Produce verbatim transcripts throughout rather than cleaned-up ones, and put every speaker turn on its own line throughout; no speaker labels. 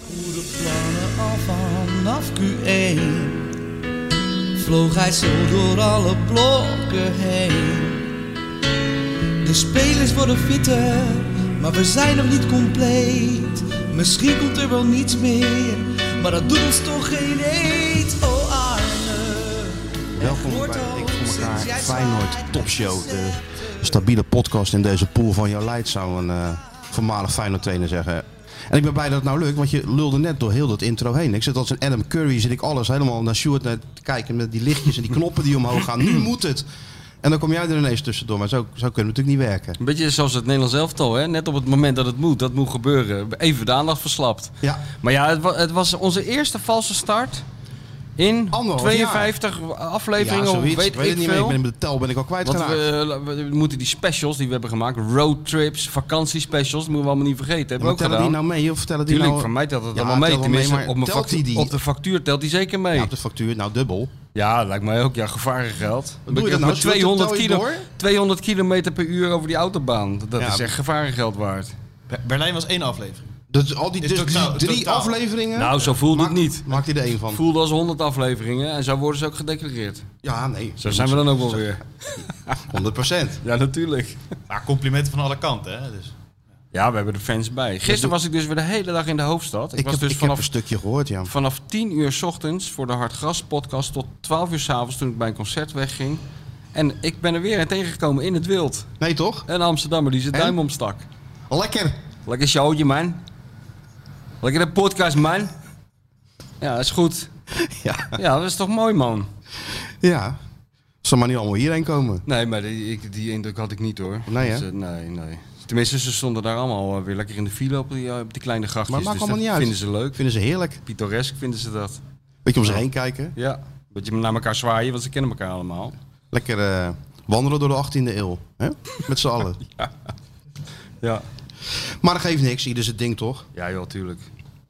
Goede plannen al vanaf Q één. Vloog hij zo door alle blokken heen. De spelers worden fitter, maar we zijn nog niet compleet. Misschien komt er wel niets meer, maar dat doet ons toch geen eet. Oh Arne.
Welkom bij Dik voor elkaar Feyenoord Topshow. De stabiele podcast in deze pool van jouw Leid, zou een uh, voormalig Feyenoord trainer zeggen. En ik ben blij dat het nou lukt, want je lulde net door heel dat intro heen. Ik zit als een Adam Curry, zit ik alles helemaal naar Sjoerd te kijken met die lichtjes en die knoppen die omhoog gaan. Nu moet het. En dan kom jij er ineens tussendoor, maar zo, zo kunnen we natuurlijk niet werken.
Een beetje zoals het Nederlands elftal, hè? Net op het moment dat het moet, dat moet gebeuren. Even de aandacht verslapt.
Ja.
Maar ja, het was, het was onze eerste valse start in
Anderhalf
tweeënvijftig
jaar.
afleveringen,
Ja,
of
zoiets.
weet
ik weet
ik
het niet
veel.
meer. Ik ben de tel ben ik al kwijtgeraakt.
Want we, we moeten die specials die we hebben gemaakt, roadtrips, vakantiespecials, dat moeten we allemaal niet vergeten. Hebben we ook
tellen
gedaan.
die nou mee of vertellen die
Tuurlijk,
nou...
voor mij telt het
Ja,
allemaal mee.
telt wel mee,
Tenminste,
maar
op, mijn
telt
factuur,
die die?
op de factuur telt die zeker mee.
Ja, op de factuur, nou dubbel.
Ja, lijkt mij ook. Ja, gevarengeld.
Wat doe je dat nou?
Met tweehonderd,
Tel je
kilo,
door?
tweehonderd kilometer per uur over die autobaan. Dat
Ja.
is echt gevarengeld waard.
Berlijn was één aflevering.
Dus al die
Is
dus
totaal-
drie
totaal.
afleveringen...
Nou, zo voelde
maakt,
het niet.
Maakt hij er één van.
Voelde als honderd afleveringen en zo worden ze ook gedeclareerd.
Ja, nee.
Zo zijn we dan ook wel weer.
honderd procent.
Ja, natuurlijk.
Maar complimenten van alle kanten, hè? Dus.
Ja, we hebben de fans bij. Gisteren was ik dus weer de hele dag in de hoofdstad. Ik,
Ik,
was
heb,
dus
ik
vanaf,
heb een stukje gehoord, ja.
vanaf tien uur 's ochtends voor de Hartgras podcast tot twaalf uur 's avonds toen ik bij een concert wegging. En ik ben er weer een tegengekomen in het wild.
Nee, toch?
Een Amsterdammer die zijn
En?
duim omstak.
Lekker.
Lekker showtje, man. Lekker de podcast, man. Ja, dat is goed.
Ja.
Ja, dat is toch mooi, man.
Ja. Zal maar niet allemaal hierheen komen.
Nee, maar die, ik, die indruk had ik niet, hoor.
Nee, hè?
Dus, uh, nee, nee. Tenminste, ze stonden daar allemaal uh, weer lekker in de file op die, uh, op die kleine grachtjes.
Maar het maakt
dus
allemaal
dat
niet uit.
vinden ze leuk.
Vinden ze heerlijk.
Pittoresk vinden ze dat.
Beetje om ze heen kijken.
Ja. Beetje naar elkaar zwaaien, want ze kennen elkaar allemaal.
Lekker uh, wandelen door de achttiende eeuw. Hè? Met z'n allen.
Ja. Ja.
Maar dat geeft niks. Ieder zijn ding, toch?
Ja, joh, tuurlijk.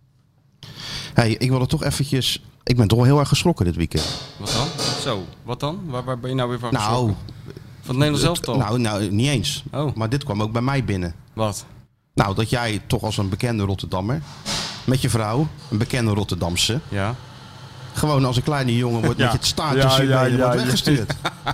Hey, ik wil er toch eventjes... Ik ben toch wel heel erg geschrokken dit weekend.
Wat dan? Zo, wat dan? Waar, waar ben je nou weer van
Nou,
geschrokken? Van het Nederlands elftal?
nou, nou, niet eens.
Oh.
Maar dit kwam ook bij mij binnen.
Wat?
Nou, dat jij toch als een bekende Rotterdammer... met je vrouw, een bekende Rotterdamse...
Ja.
gewoon als een kleine jongen wordt
Ja.
met je het staartje
Ja,
ja,
ja, ja,
wordt
ja.
weggestuurd.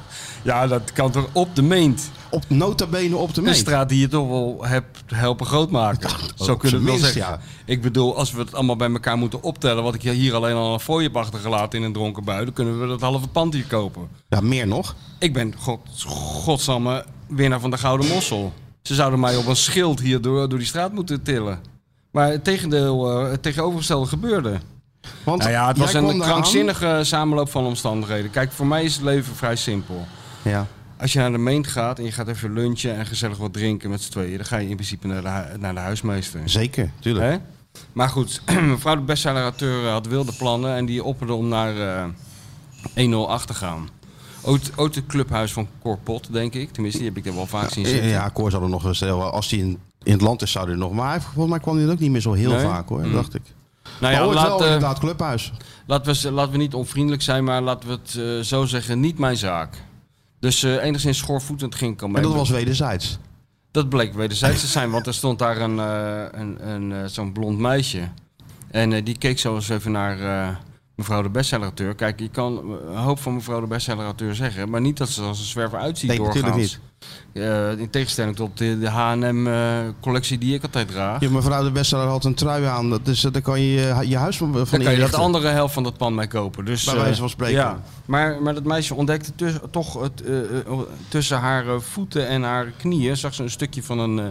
Ja, dat kan toch op de meent?
Op nota bene op de
Een
meet.
straat die je toch wel hebt helpen grootmaken.
Ja,
Zo
op
kunnen we het wel
zijn minst,
zeggen. Ik bedoel, als we het allemaal bij elkaar moeten optellen... wat ik hier alleen al een fooi heb achtergelaten in een dronken bui... dan kunnen we dat halve pand hier kopen.
Ja, meer nog.
Ik ben, god, godsamme, winnaar van de Gouden Mossel. Ze zouden mij op een schild hier door, door die straat moeten tillen. Maar het, tegendeel, uh, het tegenovergestelde gebeurde.
Want
Nou ja, het was
jij
een
kwam eraan-
krankzinnige samenloop van omstandigheden. Kijk, voor mij is het leven vrij simpel.
Ja.
Als je naar de meent gaat en je gaat even lunchen en gezellig wat drinken met z'n tweeën... dan ga je in principe naar de, hu- naar de huismeester.
Zeker, tuurlijk.
Hè? Maar goed, mevrouw de bestseller-auteur had wilde plannen... en die opperde om naar uh, één nul acht te gaan. Ooit, ooit het clubhuis van Cor Pot, denk ik. Tenminste, die heb ik er wel vaak zien zitten.
Ja, Cor zou er nog eens... Als hij in, in het land is, zou hij er nog... Maar hij- volgens mij kwam hij er ook niet meer zo heel
Nee?
vaak, hoor.
Mm.
Dacht ik.
Nou
Ja,
ja,
ooit
laat,
wel
uh,
inderdaad, clubhuis.
laten, we, laten we niet onvriendelijk zijn, maar laten we het uh, zo zeggen, niet mijn zaak. Dus uh, enigszins schoorvoetend ging ik al mee.
En dat was wederzijds.
Dat bleek wederzijds te zijn, want er stond daar een, uh, een, een, uh, zo'n blond meisje. En uh, die keek zo eens even naar uh, mevrouw de bestseller-auteur. Kijk, je kan een hoop van mevrouw de bestseller-auteur zeggen, maar niet dat ze er als een zwerver uitziet
Nee,
doorgaans.
natuurlijk niet.
Uh, in tegenstelling tot de, de H en M-collectie die ik altijd draag.
Ja, mevrouw de Bestseller had een trui aan. Dat is, daar kan je je, je huis van, van
Dan kan je dat
inrichten.
andere helft van dat pand mee kopen. Dus,
Bij
uh,
wijze van spreken.
Ja. Maar, maar dat meisje ontdekte tus, toch het, uh, uh, tussen haar uh, voeten en haar knieën... zag ze een stukje van een... Uh,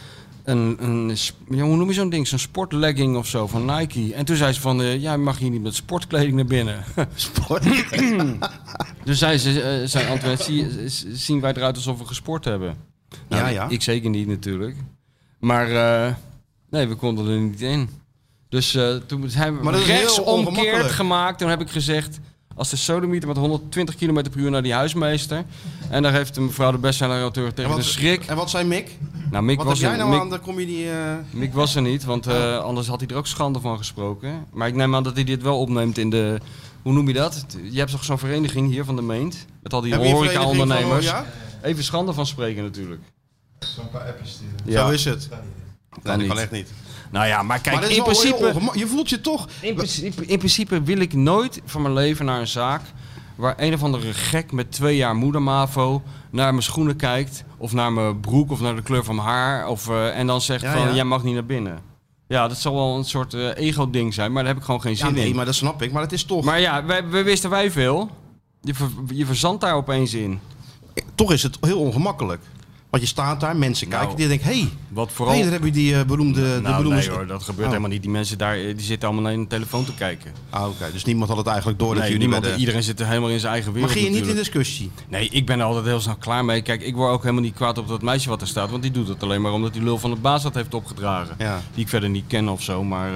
een, een ja, hoe noem je zo'n ding? Zo'n sportlegging of zo van Nike. En toen zei ze van... Uh, ja, je mag hier niet met sportkleding naar binnen.
Sport.
Dus zei ze, uh, zijn antwoord... Zie, zien wij eruit alsof we gesport hebben? Nou,
Ja, ja.
Ik zeker niet natuurlijk. Maar uh, nee, we konden er niet in. Dus uh, toen hebben we
Maar dat is heel
rechtsomkeerd
ongemakkelijk.
gemaakt. Toen heb ik gezegd... Als de sodemieter met honderdtwintig kilometer per uur naar die huismeester. En daar heeft de mevrouw de bestseller-auteur tegen
En
een
wat,
schrik.
en wat zei Mick?
Nou, Mick
Wat
was,
heb jij
er,
nou
Mick,
aan? Dan kom je die... Uh...
Mick was er niet, want uh, anders had hij er ook schande van gesproken. Maar ik neem aan dat hij dit wel opneemt in de... Hoe noem je dat? Je hebt toch zo'n vereniging hier van de Meent? Met al die
Heb je een
horeca-ondernemers.
vereniging van,
Even schande van spreken natuurlijk.
Zo'n paar appjes sturen.
Ja.
Zo is het. Nee, dat
niet.
kan echt niet.
Nou ja, maar kijk,
Maar dat is
in
wel heel
principe,
ongema- je voelt je toch...
in, principe, in principe wil ik nooit van mijn leven naar een zaak waar een of andere gek met twee jaar moedermavo naar mijn schoenen kijkt, of naar mijn broek, of naar de kleur van mijn haar, of, uh, en dan zegt
Ja,
van,
ja.
jij mag niet naar binnen. Ja, dat zal wel een soort uh, ego-ding zijn, maar daar heb ik gewoon geen zin
Ja, nee,
in.
maar dat snap ik. Maar het is toch...
Maar ja, wij, we wisten wij veel. Je, ver, je verzandt daar opeens in.
Toch is het heel ongemakkelijk. Want je staat daar, mensen
Nou,
kijken, die denken... Hé, hey,
Wat vooral...
hey, daar heb je die uh, beroemde... de
nou,
beroemde...
nee hoor, dat gebeurt
Oh.
helemaal niet. Die mensen daar, die zitten allemaal naar hun telefoon te kijken.
Ah, oké. Dus niemand had het eigenlijk door dat
Nee,
jullie
niemand,
bij de-
iedereen zit er helemaal in zijn eigen wereld.
Maar ging je niet in
natuurlijk.
discussie?
Nee, ik ben er altijd heel snel klaar mee. Kijk, ik word ook helemaal niet kwaad op dat meisje wat er staat. Want die doet het alleen maar omdat die lul van de baas dat heeft opgedragen.
Ja.
Die ik verder niet ken of zo. Maar, uh,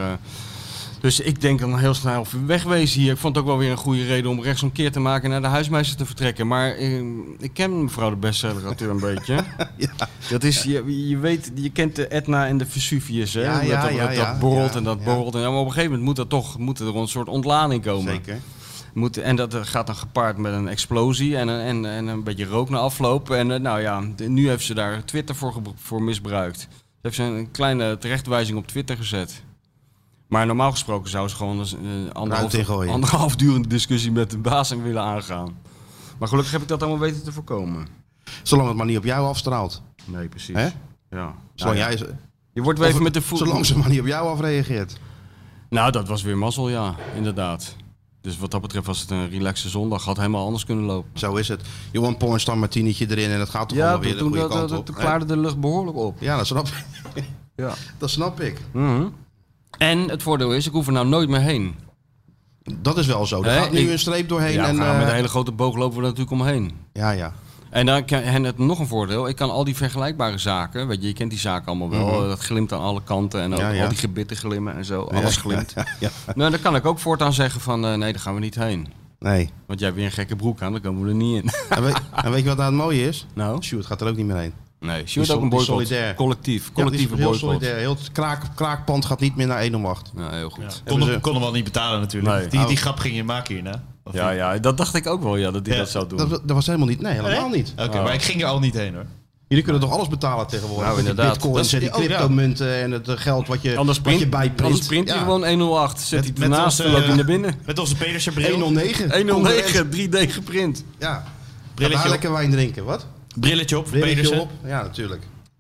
dus ik denk dan heel snel wegwezen hier. Ik vond het ook wel weer een goede reden om rechtsomkeer te maken en naar de huismeester te vertrekken. Maar uh, ik ken mevrouw de bestseller-auteur een beetje.
Ja.
Dat is, je, je weet, je kent de Etna en de Vesuvius, hè?
Ja,
Met
ja,
dat,
ja,
dat
ja,
borrelt
ja,
en dat
ja.
borrelt. En, maar op een gegeven moment moet er toch moet er een soort ontlading komen.
Zeker.
Moet, en dat gaat dan gepaard met een explosie en, een- en, en een beetje rook na afloop. En uh, nou ja, de- nu heeft ze daar Twitter voor, gebru- voor misbruikt. Ze heeft een kleine terechtwijzing op Twitter gezet. Maar normaal gesproken zou ze gewoon een uh, anderhalf,
Ruit ingooien.
anderhalf durende discussie met de baas willen aangaan. Maar gelukkig heb ik dat allemaal weten te voorkomen.
Zolang het maar niet op jou afstraalt.
Nee, precies.
Hè?
Ja.
Zolang
Nou ja.
jij...
Je wordt weer even
Of-
met de voet.
Zolang ze maar niet op jou afreageert.
Nou, dat was weer mazzel, ja, inderdaad. Dus wat dat betreft was het een relaxe zondag. Had helemaal anders kunnen lopen.
Zo is het. Johan Pornstar Martinietje erin en het gaat toch
Ja,
allemaal weer de
toen,
goede
dat,
kant
dat,
op.
toen
hè?
klaarde de lucht behoorlijk op.
Ja, dat snap ik.
Ja.
Dat snap ik.
Mhm. En het voordeel is, ik hoef er nou nooit meer heen.
Dat is wel zo. Er
Hè,
gaat nu
ik-
een streep doorheen.
Ja,
en,
we gaan
eh,
met een hele grote boog lopen we er natuurlijk omheen.
ja, ja.
En dan kan, en het nog een voordeel, ik kan al die vergelijkbare zaken, weet je, je kent die zaken allemaal wel,
Mhm.
dat glimt aan alle kanten en ook
Ja, ja.
al die gebitten glimmen en zo, alles
Ja,
glimt.
Ja, ja.
Nou, dan kan ik ook voortaan zeggen van, uh, nee, daar gaan we niet heen.
Nee.
Want jij hebt weer een gekke broek aan, dan komen we er niet in.
En weet, en weet je wat nou het mooie is?
Nou?
Sjoerd gaat er ook niet meer heen.
Nee,
Die
Sjoerd
sol-
ook een
die
boycott.
solidair.
Collectief,
Ja,
collectieve
die is heel
boycott.
solidair. Heel het kraak, kraakpand gaat niet meer naar één om acht.
Ja, heel goed.
Ja.
Ja.
Kon,
ze-
hem, kon hem wel niet betalen natuurlijk.
Nee.
Die, die
Oh.
grap ging je maken hierna. Of
Ja,
niet?
ja, dat dacht ik ook wel, ja, dat hij
Ja,
dat zou doen.
Dat, dat was helemaal niet. Nee, helemaal
Nee?
niet.
Oké,
Oh.
maar ik ging er al niet heen hoor.
Jullie kunnen toch alles betalen tegenwoordig?
Nou,
Met die
inderdaad.
bitcoins en die
Dat is- oh, ja.
cryptomunten en het eh, geld wat je,
Anders
wat je
print,
bijprint.
anders print hij
Ja.
gewoon honderdachttien. Zet
Met-
hij
met
ernaast,
onze,
dan loopt hij
eh,
naar binnen.
Met onze Pedersen bril.
honderdnegen.
honderdnegen, drie D geprint.
Ja. Ga
Brilletje
daar
op.
lekker wijn drinken. Wat?
Brilletje op voor
Brilletje
Pedersen.
op. Ja, natuurlijk.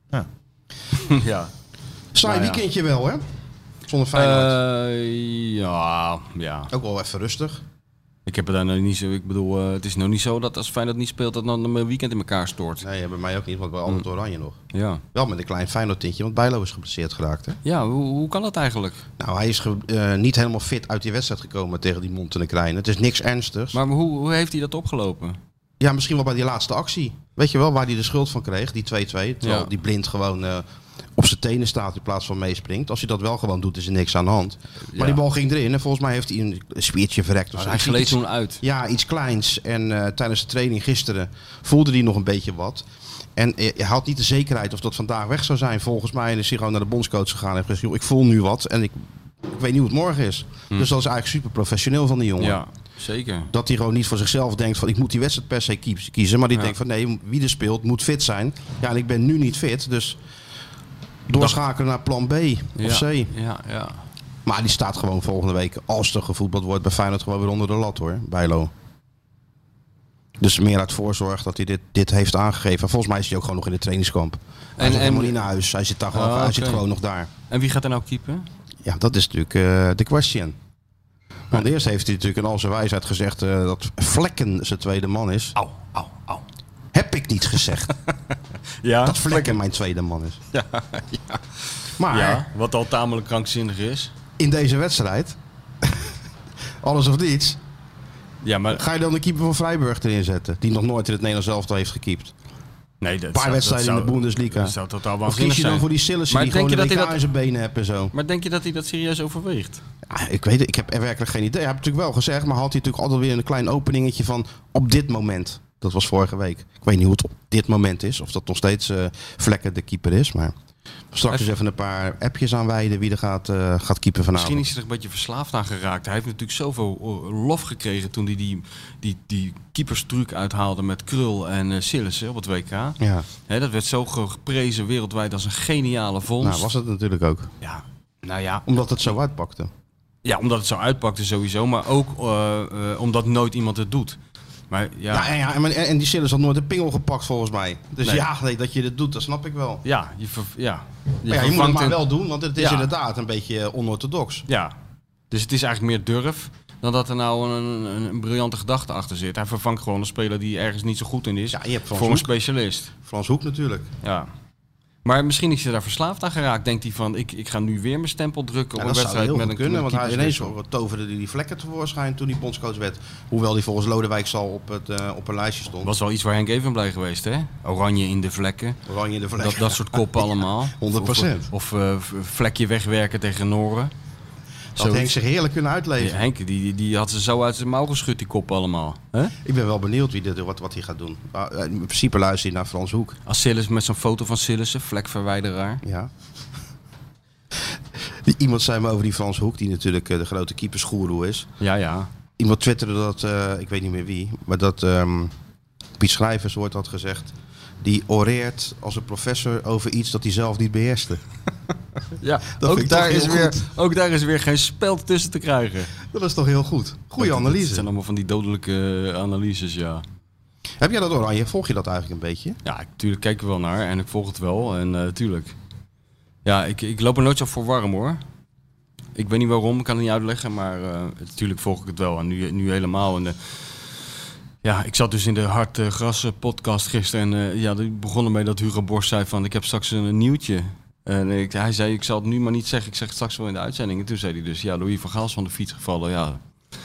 Ja.
Saai
Nou ja.
weekendje wel, hè? Zonder Feyenoord.
Eh, ja, ja.
Ook wel even rustig.
Ik heb het daar nou niet zo. Ik bedoel, eh, het is nou niet zo dat als Feyenoord niet speelt, dat dan mijn weekend in elkaar stort.
Nee, bij mij ook niet, want we altijd oranje nog.
Ja.
Wel met een klein Feyenoord tintje, want Bijlo is geblesseerd geraakt, hè?
Ja, hoe, hoe kan dat eigenlijk?
Nou, hij is ge- eh, niet helemaal fit uit die wedstrijd gekomen tegen die Montenegrijnen. Het is niks ernstigs.
Maar hoe, hoe heeft hij dat opgelopen?
Ja, misschien wel bij die laatste actie. Weet je wel, waar hij de schuld van kreeg, die twee-twee. Terwijl
Ja.
die blind gewoon eh, op zijn tenen staat in plaats van meespringt. Als hij dat wel gewoon doet, is er niks aan de hand. Maar
Ja.
die bal ging erin en volgens mij heeft hij een spiertje verrekt. Of
Maar
zo.
hij
Iets-
gleed toen uit.
Ja, iets kleins. En eh, tijdens de training gisteren voelde hij nog een beetje wat. En eh, hij had niet de zekerheid of dat vandaag weg zou zijn. Volgens mij is hij gewoon naar de bondscoach gegaan en heeft gezegd, "Joh, ik voel nu wat en ik, ik weet niet hoe het morgen is." Dus dat is eigenlijk super professioneel van die jongen.
Ja, zeker.
Dat hij gewoon niet voor zichzelf denkt van ik moet die wedstrijd per se kies- kiezen. Maar die
Ja.
denkt van nee, wie er speelt moet fit zijn. Ja, en ik ben nu niet fit. Dus doorschakelen naar plan B of
Ja,
C.
ja, ja.
Maar die staat gewoon volgende week, als er gevoetbald wordt bij Feyenoord, gewoon weer onder de lat hoor, Bijlo. Dus meer uit voorzorg dat hij dit, dit heeft aangegeven. En volgens mij is hij ook gewoon nog in de trainingskamp. Hij
En-
zit
en-
helemaal niet naar huis. Hij zit, daar gewoon,
Oh,
hij zit
oké.
gewoon nog daar.
En wie gaat er nou keeper?
Ja, dat is natuurlijk eh, de question. Want eerst heeft hij natuurlijk in al zijn wijsheid gezegd eh, dat Vlekken zijn tweede man is.
Au, au, au.
Heb ik niet gezegd.
Ja,
Dat Vlekken mijn tweede man is.
Ja, ja.
Maar
Ja, wat al tamelijk krankzinnig is.
in deze wedstrijd, alles of niets,
Ja, maar
ga je dan de keeper van Freiburg erin zetten. Die nog nooit in het Nederlands elftal heeft gekiept.
nee, dat
Een paar
zou-
wedstrijden
dat
in de
zou-
Bundesliga.
Dat zou totaal
Of
waanzinnig
kies je dan
zijn.
voor die Sillissen
Maar
die
denk
gewoon
je
de
dat
W K
hij
in
dat-
zijn benen hebt en zo.
Maar denk je dat hij dat serieus overweegt?
Ja, ik weet het, ik heb er werkelijk geen idee. Hij heeft natuurlijk wel gezegd, maar had hij natuurlijk altijd weer een klein openingetje van op dit moment. Dat was vorige week. Ik weet niet hoe het op dit moment is. Of dat nog steeds uh, Vlekken de keeper is. Maar straks eens even een paar appjes aanwijden wie er gaat, uh, gaat keeper vanavond.
Misschien is hij er een beetje verslaafd aan geraakt. Hij heeft natuurlijk zoveel uh, lof gekregen toen hij die, die, die keeperstruc uithaalde met Krul en uh, Sillissen op het W K.
Ja,
Hè, dat werd zo ge- geprezen wereldwijd als een geniale vondst.
nou was het natuurlijk ook.
Ja, Nou ja,
Omdat het zo uitpakte.
ja, omdat het zo uitpakte sowieso, maar ook uh, uh, omdat nooit iemand het doet. Maar ja,
Ja, en, ja, en, en die Sillis had nooit een pingel gepakt volgens mij. Dus
Nee.
ja, nee, dat je dit doet, dat snap ik wel.
ja, je, ver, ja, je,
Maar ja, je moet het
vervangt
maar
een-
wel doen, want het is
Ja.
inderdaad een beetje onorthodox.
Ja, dus het is eigenlijk meer durf dan dat er nou een, een, een briljante gedachte achter zit. Hij vervangt gewoon een speler die ergens niet zo goed in is
Ja, je hebt Frans
voor een
Hoek.
specialist.
Frans Hoek natuurlijk.
Ja. Maar misschien is hij daar verslaafd aan geraakt. Denkt hij van, ik, ik ga nu weer mijn stempel drukken
Ja,
op een
dat zou heel
wedstrijd met
goed
een
kunnen, want hij ineens
keeperswissel.
toverde die, die vlekken tevoorschijn toen hij bondscoach werd. Hoewel hij volgens Lodewijk al op, het, uh, op een lijstje stond.
Was wel iets waar Henk even blij geweest, hè? Oranje in de vlekken.
Oranje in de vlekken.
Dat, dat soort koppen allemaal.
honderd procent.
Of, of uh, vlekje wegwerken tegen Noren.
Dat Henk zich heerlijk kunnen uitleven.
Ja, Henk, die, die, die had ze zo uit zijn mouw geschud, die koppen allemaal. Huh?
Ik ben wel benieuwd wie dit, wat, wat hij gaat doen. Uh, in principe luister je naar Frans Hoek.
Als Sillis met zo'n foto van Sillissen, vlekverwijderaar.
Ja. Die, iemand zei me over die Frans Hoek, die natuurlijk uh, de grote keepersgoeroe is.
Ja, ja.
Iemand twitterde dat, uh, ik weet niet meer wie, maar dat um, Piet Schrijvers wordt dat gezegd. Die oreert als een professor over iets dat hij zelf niet beheerste.
Ja,
Dat vind
ook
ik
daar,
toch
is
heel
weer,
goed.
ook daar is weer geen speld tussen te krijgen.
Dat is toch heel goed. Goeie
Dat-
analyse.
Dat zijn allemaal van die dodelijke uh, analyses, ja.
Heb jij dat oranje? Volg je dat eigenlijk een beetje?
Ja, natuurlijk kijk er wel naar en ik volg het wel. En uh, tuurlijk. Ja, ik, ik loop er nooit zo voor warm, hoor. Ik weet niet waarom, ik kan het niet uitleggen, maar uh, natuurlijk volg ik het wel. En nu, nu helemaal. En, uh, ja, ik zat dus in de Hard uh, Gras podcast gisteren. En uh, ja, die begon ermee dat Hugo Borst zei van, ik heb straks een, een nieuwtje. En ik, hij zei, ik zal het nu maar niet zeggen, ik zeg het straks wel in de uitzending. En toen zei hij dus, ja, Louis van Gaal is van de fiets gevallen. Ja,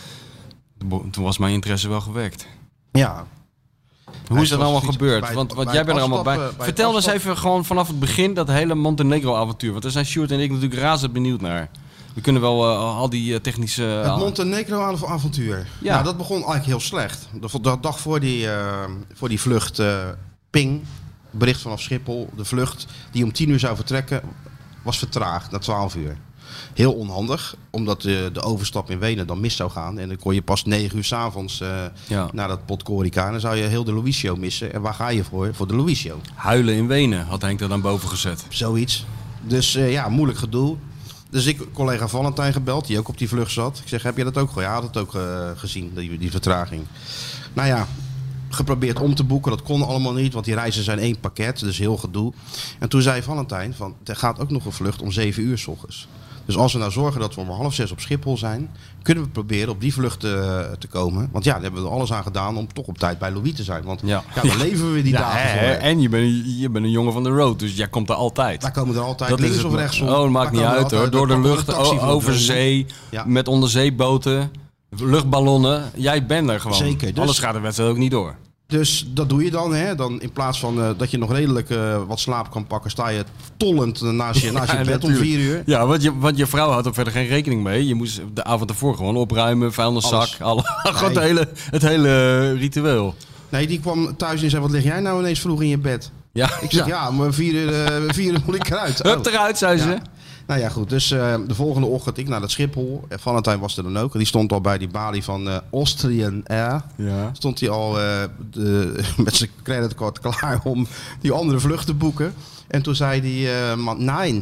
toen was mijn interesse wel gewekt.
Ja.
Hoe
Hij
is dat
was
allemaal
fiets-
gebeurd?
bij-
Want, want
bij
jij bent er
het
allemaal bij.
afstappen- bij het
Vertel eens
afstappen-
even gewoon vanaf het begin dat hele Montenegro-avontuur. Want daar zijn Sjoerd en ik natuurlijk razend benieuwd naar. We kunnen wel uh, al die uh, technische...
Het
Uh,
Montenegro-avontuur.
Ja.
Nou, dat begon eigenlijk heel slecht. De, de dag voor die, uh, voor die vlucht uh, Ping, bericht vanaf Schiphol, de vlucht die om tien uur zou vertrekken, was vertraagd naar twaalf uur. Heel onhandig, omdat de, de overstap in Wenen dan mis zou gaan. En dan kon je pas negen uur 's avonds uh,
ja.
naar dat Podgorica. En dan zou je heel de Louis Show missen. En waar ga je voor? Voor de Louis Show.
Huilen in Wenen had Henk er dan boven gezet.
Zoiets. Dus uh, ja, moeilijk gedoe. Dus ik collega Valentijn gebeld, die ook op die vlucht zat. Ik zeg, heb je dat ook gehoord? Ja, hij had het ook uh, gezien, die, die vertraging. Nou ja, geprobeerd om te boeken. Dat kon allemaal niet, want die reizen zijn één pakket. Dus heel gedoe. En toen zei Valentijn, van, er gaat ook nog een vlucht om zeven uur 's ochtends. Dus als we nou zorgen dat we om half zes op Schiphol zijn, kunnen we proberen op die vlucht uh, te komen. Want ja, daar hebben we er alles aan gedaan om toch op tijd bij Louis te zijn. Want ja,
Ja.
ja dan leven we die
Ja,
dagen
hè,
voor.
en je bent, je bent een jongen van de road, dus jij komt er altijd.
Wij komen er altijd
Dat is
links
het
of
maar.
rechtsom.
Oh, dat maakt
Wij
niet
komen er
uit hoor.
altijd-
Door de
dan komt
lucht,
er een taxi
o-
voor
over
ons.
zee,
Ja.
met onderzeeboten, luchtballonnen. Jij bent er gewoon.
Zeker, dus-
Anders gaat de wedstrijd ook niet door.
Dus dat doe je dan. Hè? Dan in plaats van uh, dat je nog redelijk uh, wat slaap kan pakken, sta je tollend naast je, naast je
Ja,
bed om
natuurlijk.
vier uur.
Ja, want je, want je vrouw had er verder geen rekening mee. Je moest de avond ervoor gewoon opruimen, vuilniszak,
Alles.
alle, gewoon het
Nee.
hele, het hele ritueel.
Nee, die kwam thuis en zei, wat lig jij nou ineens vroeg in je bed?
Ja,
Ik zeg, ja, maar vier uur, uh, vier uur moet ik eruit.
Hup
Oh.
eruit, zei ze.
Ja. Nou ja, goed. Dus uh, de volgende ochtend ik naar dat Schiphol. En Valentijn was er dan ook. Die stond al bij die balie van uh, Austrian Air.
Ja.
Stond hij al uh, de, met zijn creditcard klaar om die andere vlucht te boeken. En toen zei die uh, man, nee,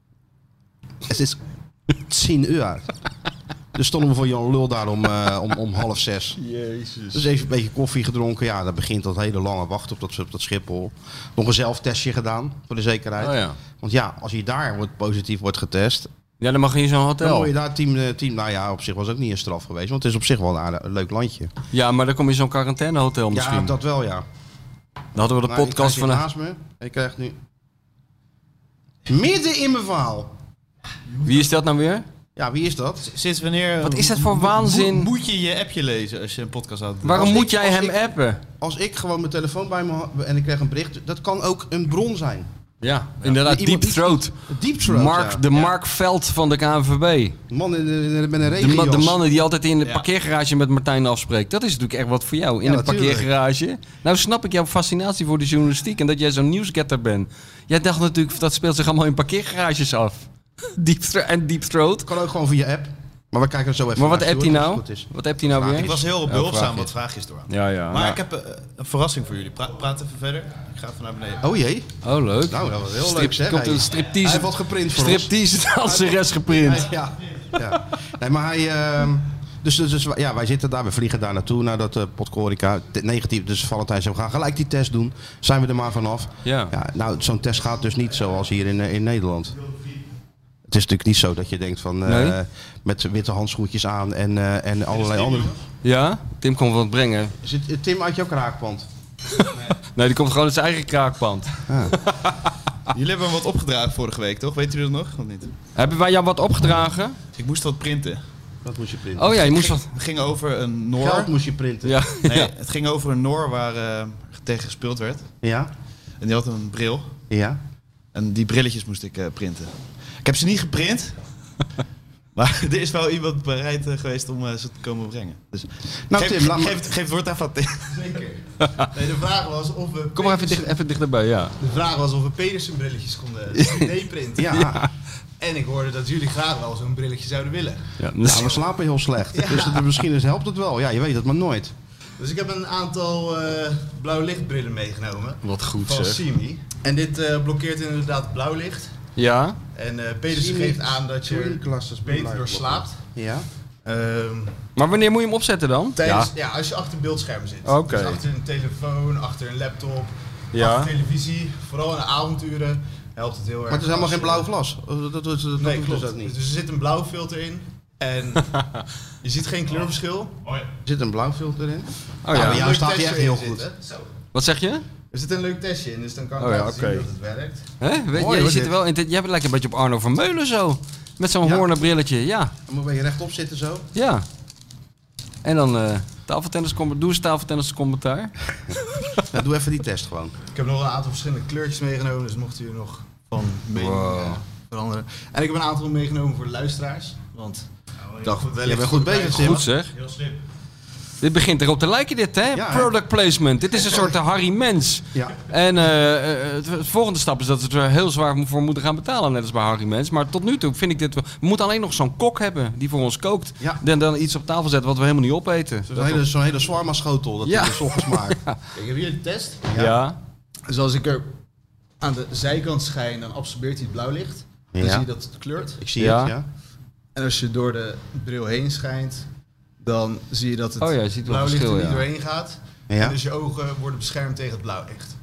het is tien uur. Dus stonden we voor Jan Lul daar om, uh, om, om half zes.
Jezus.
Dus even een beetje koffie gedronken. Ja, dan begint dat hele lange wachten op dat, op dat Schiphol. Nog een zelftestje gedaan, voor de zekerheid.
Oh ja.
Want ja, als je daar wordt, positief wordt getest,
Ja, dan mag je in zo'n
dan
hotel.
word je daar team, team... Nou ja, op zich was ook niet een straf geweest. Want het is op zich wel een, aardig- een leuk landje.
Ja, maar dan kom je in zo'n quarantainehotel misschien.
Ja, dat wel, ja.
Dan hadden we de
Maar ik
podcast
krijg
van...
hier naast me. Ik krijg nu... Midden in mijn verhaal.
Wie is dat nou weer?
Ja, wie is dat?
Sinds wanneer...
Wat is dat voor waanzin?
Moet, moet je je appje lezen als je een podcast aan het doen
Waarom
Als
moet
ik-
jij
als
hem
ik-
appen?
Als ik gewoon mijn telefoon bij me ha- en ik krijg een bericht, dat kan ook een bron zijn.
Ja, inderdaad,
Iemand
Deep
die-
Throat.
Deep Throat,
Mark,
ja.
de
Ja.
Mark Veld van de K N V B.
Man in, in, in- met een
De,
regenjas.
ma- de mannen die altijd in de
Ja.
parkeergarage met Martijn afspreekt. Dat is natuurlijk echt wat voor jou, in
Ja,
een
natuurlijk.
parkeergarage. Nou snap ik jouw fascinatie voor de journalistiek en dat jij zo'n nieuwsgetter bent. Jij dacht natuurlijk, dat speelt zich allemaal in parkeergarages af. Deep Thro- en Deep Throat.
Kan ook gewoon via app. Maar we kijken er zo even
Maar wat
naar,
appt hij
Sjoerd,
nou?
als het goed is.
Wat appt hij nou weer?
Ik was heel behulpzaam wat vraagjes door.
Ja, ja.
Maar
nou.
ik heb uh, een verrassing voor jullie. Pra- praat even verder. Ik ga even naar beneden.
Oh jee.
Oh, leuk.
Nou, dat was heel
Strip,
leuk zeg.
komt
Hij-
een striptease.
Hij heeft wat geprint voor ons.
Striptease danseres geprint.
Ja. ja. Nee, maar hij... Uh, dus, dus, dus ja, wij zitten daar, we vliegen daar naartoe, naar dat uh, Podgorica. T- negatief, dus Valentijn zei, we gaan gelijk die test doen. Zijn we er maar vanaf.
Ja.
Ja, nou, zo'n test gaat dus niet zoals hier in, uh, in Nederland. Het is natuurlijk niet zo dat je denkt van... Uh,
Nee.
met witte handschoentjes aan en, uh, en allerlei andere...
Ja? Tim komt wat brengen.
Is het uh, Tim uit jouw kraakpand?
Nee, die komt gewoon uit zijn eigen kraakpand.
Jullie hebben me wat opgedragen vorige week, toch? Weet jullie dat nog? Of niet?
Hebben wij jou wat opgedragen?
Ik moest wat printen.
Wat moest je printen?
Oh ja, je moest wat...
Het ging over een Noor.
Geld moest je printen.
Ja.
Nee,
ja.
het ging over een Noor waar uh, tegen gespeeld werd.
Ja?
En die had een bril.
Ja?
En die brilletjes moest ik uh, printen. Ik heb ze niet geprint. Maar er is wel iemand bereid uh, geweest om uh, ze te komen brengen. Dus
Nou
geef,
Tim, laat
geef,
me...
geef, geef het woord aan van Tim.
Zeker. Nee, de vraag was of we...
Kom maar even, dicht, even dichterbij, ja.
De vraag was of we Pedersen brilletjes konden drie D printen.
Ja.
En ik hoorde dat jullie graag wel zo'n brilletje zouden willen.
Ja,
Ja, we slapen heel slecht.
Ja.
Dus het, misschien is, helpt het wel. Ja, je weet het maar nooit.
Dus ik heb een aantal uh, blauw lichtbrillen meegenomen.
Wat goed
Van
zeg.
Simi. En dit uh, blokkeert inderdaad blauw licht.
Ja?
En uh, Pedersen
Simi
geeft aan dat je er
Glasses
beter door slaapt.
Ja.
Um,
Maar wanneer moet je hem opzetten dan?
tijdens, ja. als je achter beeldschermen zit.
Oké.
Dus achter een telefoon, achter een laptop,
Ja.
achter televisie. Vooral in de avonduren helpt het heel erg.
Maar het is helemaal
als
geen
je-
blauw glas. Dat, dat, dat, dat
Nee,
hoeft
klopt.
dus ook niet.
Dus er zit een blauw filter in. En je ziet geen kleurverschil.
Er zit een blauw filter in.
Oh
Ja,
ja.
bij jou
Leuk
staat hij
testje
echt heel
in
goed.
zitten. Zo.
Wat zeg je?
Er zit een leuk testje in, dus dan kan ik
Oh ja,
laten
oké.
zien dat het werkt.
Hè? Weet,
Mooi,
je, je
hoor,
zit er
dit.
wel in. Dit, jij bent lekker een beetje op Arno Vermeulen zo. Met zo'n
Ja.
hoornen brilletje. Ja.
Dan moet je rechtop zitten zo.
Ja. En dan uh, tafeltennis, doe eens tafeltennis commentaar.
Nou, doe even die test gewoon.
Ik heb nog een aantal verschillende kleurtjes meegenomen, dus mocht u er nog van mening
Wow.
eh, veranderen. En ik heb een aantal meegenomen voor de luisteraars. Want ik dacht, wellicht
Je bent goed bezig, Tim.
Goed zeg.
Heel slim.
Dit begint erop te lijken dit, hè?
Ja, hè?
Product placement. Dit is een soort uh, Harry Mens.
Ja.
En uh, uh, het, het volgende stap is dat we er heel zwaar voor moeten gaan betalen, net als bij Harry Mens. Maar tot nu toe vind ik dit wel... We moeten alleen nog zo'n kok hebben die voor ons kookt.
Ja.
En dan iets op tafel zetten wat we helemaal niet opeten.
Zo'n hele, zo'n hele zwarma schotel dat
Ja.
je de ochtends maakt.
Ik heb hier de test.
Ja. ja.
Dus als ik er aan de zijkant schijn, dan absorbeert hij het blauw licht. Dan
Ja.
zie je dat het kleurt.
Ik zie
Ja.
het, ja.
En als je door de bril heen schijnt, dan zie je dat het
Oh ja, je ziet wel
blauw licht er
verschil,
niet
ja.
doorheen gaat.
Ja.
En dus je ogen worden beschermd tegen het blauwlicht.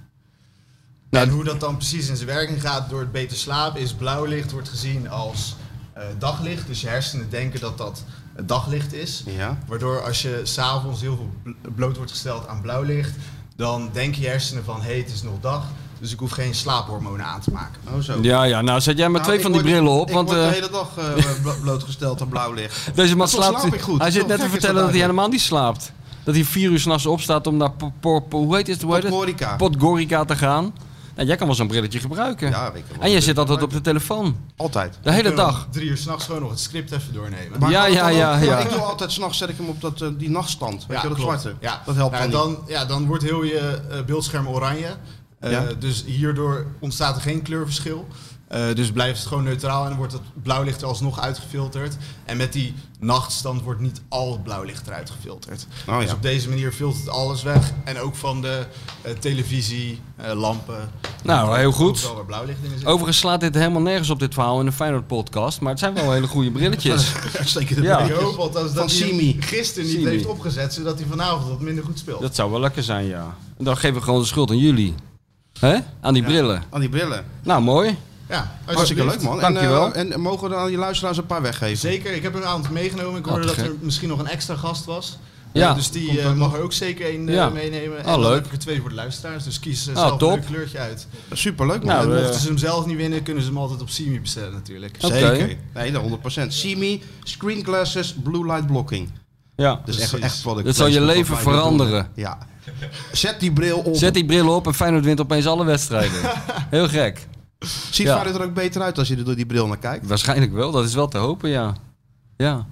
Nou,
en hoe dat dan precies in zijn werking gaat door het beter slapen, is blauw licht wordt gezien als uh, daglicht. Dus je hersenen denken dat dat uh, daglicht is.
Ja.
Waardoor als je s'avonds heel veel bl- bloot wordt gesteld aan blauw licht, dan denken je hersenen van hé, hey, het is nog dag. Dus ik hoef geen slaaphormonen aan te maken.
Oh, zo.
Ja, ja, nou zet jij maar
Nou,
twee
ik
van die
word-
brillen op.
Ik
Want
word
uh,
de hele dag uh, blo- blootgesteld aan blauw licht.
deze man
En toch
slaapt.
slaap ik goed.
Hij zit
Zo
net te
gek is
vertellen dat,
dat
hij
eigenlijk.
helemaal niet slaapt. Dat hij vier uur s'nachts opstaat om naar po, po, po- hoe heet het? Hoe heet het?
Podgorica.
Podgorica te gaan. Nou, jij kan wel zo'n brilletje gebruiken.
Ja, ik heb wel
en jij
een
zit altijd op
brilletje
de telefoon.
Altijd.
De hele
We kunnen
dag.
om Drie uur s'nachts gewoon nog het script even doornemen.
Maar
Ja,
kan het
ja,
dan
ja,
ook-
ja.
Ik doe altijd, 's nachts zet ik hem op dat, uh, die nachtstand. Weet je, dat
klopt.
zwarte.
Ja.
Dat helpt
Nou,
dan niet.
dan, ja, dan wordt heel je uh, beeldscherm oranje. Uh,
Ja.
Dus hierdoor ontstaat er geen kleurverschil. Uh, dus blijft het gewoon neutraal en dan wordt het blauwlicht er alsnog uitgefilterd. En met die nachtstand wordt niet al het blauwlicht eruit gefilterd.
Oh,
Dus
ja.
op deze manier filtert het alles weg. En ook van de uh, televisie, uh, lampen.
Nou, heel goed.
Overal waar blauwlicht in zit.
Overigens slaat dit helemaal nergens op dit verhaal in een Feyenoord podcast. Maar het zijn wel hele goede brilletjes.
Uitstekende
Ja.
Ik
brilletjes.
hoop althans
Van
dat hij
Simi.
hem gisteren niet
Simi.
heeft opgezet, zodat hij vanavond wat minder goed speelt.
Dat zou wel lekker zijn, ja. En dan geven we gewoon de schuld aan jullie. Hè? Aan die brillen.
Aan die brillen.
Nou, mooi.
Ja,
Hartstikke leuk,
alsjeblieft.
man.
Dankjewel.
En, uh, en mogen we dan aan je luisteraars een paar weggeven?
Zeker, ik heb er een aantal meegenomen. Ik
Oh,
hoorde
te
dat er
gek.
misschien nog een extra gast was.
Ja.
Uh, dus die
Komt
uh,
ook
mag
nog.
er ook zeker een uh,
Ja.
meenemen. En
Oh,
dan
leuk.
heb ik er twee voor de luisteraars. Dus kies uh,
Oh,
zelf
top.
een leuk kleurtje uit.
Superleuk, man.
Nou,
en
eh,
mochten ze hem zelf niet winnen, kunnen ze hem altijd op Simi bestellen natuurlijk.
Oké.
Zeker. Nee, dat honderd procent. Simi, screen glasses, blue light blocking.
Ja.
Dus echt,
Precies.
echt product
Dit zal je
placement
leven
wat wij doen.
veranderen.
Ja. Zet die bril op.
Zet die brillen op en Feyenoord wint opeens alle wedstrijden. Heel gek.
Ziet
Ja.
Feyenoord er ook beter uit als je er door die bril naar kijkt?
Waarschijnlijk wel, dat is wel te hopen, ja. Ja.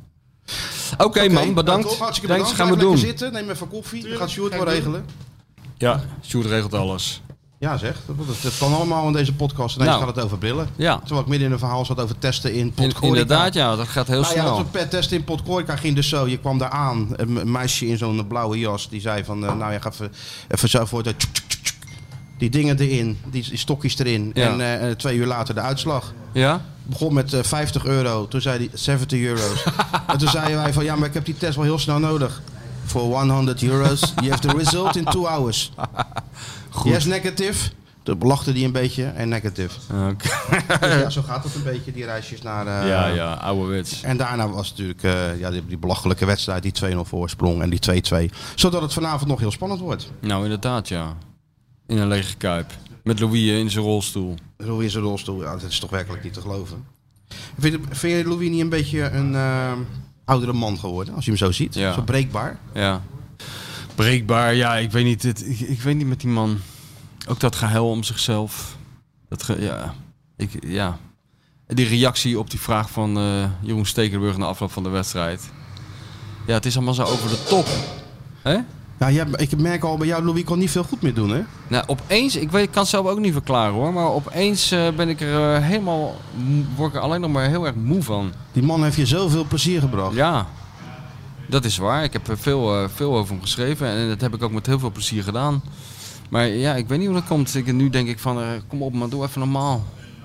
Oké
Oké,
man, bedankt.
nou, top. Hartstikke
Thanks,
bedankt.
gaan we
Blijf
doen.
lekker zitten, neem even koffie. Dan gaat Sjoerd
ga
wel
ik doen.
regelen.
Ja, Sjoerd regelt alles.
Ja zeg, dat, dat, dat kan allemaal in deze podcast. Ineens
Nou.
gaat het over brillen.
Ja,
Terwijl ik midden in een verhaal zat over testen in
in,
Podgorica.
inderdaad, ja, dat gaat heel
Nou ja,
snel.
dat soort testen in Podgorica ging dus zo. Je kwam daar aan, een een meisje in zo'n blauwe jas. Die zei van, uh, nou ja, ga even, even zo voor de... Die dingen erin, die, die stokjes erin.
Ja.
En uh, twee uur later de uitslag.
Ja?
Begon met uh, vijftig euro, toen zei hij zeventig euro's. En toen zeiden wij van, ja, maar ik heb die test wel heel snel nodig. For honderd euro's, you have the result in two hours.
Goed.
Yes, negative. Toen lachte hij een beetje en negative.
Oké.
Dus ja, zo gaat het een beetje, die reisjes naar... Uh,
Ja, ja, ouderwets.
En daarna was natuurlijk uh, ja, die, die belachelijke wedstrijd, die twee nul voorsprong en die twee twee. Zodat het vanavond nog heel spannend wordt.
Nou, inderdaad, ja. In een lege kuip. Met Louis in zijn rolstoel.
Louis in zijn rolstoel, ja, dat is toch werkelijk niet te geloven. Vind, je- vind je Louis niet een beetje een uh, oudere man geworden, als je hem zo ziet?
Ja.
Zo breekbaar.
Ja. Breekbaar, ja, ik weet niet. Het, ik, ik weet niet met die man. Ook dat gehuil om zichzelf. Dat ge, ja. Ik, ja. Die reactie op die vraag van uh, Jeroen Stekelenburg na afloop van de wedstrijd. Ja, het is allemaal zo over de top. Hè?
Ja, jij, ik merk al bij jou, Louis kon niet veel goed meer doen, hè?
Nou, opeens, ik, weet, ik kan het zelf ook niet verklaren hoor, maar opeens uh, ben ik er uh, helemaal, word ik er alleen nog maar heel erg moe van.
Die man heeft je zoveel plezier gebracht.
Ja, dat is waar. Ik heb er veel, uh, veel over hem geschreven en dat heb ik ook met heel veel plezier gedaan. Maar ja, ik weet niet hoe dat komt. Ik, nu denk ik van, uh, kom op, maar doe even normaal.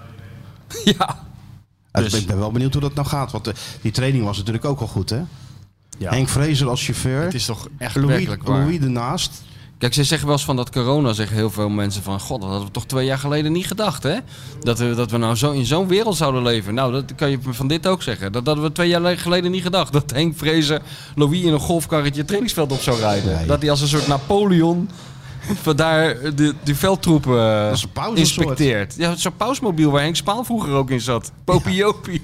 Ja.
Dus
Dus-
ik ben wel benieuwd hoe dat nou gaat, want uh, die training was natuurlijk ook al goed, hè?
Ja.
Henk Vrezer als chauffeur,
Het is toch echt
Louis,
werkelijk waar.
Louis ernaast.
Kijk, ze zeggen wel eens van dat corona, zeggen heel veel mensen van... God, dat hadden we toch twee jaar geleden niet gedacht, hè? Dat we, dat we nou zo in zo'n wereld zouden leven. Nou, dat kan je van dit ook zeggen. Dat hadden we twee jaar geleden niet gedacht. Dat Henk Vrezer Louis in een golfkarretje het trainingsveld op zou rijden.
Nee.
Dat hij als een soort Napoleon van daar de, de veldtroepen uh,
Dat is een pauze
inspecteert. Ja, zo'n pausmobiel waar Henk Spaal vroeger ook in zat. Popiopie.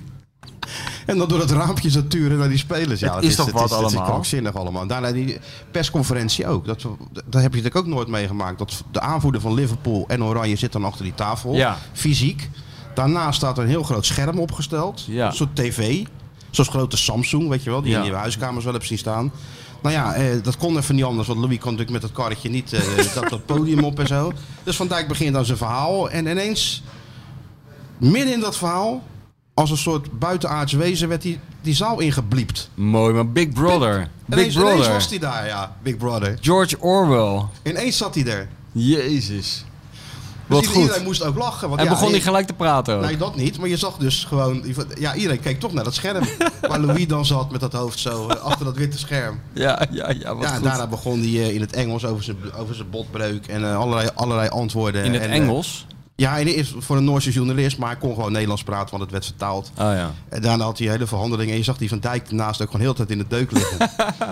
En dan door het raampje zo turen naar die spelers. Ja,
Het is toch
het
wat
is, Het is
allemaal?
krankzinnig allemaal. Daarna die persconferentie ook. Dat, dat heb je natuurlijk ook nooit meegemaakt. Dat de aanvoerder van Liverpool en Oranje zit dan achter die tafel.
Ja.
Fysiek. Daarnaast staat er een heel groot scherm opgesteld.
Ja.
Een soort tv. Zoals grote Samsung, weet je wel. Die
Ja.
je in je huiskamers wel hebt zien staan. Nou ja, eh, dat kon even niet anders. Want Louis kon natuurlijk met dat karretje niet eh, dat, dat podium op en zo. Dus Van Dijk begint dan zijn verhaal. En ineens, midden in dat verhaal... Als een soort buitenaards wezen werd die, die zaal ingebliept.
Mooi, maar Big Brother. Big
Ineens,
Brother.
ineens was hij daar, ja. Big Brother.
George Orwell.
Ineens zat hij er.
Jezus.
Dus
Wat
iedereen
goed.
moest ook lachen. Want
En
ja,
begon
je-
hij gelijk te praten ook.
Nee, dat niet. Maar je zag dus gewoon... Ja, iedereen keek toch naar dat scherm. Waar Louis dan zat met dat hoofd zo eh, achter dat witte scherm.
Ja, ja, ja, wat
Ja, en
goed.
daarna begon hij eh, in het Engels over zijn, over zijn botbreuk. En eh, allerlei, allerlei antwoorden.
In het
en, eh,
Engels?
ja, in de eerste- voor een Noorse journalist. Maar hij kon gewoon Nederlands praten, want het werd vertaald.
Oh ja.
En daarna had hij hele verhandelingen. En je zag die Van Dijk daarnaast ook gewoon heel de tijd in de deuk liggen.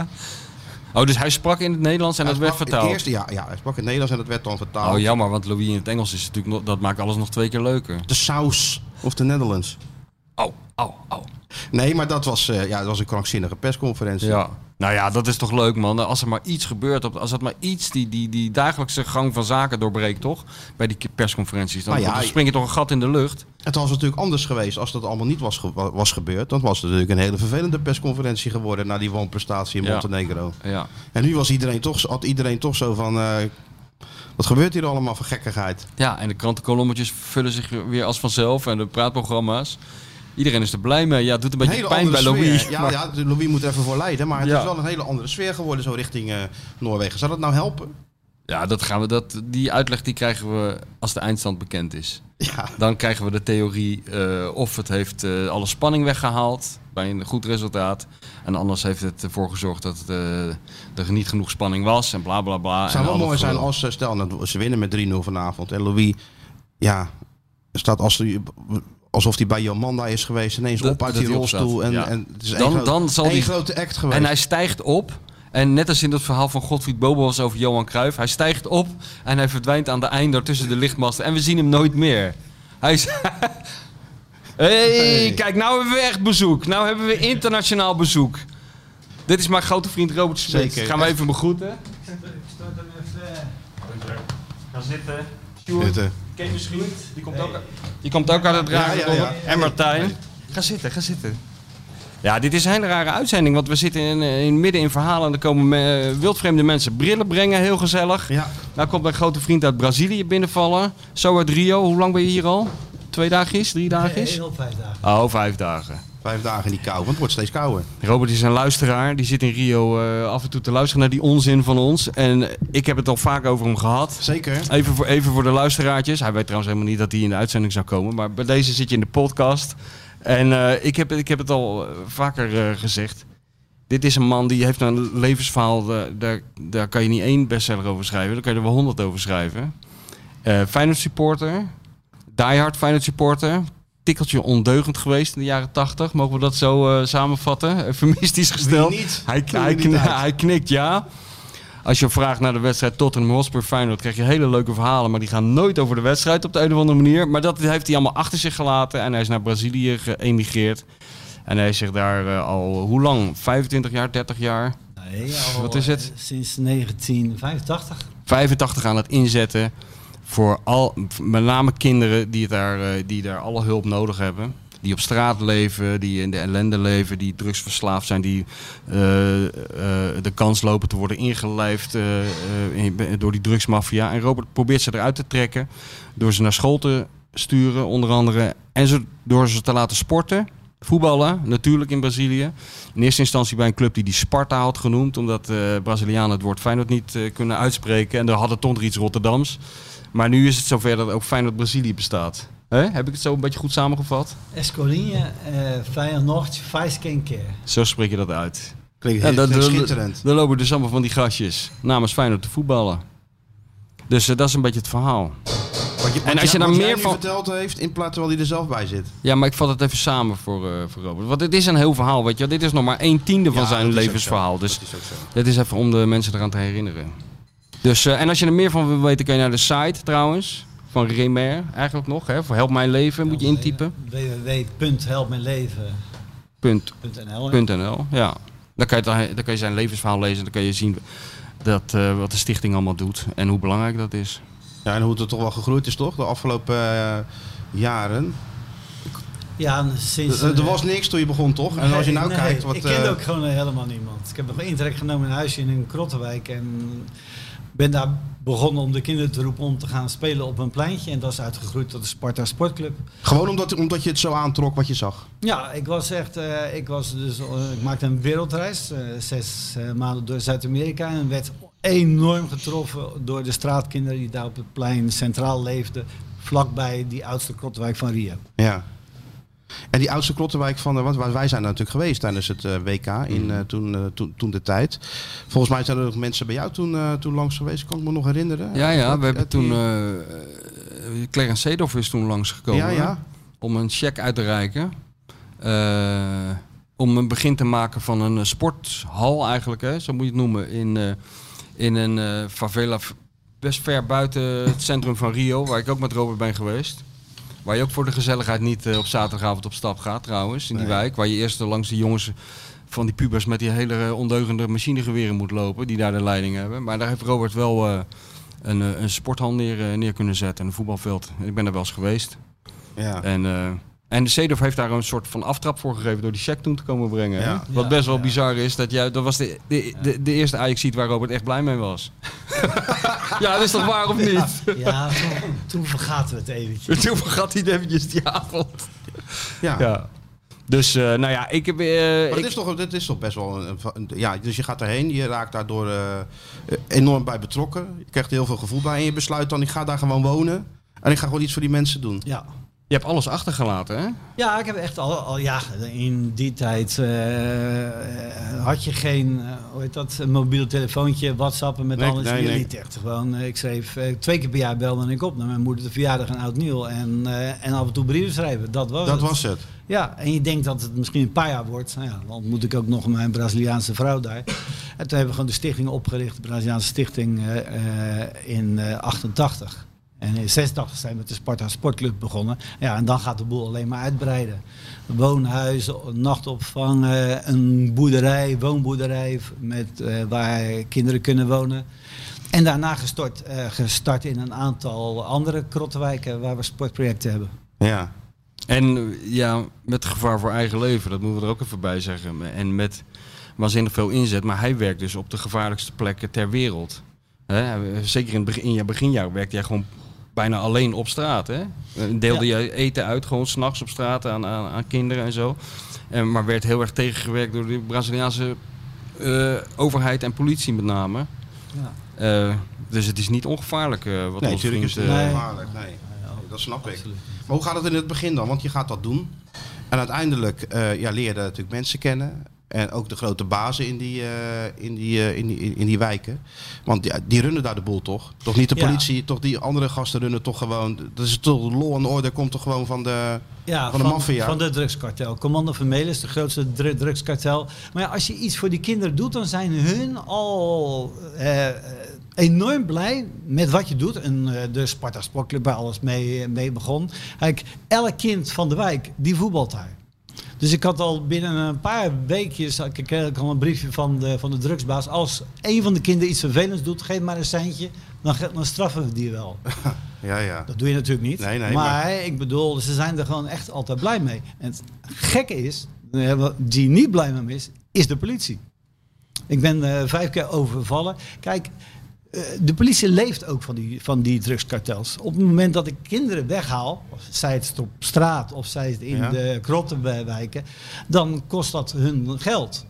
Oh, dus hij sprak in het Nederlands en
Hij
dat werd
sprak-
vertaald?
Het eerste, ja, ja, hij sprak in het Nederlands en dat werd dan vertaald.
Oh, jammer, want Louis in het Engels is natuurlijk nog, dat maakt alles nog twee keer leuker.
De saus of de Netherlands.
Oh, oh, oh.
Nee, maar dat was, uh, ja, dat was een krankzinnige persconferentie.
Ja. Nou ja, dat is toch leuk, man. Als er maar iets gebeurt, op, als het maar iets die, die, die dagelijkse gang van zaken doorbreekt, toch? Bij die persconferenties. Dan,
Nou ja,
dan spring je toch een gat in de lucht.
Het was natuurlijk anders geweest als dat allemaal niet was, ge- was gebeurd. Dan was het natuurlijk een hele vervelende persconferentie geworden na die wanprestatie in
Ja.
Montenegro.
Ja.
En nu was iedereen toch, had iedereen toch zo van... Uh, wat gebeurt hier allemaal voor gekkigheid?
Ja, en de krantenkolommetjes vullen zich weer als vanzelf en de praatprogramma's. Iedereen is er blij mee. Ja, het doet een beetje
hele
pijn bij
andere
Louis.
sfeer. Ja,
maar-
ja, de Louis moet er even voor leiden. Maar het
Ja.
is wel een hele andere sfeer geworden zo richting uh, Noorwegen. Zou dat nou helpen?
Ja, dat gaan we, dat, die uitleg die krijgen we als de eindstand bekend is.
Ja.
Dan krijgen we de theorie uh, of het heeft uh, alle spanning weggehaald bij een goed resultaat. En anders heeft het ervoor gezorgd dat het, uh, er niet genoeg spanning was en bla bla bla.
Het zou
en
wel
al
mooi
dat
zijn
gelul.
als, uh, stel nou, ze winnen met drie nul vanavond. En Louis, ja, staat als hij... Alsof hij bij Jomanda is geweest, ineens
Dat-
op uit
dat
die
hij
rolstoel.
opstaat,
En,
ja.
en het is
Dan-
één, groot-
dan zal
één
die-
grote act geweest.
En hij stijgt op. En net als in het verhaal van Godfried Bobo was over Johan Cruijff. Hij stijgt op en hij verdwijnt aan de einder tussen de lichtmasten. En we zien hem nooit meer. Hij is... hey,
Hey.
kijk, nou hebben we echt bezoek. Nou hebben we internationaal bezoek. Dit is mijn grote vriend Robert Smit.
Zeker.
Gaan we even begroeten. Ga zitten.
Dit, eh,
Ken je misschien? Die komt ook, die komt ook uit het dragen.
Ja, ja, ja.
Robert. En Martijn. Ga zitten, ga zitten. Ja, dit is een hele rare uitzending, want we zitten in, in midden in verhalen en er komen me, wildvreemde mensen brillen brengen, heel gezellig.
Ja.
Nou komt mijn grote vriend uit Brazilië binnenvallen, zo uit Rio. Hoe lang ben je hier al? Twee dagjes? Drie dagjes?
Heel vijf dagen.
Oh, vijf dagen.
Vijf dagen in die kou, want het wordt steeds kouder.
Robert is een luisteraar, die zit in Rio uh, af en toe te luisteren naar die onzin van ons. En ik heb het al vaak over hem gehad.
Zeker.
Even voor, even voor de luisteraartjes. Hij weet trouwens helemaal niet dat hij in de uitzending zou komen, maar bij deze zit je in de podcast. En uh, ik, heb, ik heb het al uh, vaker uh, gezegd. Dit is een man die heeft een levensverhaal, uh, daar, daar kan je niet één bestseller over schrijven. Daar kan je er wel honderd over schrijven. Uh, Feyenoord supporter, diehard Feyenoord supporter. Tikkeltje ondeugend geweest in de jaren tachtig. Mogen we dat zo uh, samenvatten? Eufemistisch gesteld.
Wie niet?
Hij,
Doe
hij,
je niet
kn-
uit.
hij knikt ja. Als je vraagt naar de wedstrijd Tottenham Hotspur Feyenoord, krijg je hele leuke verhalen, maar die gaan nooit over de wedstrijd op de een of andere manier. Maar dat heeft hij allemaal achter zich gelaten en hij is naar Brazilië geëmigreerd. En hij is zich daar uh, al, hoe lang? vijfentwintig jaar, dertig jaar?
Nee, al,
Wat is het?
uh, sinds negentien vijfentachtig.
vijfentachtig aan het inzetten voor al, met name kinderen die, het daar, uh, die daar alle hulp nodig hebben. Die op straat leven, die in de ellende leven, die drugsverslaafd zijn, die uh, uh, de kans lopen te worden ingelijfd uh, uh, door die drugsmafia. En Robert probeert ze eruit te trekken door ze naar school te sturen, onder andere. En ze, door ze te laten sporten, voetballen, natuurlijk in Brazilië. In eerste instantie bij een club die die Sparta had genoemd, omdat uh, Brazilianen het woord Feyenoord niet uh, kunnen uitspreken. En daar hadden toch nog iets Rotterdams. Maar nu is het zover dat ook Feyenoord Brazilië bestaat. He? Heb ik het zo een beetje goed samengevat?
Escolinha, uh, Feyenoord, faz quem quer.
Zo spreek je dat uit.
Klinkt
Ja,
heel
dat- dat-
schitterend.
Er lopen dus allemaal van die gastjes namens Feyenoord te voetballen. Dus uh, dat is een beetje het verhaal.
Wat je,
En als je
wat
daar
jij
meer
nu
van-
verteld heeft, in plaats terwijl hij er zelf bij zit.
Ja, maar ik vat het even samen voor, uh, voor Robert. Want dit is een heel verhaal, weet je wel. Dit is nog maar een tiende van
Ja,
zijn
dat is ook
levensverhaal.
zo.
Dus
Dat is ook zo.
dit is even om de mensen eraan te herinneren. Dus, uh, en als je er meer van wil weten, kan je naar de site trouwens. Van Remer, eigenlijk nog. Hè, voor Help Mijn Leven moet je intypen.
w w w punt help mijn leven
Punt.
punt n l.
Punt .nl, ja. Dan kan, je, het- dan kan je zijn levensverhaal lezen. Dan kan je zien dat, uh, wat de stichting allemaal doet. En hoe belangrijk dat is.
Ja, en hoe het er toch wel gegroeid is, toch? De afgelopen uh, jaren.
Ja, en sinds...
Er er was niks toen je begon, toch? En als je nou
Nee,
kijkt wat...
ik kende
uh,
ook gewoon helemaal niemand. Ik heb een intrek genomen in een huisje in een Krottenwijk en ben daar begonnen om de kinderen te roepen om te gaan spelen op een pleintje. En dat is uitgegroeid tot de Sparta Sportclub.
Gewoon omdat, omdat je het zo aantrok wat je zag.
Ja, ik was echt, uh, ik was dus, uh, ik maakte een wereldreis, uh, zes uh, maanden door Zuid-Amerika en werd enorm getroffen door de straatkinderen die daar op het plein centraal leefden, vlakbij die oudste Krottenwijk van Rio.
Ja. En die oudste Krottenwijk van... de- Want wij zijn er natuurlijk geweest tijdens het uh, W K in uh, toen, uh, toen, toen de tijd. Volgens mij zijn er nog mensen bij jou toen, uh, toen langs geweest. Kan ik me nog herinneren.
Ja, ja,
Dat-
we hebben
dat die-
toen... Uh, uh, Clarence Seedorf is toen langsgekomen.
Ja, ja.
Om een cheque uit te reiken. Uh, om een begin te maken van een uh, sporthal eigenlijk, hè, zo moet je het noemen. In, uh, in een uh, favela v- best ver buiten het centrum van Rio, waar ik ook met Robert ben geweest. Waar je ook voor de gezelligheid niet uh, op zaterdagavond op stap gaat trouwens, in die
Nee.
wijk. Waar je eerst langs de jongens van die pubers met die hele uh, ondeugende machinegeweren moet lopen, die daar de leiding hebben. Maar daar heeft Robert wel uh, een, uh, een sporthal neer, uh, neer kunnen zetten, een voetbalveld. Ik ben er wel eens geweest.
Ja.
En, uh, en de Seedorf heeft daar een soort van aftrap voor gegeven door die cheque toen te komen brengen. hè?
Ja.
Wat
Ja,
best wel
ja.
bizar is, dat, jij, dat was de, de, de, de eerste Ajax-ziet waar Robert echt blij mee was. Ja, dat is toch waar of niet?
Ja, toen, toen vergaten we het eventjes.
Toen vergat hij het eventjes die avond.
Ja.
Ja. Dus, uh, nou ja, ik heb... Uh,
Maar
ik,
dit is, toch, dit is toch best wel... Een, een- ja, dus je gaat daarheen, je raakt daardoor uh, enorm bij betrokken. Je krijgt er heel veel gevoel bij en je besluit dan, ik ga daar gewoon wonen. En ik ga gewoon iets voor die mensen doen.
Ja.
je hebt alles achtergelaten, hè?
Ja, ik heb echt al, al ja, in die tijd uh, had je geen, uh, hoe heet dat, een mobiel telefoontje, WhatsAppen met
Nee,
alles.
nee, nee.
Niet echt gewoon. Uh, ik schreef uh, twee keer per jaar belde ik op naar mijn moeder de verjaardag en oud nieuw en, uh, en af en toe brieven schrijven. Dat was
Dat
het.
was het.
Ja, en je denkt dat het misschien een paar jaar wordt. Nou ja, dan ontmoet ik ook nog mijn Braziliaanse vrouw daar. En toen hebben we gewoon de stichting opgericht, de Braziliaanse stichting uh, uh, in uh, achtentachtig. En in zesentachtig zijn we met de Sparta Sportclub begonnen. Ja, en dan gaat de boel alleen maar uitbreiden. Woonhuizen, nachtopvang, uh, een boerderij, woonboerderij met, uh, waar kinderen kunnen wonen. En daarna gestart, uh, gestart in een aantal andere krottenwijken waar we sportprojecten hebben.
Ja.
En ja, met gevaar voor eigen leven, dat moeten we er ook even bij zeggen. En met waanzinnig veel inzet. Maar hij werkt dus op de gevaarlijkste plekken ter wereld. Hè? Zeker in, het begin, in je beginjaar werkte jij gewoon bijna alleen op straat. Hè? Deelde ja. je eten uit, gewoon 's nachts op straat aan, aan, aan kinderen en zo. En, maar werd heel erg tegengewerkt door de Braziliaanse uh, overheid en politie met name. Ja. Uh, dus het is niet ongevaarlijk uh, wat
nee,
onze
natuurlijk
vriend...
is het
Uh,
niet ongevaarlijk, nee. Dat snap ik. Absoluut. Maar hoe gaat het in het begin dan? Want je gaat dat doen. En uiteindelijk uh, ja, leer je natuurlijk mensen kennen. En ook de grote bazen in die, uh, in die, uh, in die, in die wijken. Want ja, die runnen daar de boel toch? Toch niet de politie, ja. toch die andere gasten runnen toch gewoon... Dat is toch law and order, komt toch gewoon van de,
ja,
van de maffia?
Van de drugskartel. Commando Vermeulen is de grootste dr- drugskartel. Maar ja, als je iets voor die kinderen doet, dan zijn hun al... Uh, enorm blij met wat je doet. En uh, de Sparta Sportclub waar alles mee, mee begon. Kijk, elk kind van de wijk, die voetbalt daar. Dus ik had al binnen een paar weekjes ik, ik al een briefje van de, van de drugsbaas. Als een van de kinderen iets vervelends doet, geef maar een centje. Dan, dan straffen we die wel.
Ja, ja.
Dat doe je natuurlijk niet.
Nee, nee,
maar,
maar
ik bedoel, ze zijn er gewoon echt altijd blij mee. En het gekke is, die niet blij mee is, is de politie. Ik ben uh, vijf keer overvallen. Kijk... Uh, de politie leeft ook van die, van die drugskartels. Op het moment dat ik kinderen weghaal, of zij het op straat of zij het in ja. de krottenwijken, dan kost dat hun geld.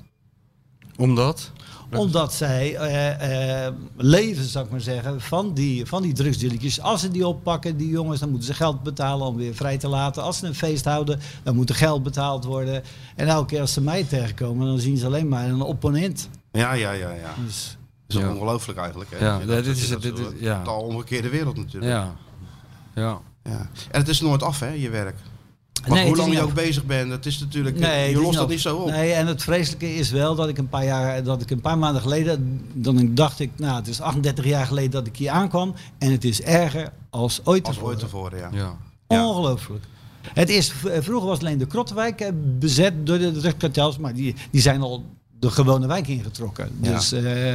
Omdat?
Omdat zij uh, uh, leven, zou ik maar zeggen, van die, van die drugsdealertjes. Als ze die oppakken, die jongens, dan moeten ze geld betalen om weer vrij te laten. Als ze een feest houden, dan moet er geld betaald worden. En elke keer als ze mij tegenkomen, dan zien ze alleen maar een opponent.
Ja, ja, ja, ja.
Dus,
dat is
ja.
ongelooflijk eigenlijk. Hè?
Ja,
ja,
dit
dat
is
het
dit, dit, ja.
totaal omgekeerde wereld natuurlijk.
Ja. Ja.
Ja. En het is nooit af, hè, je werk. Maar
nee,
hoe lang je
af.
ook bezig bent, het is natuurlijk,
nee,
je lost dat
af.
niet zo op.
Nee, en het vreselijke is wel dat ik een paar jaar, dat ik een paar maanden geleden, dan dacht ik, nou, het is achtendertig jaar geleden dat ik hier aankwam en het is erger als ooit
als
tevoren.
ooit tevoren, ja.
Ja.
Ja.
Ongelooflijk. Het is, vroeger was alleen de Krottenwijk bezet door de drugskartels, maar die, die zijn al de gewone wijk ingetrokken.
Ja.
Dus uh,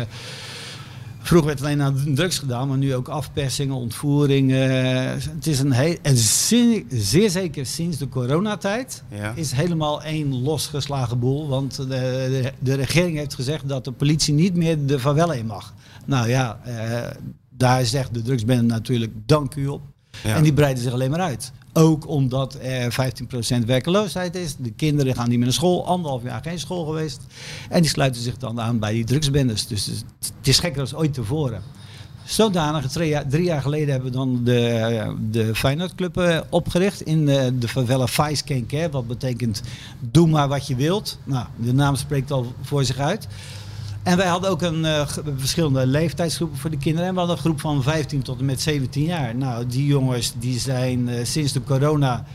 vroeger werd alleen aan drugs gedaan, maar nu ook afpersingen, ontvoeringen. Het is een heel, en zeer, zeer zeker sinds de coronatijd
Ja.
is helemaal één losgeslagen boel. Want de, de, de regering heeft gezegd dat de politie niet meer de favela in mag. Nou ja, uh, daar zegt de drugsbende natuurlijk dank u op.
Ja.
En die breiden zich alleen maar uit. Ook omdat er vijftien procent werkeloosheid is. De kinderen gaan niet meer naar school. Anderhalf jaar geen school geweest. En die sluiten zich dan aan bij die drugsbendes. Dus het is gekker dan ooit tevoren. Zodanig, drie jaar, drie jaar geleden hebben we dan de, de Feyenoord Club uh, opgericht. In uh, de favela Vice Kenker. Wat betekent doe maar wat je wilt. Nou, de naam spreekt al voor zich uit. En wij hadden ook een uh, verschillende leeftijdsgroepen voor de kinderen. En we hadden een groep van vijftien tot en met zeventien jaar. Nou, die jongens die zijn uh, sinds de corona...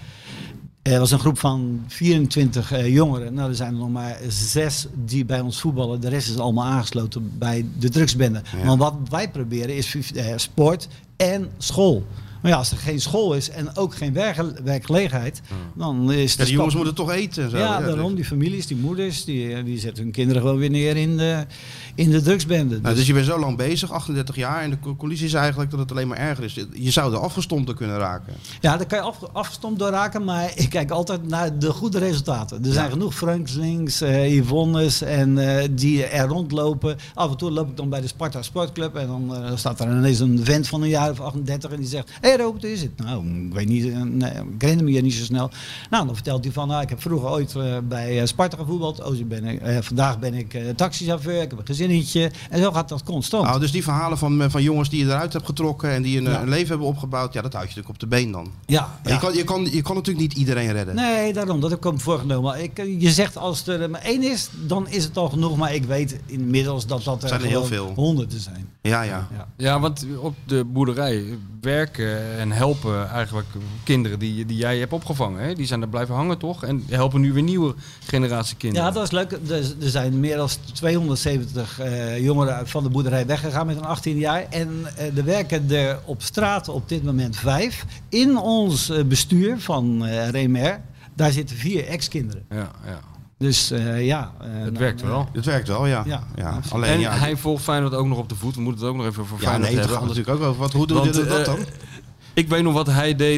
Er uh, was een groep van vierentwintig uh, jongeren. Nou, er zijn er nog maar zes die bij ons voetballen. De rest is allemaal aangesloten bij de drugsbende. Ja. Want wat wij proberen is uh, sport en school. Maar ja, als er geen school is en ook geen werk- werkgelegenheid, dan is de
ja, die jongens
stap...
moeten toch eten en zo.
Ja,
Ja,
daarom. Die families, die moeders, die, die zetten hun kinderen gewoon weer neer in de, in de drugsbende. Dus,
nou, dus je bent zo lang bezig, achtendertig jaar, en de conclusie is eigenlijk dat het alleen maar erger is. Je zou er afgestompt door kunnen raken.
ja, daar kan je af, afgestompt door raken, maar ik kijk altijd naar de goede resultaten. Er zijn ja. genoeg Frankslings, uh, Yvonnes en uh, die er rondlopen. Af en toe loop ik dan bij de Sparta Sportclub en dan uh, staat er ineens een vent van een jaar of achtendertig en die zegt, hé hey, Robert, hoe is het? Nou, ik weet niet, uh, nee, ik herinner me je niet zo snel. Nou, dan vertelt hij van, nou, ik heb vroeger ooit uh, bij uh, Sparta gevoetbald. Oh, ben ik, uh, vandaag ben ik uh, taxichauffeur, ik heb een gezinnetje. En zo gaat dat constant.
Nou, dus die verhalen van, van jongens die je eruit hebt getrokken en die een,
ja.
een leven hebben opgebouwd, ja, dat houd je natuurlijk op de been dan.
Ja,
ja. Je, kan, je, kan, je kan natuurlijk niet iedereen redden.
Nee, daarom, dat heb ik me voorgenomen. Ik, je zegt als er maar één is, dan is het al genoeg. Maar ik weet inmiddels dat dat er,
zijn er heel veel.
honderden zijn.
Ja, ja.
Ja.
Ja, want op de boerderij werken en helpen eigenlijk kinderen die, die jij hebt opgevangen. Hè? Die zijn er blijven hangen, toch? En helpen nu weer nieuwe generatie kinderen.
Ja, dat is leuk. Er, er zijn meer dan tweehonderdzeventig uh, jongeren van de boerderij weggegaan met een achttien jaar. En uh, er werken er op straat op dit moment vijf. In ons uh, bestuur van uh, R M R, daar zitten vier ex-kinderen.
Ja, ja.
Dus uh, ja. Uh,
het
nou,
werkt wel.
Het werkt wel, ja.
Ja,
ja. Alleen,
en
ja,
hij volgt Feyenoord ook nog op de voet. We moeten het ook nog even voor
ja,
Feyenoord
nee, dat
hebben.
gaat natuurlijk ook over. Wat, hoe doe
Want,
je dat
uh,
dan?
Ik weet nog wat hij deed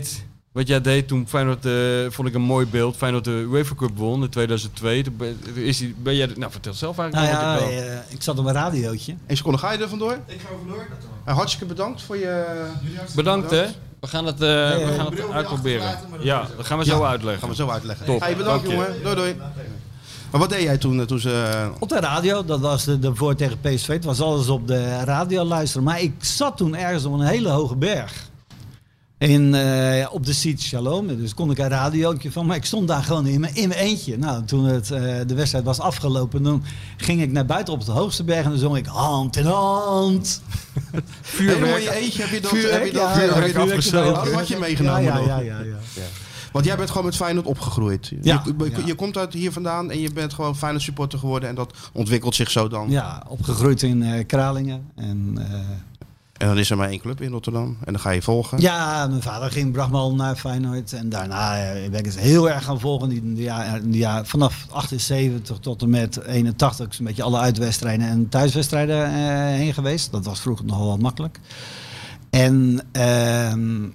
Wat jij deed toen Feyenoord, uh, vond ik een mooi beeld. Feyenoord de UEFA Cup won in tweeduizend twee. Toen ben, is die, ben jij, nou, vertel zelf eigenlijk.
Nou ja,
wat ik,
uh, ik zat op een radiootje.
Eén seconde, ga je er vandoor?
Ik ga er vandoor.
Uh, hartstikke bedankt voor je...
Bedankt, hè. We gaan het, uh,
ja,
we gaan het uitproberen. Ja, dat gaan we zo
Ja,
uitleggen.
Gaan we zo uitleggen.
Top.
Hey, bedankt,
Dank je.
jongen. Doei, doei. Maar wat deed jij toen, toen ze...
Op de radio, dat was de, de voor tegen P S V. Het was alles op de radio luisteren. Maar ik zat toen ergens op een hele hoge berg. In, uh, op de Siet Shalom. Dus kon ik een radiootje van. Maar ik stond daar gewoon in mijn, in mijn eentje. Nou, toen het, uh, de wedstrijd was afgelopen, dan ging ik naar buiten op het hoogste berg. En dan zong ik hand in hand.
Vuurwerk. Helemaal in je eentje heb je dat,
Vuurwerk,
heb je dat
ja,
vuurwerk
ja, vuurwerk
afgestoken.
erbij.
Dat had je meegenomen
ja,
nog.
ja, ja, ja, ja.
Ja. Want jij bent gewoon met Feyenoord opgegroeid.
Ja,
je, je,
ja.
je komt uit hier vandaan en je bent gewoon Feyenoord supporter geworden. En dat ontwikkelt zich zo dan.
Ja, opgegroeid in uh, Kralingen. En, uh,
en dan is er maar één club in Rotterdam. En dan ga je volgen.
ja, mijn vader ging, bracht me al naar Feyenoord. En daarna uh, ben ik het heel erg gaan volgen. In de jaar, in de jaar, vanaf achtenzeventig tot en met eenentachtig. Een beetje alle uitwedstrijden en thuiswedstrijden uh, heen geweest. Dat was vroeger nog wel wat makkelijk. En... Uh,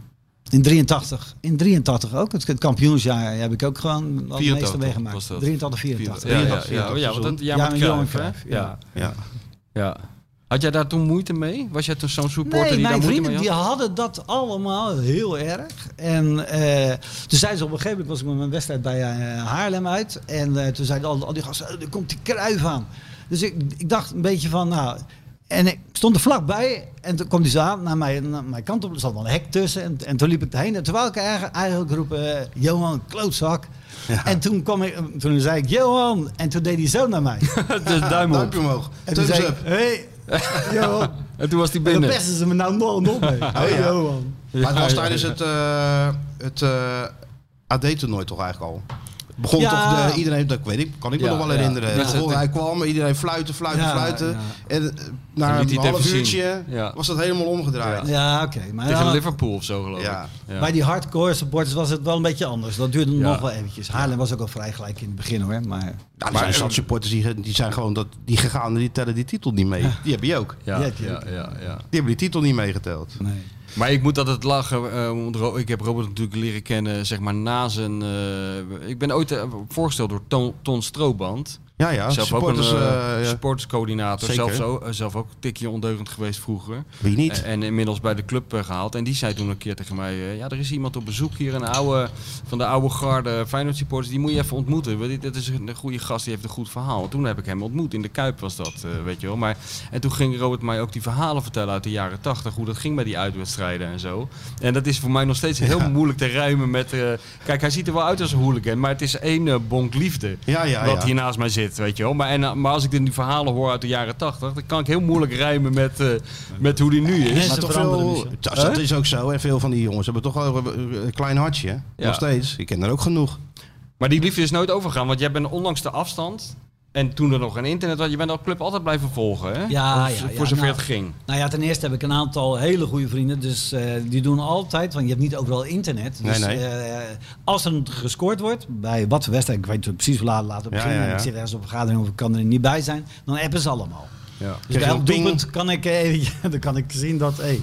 In drieëntachtig, in drieëntachtig ook. Het, het kampioensjaar heb ik ook gewoon al de meeste meegemaakt.
was dat.
drieëntachtig, vierentachtig.
Ja, ja,
drieëntachtig,
ja, ja, ja, want dat jaar
Ja,
met
met Johan
Cruijff, hè?
Cruijff, ja.
Ja.
Ja.
Ja. Had jij daar toen moeite mee? Was jij toen zo'n supporter
Nee,
die daar
mijn
moeite
vrienden
mee
die
had?
hadden dat allemaal heel erg. En uh, toen zeiden ze op een gegeven moment, was ik met mijn wedstrijd bij uh, Haarlem uit. En uh, toen zeiden al, al die gasten, oh, er komt die Cruijff aan. Dus ik, ik dacht een beetje van, nou... En ik stond er vlakbij en toen kwam hij zo aan naar mijn, naar mijn kant op. Er zat wel een hek tussen en, en toen liep ik erheen. En terwijl ik eigenlijk, eigenlijk roep, uh, Johan, klootzak. Ja. En toen, kwam ik, toen zei ik, Johan. En toen deed hij zo naar mij.
De duim op.
Duimpje omhoog.
En toen
Thumbs
zei ik,
up.
hey, Johan.
En toen was hij
En dan
binnen.
pesten ze me nou nog, nog mee. Hey,
ja.
Johan.
Maar het was tijdens het, uh, het uh, A D-toernooi toch eigenlijk al. Begon
Ja.
toch de, iedereen, dat weet ik, kan ik me
Ja,
nog wel
ja.
herinneren.
Ja.
Begon, hij kwam, iedereen fluiten, fluiten,
Ja,
fluiten.
ja.
En uh, na
Dan liet hij
een
het
half
even
uurtje
zien. Ja.
was dat helemaal omgedraaid.
Ja, oké. Okay. Maar
Tegen
dan-
Liverpool of zo, geloof
Ja.
ik. Ja.
bij die hardcore supporters was het wel een beetje anders. Dat duurde
Ja.
nog wel eventjes. Haarlem was ook al vrij gelijk in het begin hoor. Maar
Ja, er
Maar-
zijn zat supporters die, die zijn gewoon dat, die gegaan en die tellen die titel niet mee. Die heb je ook.
Ja,
Ja,
ja,
ja.
ja, ja.
Die hebben die titel niet meegeteld.
nee.
Maar ik moet altijd lachen. Uh, want Ro- ik heb Robert natuurlijk leren kennen, zeg maar na zijn. Uh, ik ben ooit uh, voorgesteld door Ton, Ton Strooband.
Ja, ja.
zelf ook een
supporters,
uh,
uh, ja.
sportscoördinator.
Zeker.
Zelf, zo, uh, zelf ook een tikje ondeugend geweest vroeger.
Wie niet?
En, en inmiddels bij de club uh, gehaald. En die zei toen een keer tegen mij: uh, ja, er is iemand op bezoek hier, een oude van de oude garde Feyenoord supporters. Die moet je even ontmoeten. Want dit is een goede gast, die heeft een goed verhaal. Toen heb ik hem ontmoet in de Kuip was dat, uh, weet je wel. Maar en toen ging Robert mij ook die verhalen vertellen uit de jaren tachtig, hoe dat ging bij die uitwedstrijden en zo. En dat is voor mij nog steeds heel
Ja.
moeilijk te rijmen met. Uh, kijk, hij ziet er wel uit als een hooligan, maar het is één uh, bonk liefde.
Ja, ja,
Wat
ja.
hier naast mij zit, weet je wel. Maar, en, uh, maar als ik die verhalen hoor uit de jaren tachtig, dan kan ik heel moeilijk rijmen met, uh, met hoe die nu is.
Mensen
Maar toch
veranderen
veel,
dus,
dat, dat is ook zo. En veel van die jongens hebben toch wel een klein hartje. Hè?
Ja.
Nog steeds. Ik ken er ook genoeg.
Maar die liefde is nooit overgegaan, want jij bent ondanks de afstand en toen er nog geen internet was, je bent dat club altijd blijven volgen, hè?
Ja,
Of,
ja, ja.
voor zover
Nou,
het ging.
Nou ja, ten eerste heb ik een aantal hele goede vrienden. Dus uh, die doen altijd, want je hebt niet overal internet. Dus
Nee, nee.
uh, als er gescoord wordt, bij wat voor wedstrijd, ik weet het precies hoe laat laten
Ja,
beginnen.
ja, ja.
En ik zit ergens op een vergadering of ik kan er niet bij zijn. Dan appen ze allemaal.
Ja.
Dus
Krijg
bij
je
elk
een ping?
doelpunt kan ik, uh, ja, dan kan ik zien dat, hé, hey,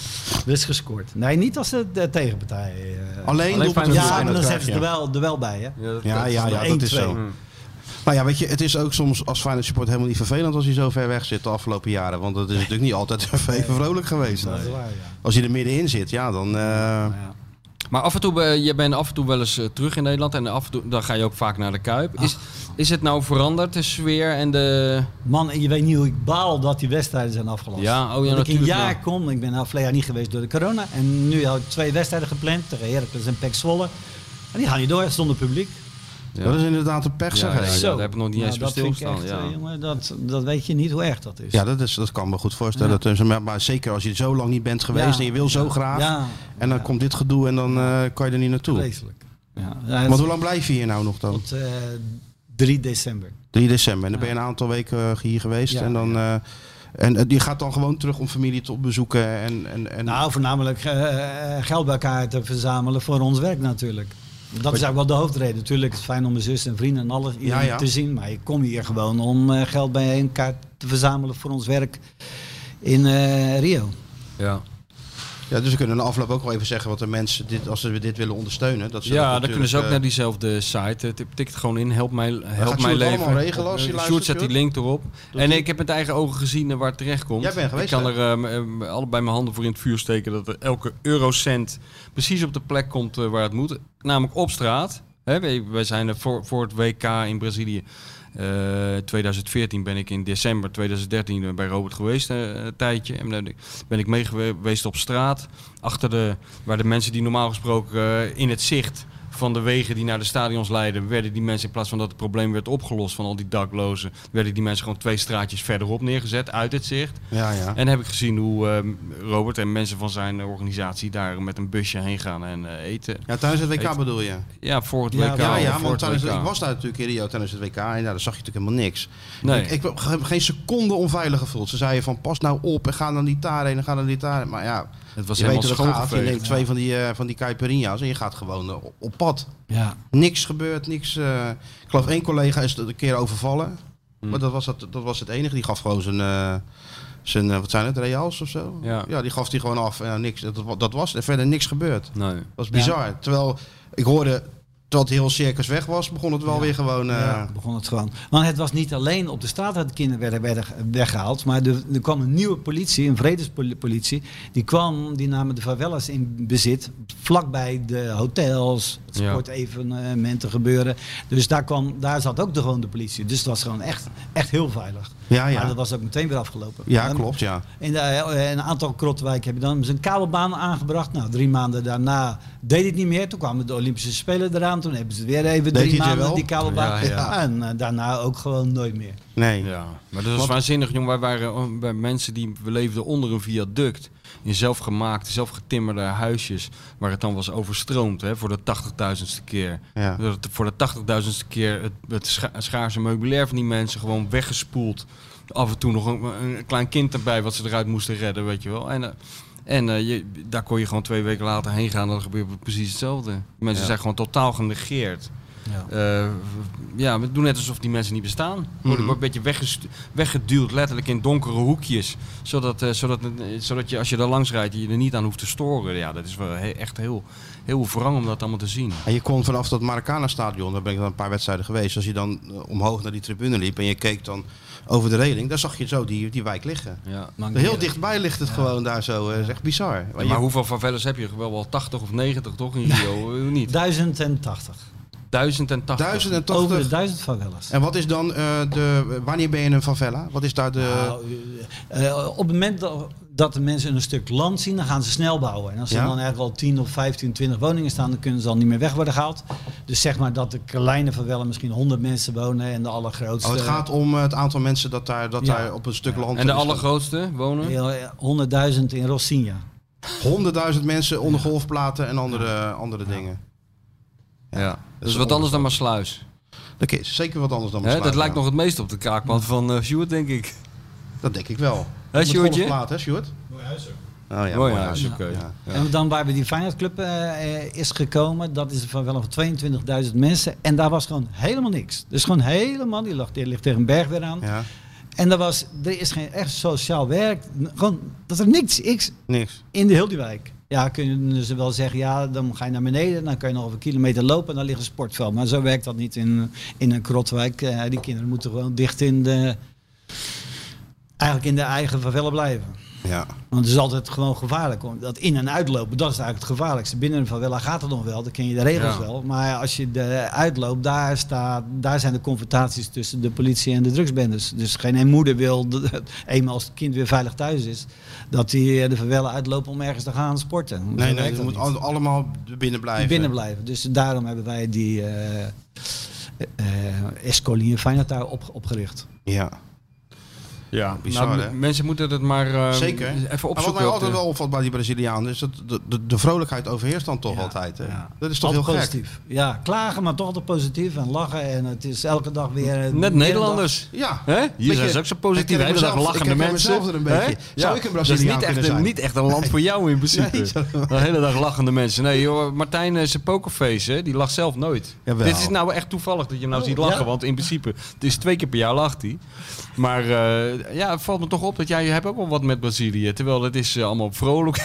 er is gescoord. Nee, niet als de, de tegenpartij. Uh,
Alleen,
Alleen
doelpunten
Feyenoord
van
ja, maar
Feyenoord
dan
krijg
zetten ze
je.
er wel, er wel bij, hè?
Ja, dat-
Ja,
dat-
ja, ja,
één,
dat is
twee.
zo.
Mm.
Nou ja, weet je, het is ook soms als Feyenoord support helemaal niet vervelend als hij zo ver weg zit de afgelopen jaren. Want het is natuurlijk niet altijd even vrolijk geweest.
Dat is waar, ja.
Als je er middenin zit, ja, dan... uh,
Nou ja.
Maar af en toe, ben- je bent af en toe wel eens uh, terug in Nederland en af en toe, dan ga je ook vaak naar de Kuip. Is, is het nou veranderd, de sfeer en de...
Man, en je weet niet hoe ik baal dat die wedstrijden zijn afgelast.
Ja, oh ja,
dat ik een
natuurlijk,
jaar
ja.
kom, ik ben nou verleden jaar niet geweest door de corona. En nu had ik twee wedstrijden gepland tegen Heracles en P E C Zwolle. En die gaan niet door, zonder publiek.
Ja.
Dat is inderdaad een pech, zeg.
Ja,
hè.
ja,
Zo.
daar heb ik nog niet eens bij
dat vind ik
stilgestaan.
echt,
Ja.
eh, jongen, dat, dat weet je niet hoe erg dat is.
Ja, dat, is, dat kan me goed voorstellen.
Ja.
Dat, maar, maar zeker als je zo lang niet bent geweest
Ja.
en je wil zo graag.
Ja.
En dan
Ja.
komt dit gedoe en dan uh, kan je er niet naartoe.
Vreselijk. Ja. Ja,
Want hoe lang blijf je hier nou nog dan?
Tot uh, drie december.
drie december. En dan
Ja.
ben je een aantal weken uh, hier geweest.
Ja,
en dan... Uh, en uh, je gaat dan gewoon terug om familie te bezoeken en... en, en
Nou, voornamelijk uh, geld bij elkaar te verzamelen voor ons werk natuurlijk. Dat is eigenlijk wel de hoofdreden. Natuurlijk is het fijn om mijn zus en vrienden en alles
Ja, ja.
te zien. Maar ik kom hier gewoon om uh, geld bij elkaar te verzamelen voor ons werk in uh, Rio.
Ja.
Ja, dus we kunnen in de afloop ook wel even zeggen wat de mensen, dit, als ze dit willen ondersteunen. Dat ze
Ja,
dat
dan kunnen ze ook
uh,
naar diezelfde site. Tik, tik het gewoon in, help mij, help
gaat
mij
Sjoerd
leven.
allemaal regelen als hij
Uh,
luistert,
Sjoerd zet die
Sjoerd?
link erop.
Doet
En
hij?
ik heb met eigen ogen gezien uh, waar het terecht komt.
Jij bent geweest,
ik kan
hè?
er uh, uh, allebei mijn handen voor in het vuur steken dat er elke eurocent precies op de plek komt uh, waar het moet. Namelijk op straat. Hè, wij, wij zijn er voor, voor het W K in Brazilië. Uh, twintig veertien ben ik in december twintig dertien bij Robert geweest, uh, een tijdje. En dan ben ik mee geweest op straat, achter de, waar de mensen die normaal gesproken uh, in het zicht van de wegen die naar de stadions leiden, werden die mensen in plaats van dat het probleem werd opgelost van al die daklozen, werden die mensen gewoon twee straatjes verderop neergezet, uit het zicht.
Ja, ja.
En dan heb ik gezien hoe uh, Robert en mensen van zijn organisatie daar met een busje heen gaan en uh, eten.
Ja, tijdens het W K
Eten.
bedoel je?
Ja, voor het
Ja,
W K.
Ja, ja,
voor
want
het
tijdens,
W K.
ik was daar natuurlijk in Rio tijdens het W K en ja, daar zag je natuurlijk helemaal niks.
Nee.
Ik, ik heb geen seconde onveilig gevoeld. Ze zeiden van pas nou op en ga dan niet daarheen en ga dan niet daarheen. Maar ja,
Het was
je weet
helemaal
hoe het gaat. Je
schoongeveegd.
neemt twee van die, uh, van die caipirinha's en je gaat gewoon uh, op pad.
Ja.
Niks gebeurt, niks. Uh, ik geloof één collega is er een keer overvallen.
Hmm.
Maar dat was het, dat was het enige. Die gaf gewoon zijn, uh, zijn uh, wat zijn het, reals of zo?
Ja.
ja, die gaf die gewoon af. En uh, niks, dat, dat was het. En verder niks gebeurd.
Nee.
Dat was bizar. Terwijl ik hoorde, terwijl het heel circus weg was, begon het wel
Ja.
weer gewoon... Uh,
Ja, begon het gewoon. Want het was niet alleen op de straat dat de kinderen werden, werden weggehaald. Maar er, er kwam een nieuwe politie, een vredespolitie. Die kwam, die namen de favelas in bezit. Vlakbij de hotels, het
Ja.
sportevenementen gebeuren. Dus daar, kwam, daar zat ook de, gewoon de politie. Dus het was gewoon echt, echt heel veilig.
ja, ja.
Maar dat was ook meteen weer afgelopen.
Ja,
En
klopt, ja.
In, de, in een aantal krottenwijken hebben dan zijn kabelbaan aangebracht. Nou, drie maanden daarna deed het niet meer. Toen kwamen de Olympische Spelen eraan. Toen hebben ze weer even
Deed
drie
hij het
maanden
wel?
die kabelbaan.
Ja, ja.
En uh, daarna ook gewoon nooit meer.
Nee.
Ja, maar dat was
Want-
waanzinnig, jong. Wij waren oh, bij mensen die we leefden onder een viaduct. In zelfgemaakte, zelfgetimmerde huisjes. Waar het dan was overstroomd, hè, voor de tachtigduizendste keer.
Ja.
Dat het voor de tachtigduizendste keer het, het scha- schaarse meubilair van die mensen gewoon weggespoeld. Af en toe nog een, een klein kind erbij wat ze eruit moesten redden, weet je wel. En, uh, en uh, je, daar kon je gewoon twee weken later heen gaan en dan gebeurde precies hetzelfde. Mensen
Ja.
zijn gewoon totaal genegeerd.
Ja.
Uh, ja, we doen net alsof die mensen niet bestaan. Worden
Mhm.
een beetje weggestu- weggeduwd, letterlijk in donkere hoekjes. Zodat, uh, zodat, uh, zodat je, als je daar langs rijdt, je er niet aan hoeft te storen. Ja, dat is wel he- echt heel, heel wrang om dat allemaal te zien.
En je kon vanaf dat Maracana-stadion, daar ben ik dan een paar wedstrijden geweest, als je dan uh, omhoog naar die tribune liep en je keek dan over de reling, daar zag je zo die, die wijk liggen.
Ja.
Heel dichtbij ligt het gewoon daar zo. Dat is echt bizar. Maar
Maar
je-
hoeveel favelas heb je? Wel wel tachtig of negentig toch in Rio? Uh, niet.
duizend tachtig.
duizend en tachtig.
duizend en
Over de
tachtig.
duizend favelas.
En wat is dan uh, de... Wanneer ben je in een favela? Wat is daar de...
Nou, uh, uh, op het moment dat, dat de mensen een stuk land zien, dan gaan ze snel bouwen. En als er
Ja?
dan eigenlijk al tien of vijftien, twintig woningen staan, dan kunnen ze al niet meer weg worden gehaald. Dus zeg maar dat de kleine favela misschien honderd mensen wonen en de allergrootste...
Oh, het gaat om uh, het aantal mensen dat daar, dat
Ja.
daar op een stuk land...
En de
is.
allergrootste wonen?
heel- honderdduizend in Rocinha.
Honderdduizend mensen onder golfplaten en andere, andere dingen.
Ja. Dat is
is
wat anders dan maar sluis.
Dat is zeker wat anders dan
Hè,
besluit,
dat lijkt
ja.
nog het meest op de kraakpand van uh, Sjoerd, denk ik.
Dat denk ik wel.
Hè,
Met
Sjoerdje?
golfplaat, hè, Sjoerd?
Mooi huis ook.
Oh ja,
Mooi
mooi
huis,
huis.
oké.
Ja.
Ja.
En dan waar bij die Feyenoordclub uh, is gekomen, dat is van wel van tweeëntwintigduizend mensen. En daar was gewoon helemaal niks. Dus gewoon helemaal, die ligt, die ligt tegen een berg weer aan.
Ja,
En er, was, er is geen echt sociaal werk. Gewoon, dat er niks is
niks.
in de heel die wijk. Ja, kunnen ze wel zeggen, ja, dan ga je naar beneden, dan kan je nog een kilometer lopen en dan ligt een sportveld. Maar zo werkt dat niet in, in een krotwijk. Uh, die kinderen moeten gewoon dicht in de, eigenlijk in de eigen favela blijven.
Ja.
Want het is altijd gewoon gevaarlijk. Dat in- en uitlopen, dat is eigenlijk het gevaarlijkste. Binnen een favela gaat het nog wel, dan ken je de regels
Ja.
wel. Maar als je de uitloopt, daar, staat, daar zijn de confrontaties tussen de politie en de drugsbendes. Dus geen een moeder wil, dat, eenmaal als het kind weer veilig thuis is, dat die de favela uitlopen om ergens te gaan sporten. Zo
Nee,
werkt
nee,
dat
het moet
niet.
al- allemaal binnen blijven.
Binnen blijven. Dus daarom hebben wij die uh, uh, Escolier Feyenoord daar op, opgericht.
Ja.
Ja,
bizar,
nou,
hè?
m- mensen moeten het maar uh,
Zeker.
even
Maar wat
opzoeken.
mij
op
altijd
de-
wel opvalt bij die Brazilianen is dat de, de, de vrolijkheid overheerst dan toch
Ja,
altijd. Hè?
ja.
Dat is toch
Altijd
heel gek.
positief. Ja, klagen, maar toch altijd positief en lachen. En het is elke dag weer...
Net
meer een
Nederlanders.
Ja.
Hè? Hier
Beetje-
zijn ze ook zo positief.
ik
De
ken
hele dag
mezelf-
lachende
ik ken
mensen.
mezelf er een beetje.
Hè?
Zou ik een
dat is
Braziliaan
niet echt,
kunnen
een,
zijn?
niet echt een land voor jou in principe.
Nee, zo-
De hele dag lachende mensen. Nee joh, Martijn uh, zijn pokerface, hè, die lacht zelf nooit.
Jawel.
Dit is nou echt toevallig dat je hem nou
Oh,
ziet lachen.
ja?
Want in principe, het is twee keer per jaar lacht hij. Maar uh, ja, het valt me toch op dat jij je hebt ook wel wat met Brazilië. Terwijl het is uh, allemaal vrolijk,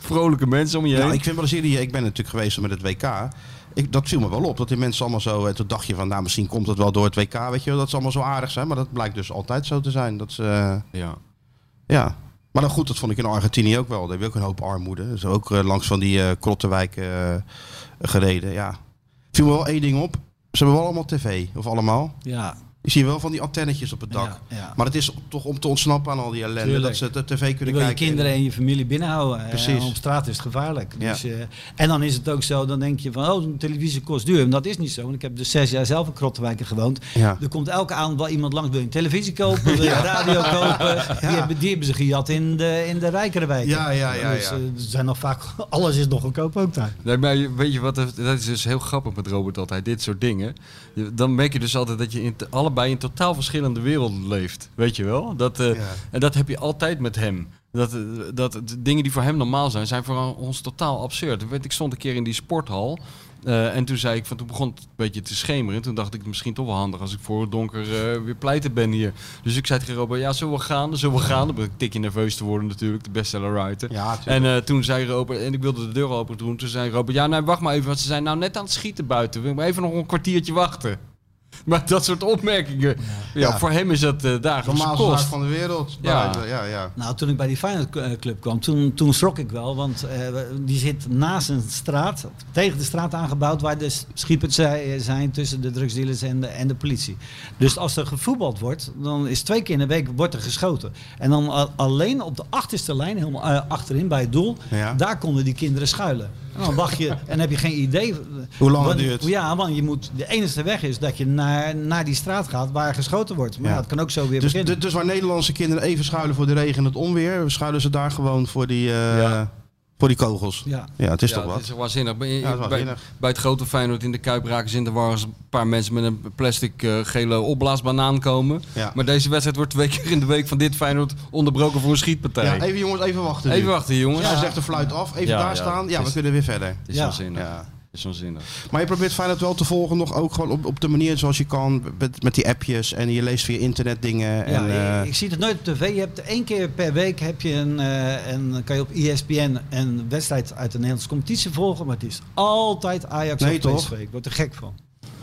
vrolijke mensen om je heen.
Nou, ik vind wel eens eerder, ik ben natuurlijk geweest met het W K. Ik, dat viel me wel op, dat die mensen allemaal zo... Toen dacht je van, nou misschien komt het wel door het W K, weet je wel, dat ze allemaal zo aardig zijn. Maar dat blijkt dus altijd zo te zijn. Dat ze, uh,
ja.
ja. Maar dan goed, dat vond ik in Argentinië ook wel. Daar heb je ook een hoop armoede. Dus ook uh, langs van die uh, krottenwijken uh, gereden, ja. Viel me wel één ding op. Ze hebben wel allemaal tv, of allemaal?
Ja.
Je ziet wel van die antennetjes op het dak.
Ja, ja.
Maar het is toch om te ontsnappen aan al die ellende.
Tuurlijk.
Dat ze de tv kunnen
Je wil je
kijken.
kinderen en je familie binnenhouden.
Precies.
Uh, op straat is het gevaarlijk.
Ja.
Dus, uh, en dan is het ook zo, dan denk je van, oh, een televisie kost duur. Maar dat is niet zo. Want ik heb dus zes jaar zelf in Krottenwijken gewoond.
Ja.
Er komt elke avond wel iemand langs, wil je een televisie kopen, wil je een radio kopen. Die, hebben, die hebben ze gejat in de, in de rijkere wijken.
Ja, ja, ja,
Dus,
ja.
uh, er zijn nog vaak, alles is nog goedkoop ook daar.
Nee, maar weet je wat, dat is dus heel grappig met Robert altijd, dit soort dingen. Je- Dan merk je dus altijd dat je in t- allebei in totaal verschillende werelden leeft. Weet je wel? Dat, uh,
Ja.
En dat heb je altijd met hem. Dat, uh, dat de dingen die voor hem normaal zijn, zijn voor ons totaal absurd. Ik weet, ik stond een keer in die sporthal. Uh, en toen zei ik, van, toen begon het een beetje te schemeren. Toen dacht ik, misschien toch wel handig als ik voor het donker uh, weer pleiten ben hier. Dus ik zei tegen Robert, ja, zullen we gaan? Dan zullen we gaan. Dan ben ik een tikje nerveus te worden natuurlijk, de bestseller-writer.
Ja,
En uh, toen zei Robert, en ik wilde de deur open doen. Toen zei Robert, ja, nou wacht maar even, want ze zijn nou net aan het schieten buiten. Wil ik maar even nog een kwartiertje wachten. Maar dat soort opmerkingen, ja,
Ja.
voor hem is dat uh, dagelijkse
Normaal zaak
kost.
van de wereld.
Ja.
Ja, ja, ja.
Nou, toen ik bij die Feyenoord Club kwam, toen, toen schrok ik wel. Want uh, die zit naast een straat, tegen de straat aangebouwd, waar de schiepers zijn tussen de drugsdealers en de, en de politie. Dus als er gevoetbald wordt, dan is twee keer in de week wordt er geschoten. En dan a- alleen op de achterste lijn, helemaal uh, achterin bij het doel,
Ja.
daar konden die kinderen schuilen. En dan wacht je en heb je geen idee
Hoe lang het
wat-
duurt.
Ja, want je moet, de enige weg is dat je naar, naar die straat gaat waar geschoten wordt. Maar
Ja.
ja, het kan ook zo weer
Dus,
beginnen.
dus, dus waar Nederlandse kinderen even schuilen voor de regen en het onweer, schuilen ze daar gewoon voor die, uh,
Ja.
voor die kogels.
Ja.
Ja, het is
Ja,
toch
het
wat?
is waanzinnig. Bij,
Ja, het is
bij,
waanzinnig.
bij het grote Feyenoord in de Kuip raken ze in de war als een paar mensen met een plastic uh, gele opblaasbanaan komen.
Ja.
Maar deze wedstrijd wordt twee keer in de week van dit Feyenoord onderbroken voor een schietpartij.
Ja, even jongens, even wachten. nu.
Even wachten jongens.
Ja, zegt de fluit af, even
Ja,
daar
ja,
staan. Ja,
het
we
is-
kunnen weer verder.
Het is
Ja.
waanzinnig.
Ja.
Het is waanzinnig.
Maar je probeert Feyenoord wel te volgen nog ook gewoon op, op de manier zoals je kan. Met, met die appjes en je leest via internet dingen.
Ja,
En, eh,
ik, ik zie het nooit op tv. Je hebt één keer per week heb je een, uh, en kan je op E S P N een wedstrijd uit de Nederlandse competitie volgen. Maar het is altijd Ajax
Nee,
of
toch?
P S V. Ik word er gek van.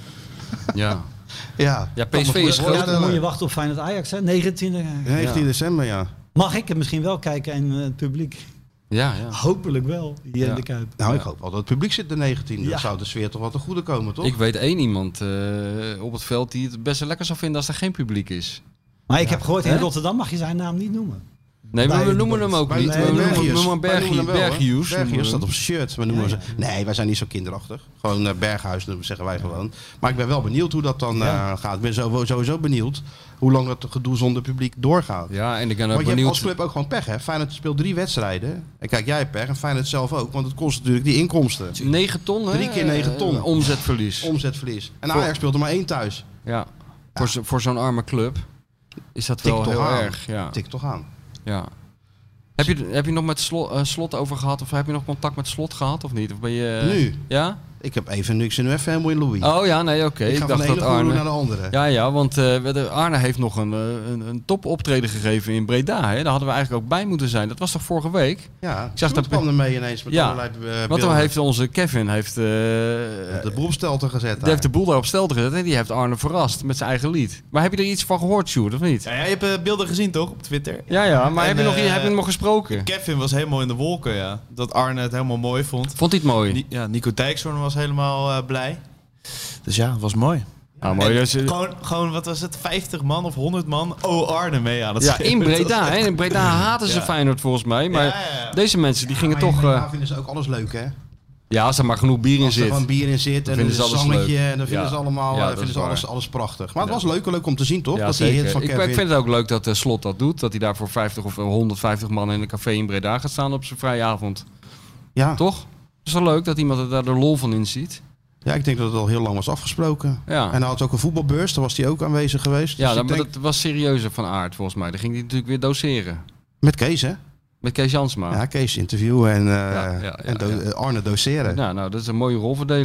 Ja.
ja.
Ja,
Kan me
P S V
goed
is groot.
Ja,
voorstellen.
dan moet je wachten op Feyenoord Ajax, hè? negentien.
negentien december, ja.
Mag ik het misschien wel kijken en uh, het publiek?
Ja, ja.
Hopelijk wel, hier
Ja.
in de Kuip.
Nou, ik hoop wel dat het publiek zit de negentien.
Ja.
Dat zou de sfeer toch wel te goede komen, toch?
Ik weet één iemand uh, op het veld die het best wel lekker zou vinden als er geen publiek is.
Maar ik heb gehoord, in
Hè?
Rotterdam mag je zijn naam niet noemen.
Nee, maar
Bij
we
de
noemen
boys.
hem ook
Bij-
niet.
nee,
We noemen
Bergius.
hem noemen hem
Wij
Bergie-
noemen hem wel, hè?
Bergius.
Bergius
noemen we
staat
hem.
op zijn shirt. We noemen
Ja,
ze. Nee, wij zijn niet zo kinderachtig. Gewoon uh, Berghuis noemen, zeggen wij gewoon. Maar ik ben wel benieuwd hoe dat dan
Ja.
uh, gaat. Ik ben sowieso, sowieso benieuwd hoe lang het gedoe zonder publiek doorgaat.
Ja, en ik ben ook
Want je hebt
benieuwd.
als club ook gewoon pech, hè? Feyenoord speelt drie wedstrijden. En kijk, jij hebt pech en Feyenoord zelf ook. Want het kost natuurlijk die inkomsten.
negen ton, hè?
Drie keer negen ton.
Uh, omzetverlies.
Omzetverlies. En
Voor-
Ajax speelt er maar één thuis.
Ja. Voor, zo, voor zo'n arme club is dat
Tik
wel
toch
heel
aan.
erg. Ja.
Tik toch aan.
Ja. Heb je, heb je nog met Slot, uh, Slot over gehad? Of heb je nog contact met Slot gehad of niet? Of ben je,
Nu?
Ja?
Ik heb even nu, ik zit nu even helemaal in Louis.
Oh ja, nee, oké.
ik
Ik
ga
dacht
van de
dat
ene goeroe
Arne...
naar de andere.
Ja, ja, want uh, de- Arne heeft nog een, uh, een, een topoptreden gegeven in Breda. Hè? Daar hadden we eigenlijk ook bij moeten zijn. Dat was toch vorige week?
Ja, ik
zag
zag
dat-
dat kwam er mee ineens met
Ja,
allerlei uh,
Want
beelden.
dan heeft onze Kevin heeft, uh,
de boelbestelter gezet.
die heeft de boel daar op stel gezet en die heeft Arne verrast met zijn eigen lied. Maar heb je er iets van gehoord, Sjoerd, of niet?
Ja, ja, je hebt uh, beelden gezien toch op Twitter?
Ja, ja, maar
En,
heb, je nog,
eh,
heb je hem nog gesproken?
Kevin was helemaal in de wolken, ja. Dat Arne het helemaal mooi vond.
Vond hij het mooi?
Ni- ja, Nico Dijkshoorn was helemaal uh, blij. Dus ja, het was mooi.
Ah, mooi.
En
Dus, uh,
gewoon, gewoon, wat was het, vijftig man of honderd man? Oh, Arne mee aan het
ja,
schreeuwen.
in
Dat was
Breda.
echt-
Hè? In Breda haten ze
Ja.
Feyenoord volgens mij. Maar
Ja, ja, ja.
deze mensen die gingen
Maar in
toch...
Breda
uh,
vinden ze ook alles leuk, hè?
ja, als er maar genoeg bier in
Als er
zit.
gewoon bier in zit en
Dan
een
vinden ze alles
zangetje
leuk.
en dan vinden
Ja.
ze allemaal
Ja,
eh,
dat
vinden
is
ze alles,
waar.
alles prachtig. Maar het
Ja.
was leuk, leuk om te zien, toch?
Ja,
dat die
zeker.
hit van
ik,
Kevin.
ik vind het ook leuk dat uh, Slot dat doet. Dat hij daar voor vijftig of honderdvijftig man in een café in Breda gaat staan op zijn vrije avond.
ja.
Toch? Het is wel leuk dat iemand er daar de lol van inziet.
ja, ik denk dat het al heel lang was afgesproken.
Ja.
En hij had ook een voetbalbeurs, daar was hij ook aanwezig geweest.
Ja,
Dus
dan,
ik
maar
denk-
dat was serieuzer van aard volgens mij. Dan ging hij natuurlijk weer doseren.
Met Kees, hè?
Met Kees Jansma.
Ja, Kees interviewen en, eh,
ja, ja,
en do-
ja.
eh, Arne doseren.
Nou, nou, dat is een mooie rolverdeling.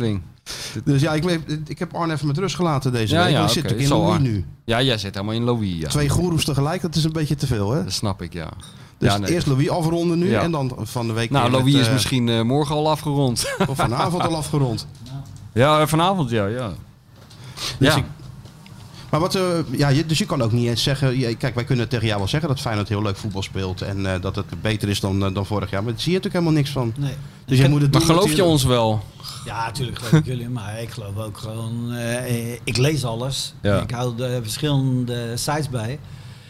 Dus ja, ik, weet- ik heb Arne even met rust gelaten deze
Ja,
week.
ja,
want ik
oké,
zit
het
ook in
zal
Louis
waar.
nu.
Ja, jij zit helemaal in Louis, ja.
Twee goeroes tegelijk, dat is een beetje te veel, hè?
Dat snap ik, ja.
Dus
ja, nee.
eerst Louis afronden nu
Ja.
en dan van de week
Nou,
weer
Louis
met,
is
eh,
misschien uh, morgen al afgerond.
of vanavond al afgerond.
Ja, vanavond, ja. ja.
Dus
ja.
ik- Maar wat, uh, ja, je, dus je kan ook niet eens zeggen... Je, kijk, wij kunnen tegen jou wel zeggen dat Feyenoord heel leuk voetbal speelt... en uh, dat het beter is dan, uh, dan vorig jaar. Maar daar zie je natuurlijk helemaal niks van.
Nee.
Dus je moet het
Maar
doen
geloof
wat
je ons wel?
Ja, natuurlijk geloof ik jullie, maar ik geloof ook gewoon... eh, ik lees alles.
Ja.
Ik hou de verschillende sites bij.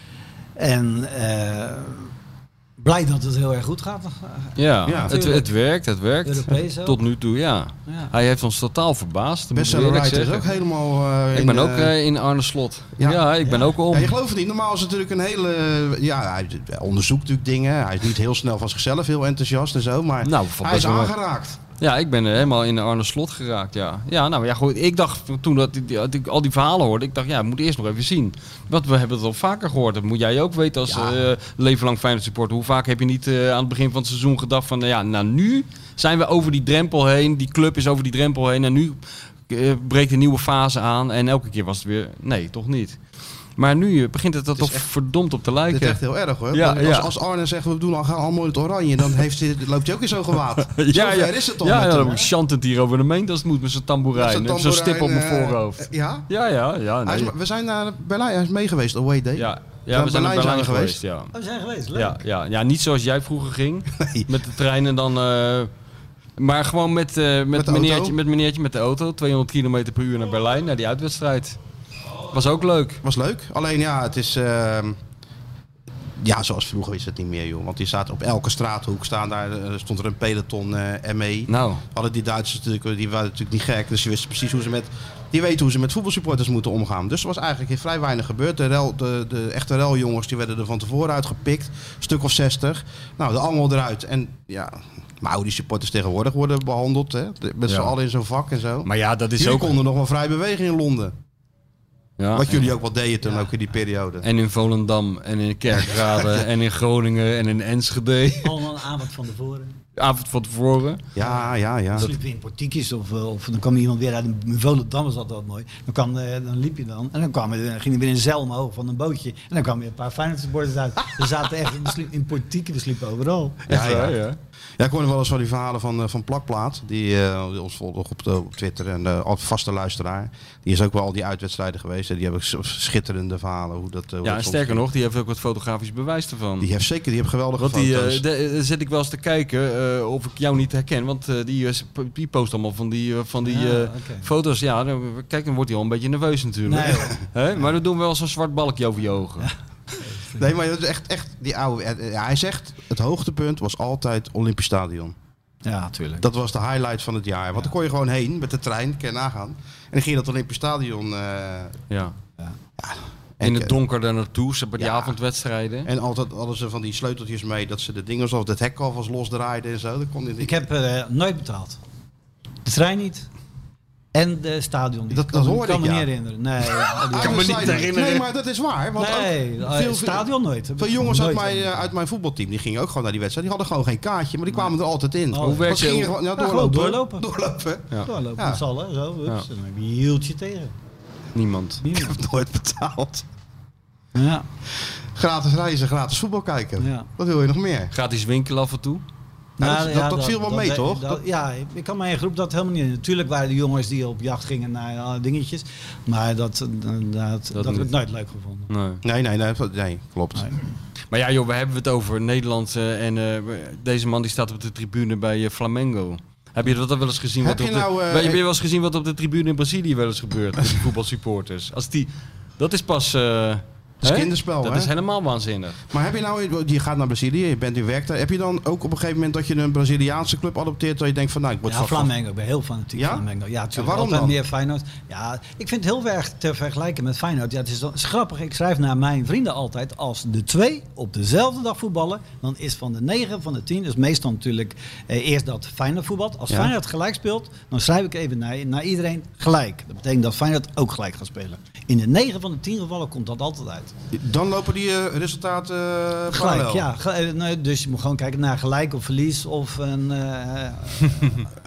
En eh, blij dat het heel erg goed gaat.
Ja,
Ja.
het, het werkt, het werkt.
Europees ook.
Tot nu toe, ja.
Ja.
Hij heeft ons totaal verbaasd. dat moet ik
Bestseller
eerlijk
writer is
zeggen.
ook helemaal... uh,
Ik
in,
ben ook
uh,
uh, in Arne Slot.
Ja.
Ja, ik ben
Ja.
ook om.
Ja, je gelooft het niet. Normaal is het natuurlijk een hele... Ja, hij onderzoekt natuurlijk dingen. Hij is niet heel snel van zichzelf heel enthousiast en zo. Maar
Nou, valt
hij is
best wel mee.
aangeraakt.
Ja, ik ben uh, helemaal in de Arne Slot geraakt, ja. Ja, nou ja, goed. Ik dacht toen dat ik, dat ik al die verhalen hoorde, ik dacht, ja, ik moet eerst nog even zien. Want we hebben het al vaker gehoord. Dat moet jij ook weten als
Ja.
uh, leven lang Feyenoord supporter. Hoe vaak heb je niet uh, aan het begin van het seizoen gedacht van, uh, ja, nou nu zijn we over die drempel heen. Die club is over die drempel heen en nu uh, breekt een nieuwe fase aan. En elke keer was het weer, nee, toch niet. Maar nu uh, begint het er
Het is
toch
echt-
verdomd op te
Dit
lijken.
is echt heel erg hoor.
Ja,
Want als,
ja.
als Arne zegt, we doen al, gaan allemaal in het oranje, dan heeft hij, loopt hij ook in zo'n gewaad.
Ja,
Zo
ja.
ver is het al
Ja,
met
ja,
hem.
dan moet chantend hier over de meent als het moet met zijn tamboerijn.
Met
Met
zijn
zo'n stip op mijn
tamboerijn, eh,
voorhoofd.
ja?
Ja, ja, ja.
Hij is,
Nee.
we zijn naar Berlijn, hij is mee geweest, away day.
Ja,
Naar
ja we zijn naar
Berlijn
Berlijn
zijn we
geweest, ja.
Oh, we zijn geweest, leuk.
Ja, ja, ja, niet zoals jij vroeger ging.
Nee.
Met de trein en dan... eh, maar gewoon met, eh, met,
Met de
meneertje,
auto?
met meneertje met de auto. tweehonderd kilometer per uur naar Berlijn, naar die uitwedstrijd. Was ook leuk.
Was leuk. Alleen ja, het is... ehm, ja, zoals vroeger is het niet meer, joh. Want die staat op elke straathoek staan daar, eh, stond er een peloton eh M E.
Nou,
Hadden die Duitsers natuurlijk, die waren natuurlijk niet gek. Dus die wisten precies hoe ze met... Die weten hoe ze met voetbalsupporters moeten omgaan. Dus er was eigenlijk vrij weinig gebeurd. De, rel, de, de echte reljongens die werden er van tevoren uitgepikt. Een stuk of zestig. Nou, de angel eruit. En ja, maar hoe die supporters tegenwoordig worden behandeld. Hè? De- Met z'n
Ja.
allen in zo'n vak en zo.
maar ja, dat is
Jullie
ook...
konden nog wel vrij bewegen in Londen.
Ja,
Wat jullie ook wel deden toen, ook in die periode.
En in Volendam, en in Kerkrade, en in Groningen, en in Enschede.
Allemaal een avond van tevoren.
Avond van tevoren.
Ja, ja, ja.
Dan liep je in portiekjes of, eh, of dan kwam iemand weer uit een Volendam, was dat altijd mooi. Dan, kwam, eh, dan liep je dan en dan, kwam, er- dan ging er weer een zeil omhoog van een bootje. En dan kwamen weer een paar Feyenoord supporters uit. We zaten echt we sliepen in portieken, we sliepen overal.
Ja, ja.
ja.
Ja, ik hoorde wel eens van die verhalen van, uh, van Plakplaat. Die, uh, die ons volgt op, de, op Twitter. En uh, al vaste luisteraar. Die is ook wel al die uitwedstrijden geweest. En die hebben s- schitterende verhalen. Hoe dat, uh, hoe
Ja,
dat
en
soms
sterker
ging.
nog, die heeft ook wat fotografisch bewijs ervan.
Die heeft zeker, die heeft geweldige
Want die
foto's.
eh, de- eh, zit ik wel eens te kijken eh, of ik jou niet herken. Want eh, die, eh, die post allemaal van die, eh, van die
Ja,
eh,
oké.
foto's. Ja, dan, kijk, dan wordt hij al een beetje nerveus natuurlijk.
Nee, hoor.
Hè? Maar dan doen we wel zo'n zwart balkje over je ogen.
Nee, maar dat is echt, echt die oude... eh, ja, hij zegt, het hoogtepunt was altijd Olympisch Stadion.
Ja, natuurlijk.
Dat was de highlight van het jaar. Want dan kon je gewoon heen met de trein, kan je nagaan. En dan ging je dat Olympisch Stadion... uh,
Ja.
en-
In het donker daar naartoe, ze bij die
Ja.
avondwedstrijden.
En altijd hadden ze van die sleuteltjes mee dat ze de dingen zoals het hek alvast losdraaiden en zo. Dat kon niet.
Ik heb eh, nooit betaald. De trein niet. En de stadion niet.
Dat- dat
kan,
hoorde
kan
ik,
me
ja.
niet herinneren. Nee,
Ah,
kan me
dat
niet
zei-
herinneren.
Nee, maar dat is waar. Want
nee
ook
eh,
veel,
stadion nooit.
veel jongens uit
Nooit.
mijn, uh, uit mijn voetbalteam die gingen ook gewoon naar die wedstrijd. Die hadden gewoon geen kaartje, maar die kwamen er altijd in.
Oh,
Hoe
Want
werkt
ze gingen
je?
gewoon ja,
Ja,
doorlopen.
gewoon doorlopen.
Doorlopen.
Ja.
Doorlopen
Ja.
met z'n allen, zo. Ups.
Ja.
En dan heb je een hieltje tegen.
Niemand.
Niemand.
Nooit betaald.
Ja.
Gratis reizen, gratis voetbal kijken.
Ja.
Wat wil je nog meer?
Gratis winkelen af en toe.
Nou, dat- dat- dat viel wel mee, toch?
dat- ja, ik kan mijn groep dat helemaal niet. Natuurlijk waren de jongens die op jacht gingen naar alle dingetjes. Maar dat, dat, dat, dat heb
niet.
ik nooit leuk gevonden.
Nee.
Nee, nee, nee, nee klopt.
Nee.
Maar ja, joh, we hebben het over Nederland. eh, en eh, deze man die staat op de tribune bij eh, Flamengo. Heb je dat wel eens gezien?
Heb
Wat
je
op de,
nou, eh,
heb je wel eens gezien wat op de tribune in Brazilië wel eens gebeurt met die voetbalsupporters? Als die, dat is pas. eh,
Dat is
hè?
kinderspel,
Dat
hè?
is helemaal waanzinnig.
Maar heb je nou, je gaat naar Brazilië, je bent, u werkt daar. Heb je dan ook op een gegeven moment dat je een Braziliaanse club adopteert, dat je denkt van, nou, ik word
Ja,
van...
Flamengo. Ik ben heel fanatiek
Ja?
Flamengo. Ja, natuurlijk.
waarom
Altijd
dan?
meer Feyenoord. Ja, ik vind het heel erg te vergelijken met Feyenoord. Ja, het is, het is grappig. Ik schrijf naar mijn vrienden altijd, als de twee op dezelfde dag voetballen, dan is van de negen van de tien, dus meestal natuurlijk eh, eerst dat Feyenoord voetbalt. Als
Ja.
Feyenoord gelijk speelt, dan schrijf ik even naar, naar iedereen gelijk. Dat betekent dat Feyenoord ook gelijk gaat spelen. In de negen van de tien gevallen komt dat altijd uit.
Dan lopen die eh, resultaten uh,
Gelijk, ja. Ge- eh, nee, dus je moet gewoon kijken naar gelijk of verlies of een... eh,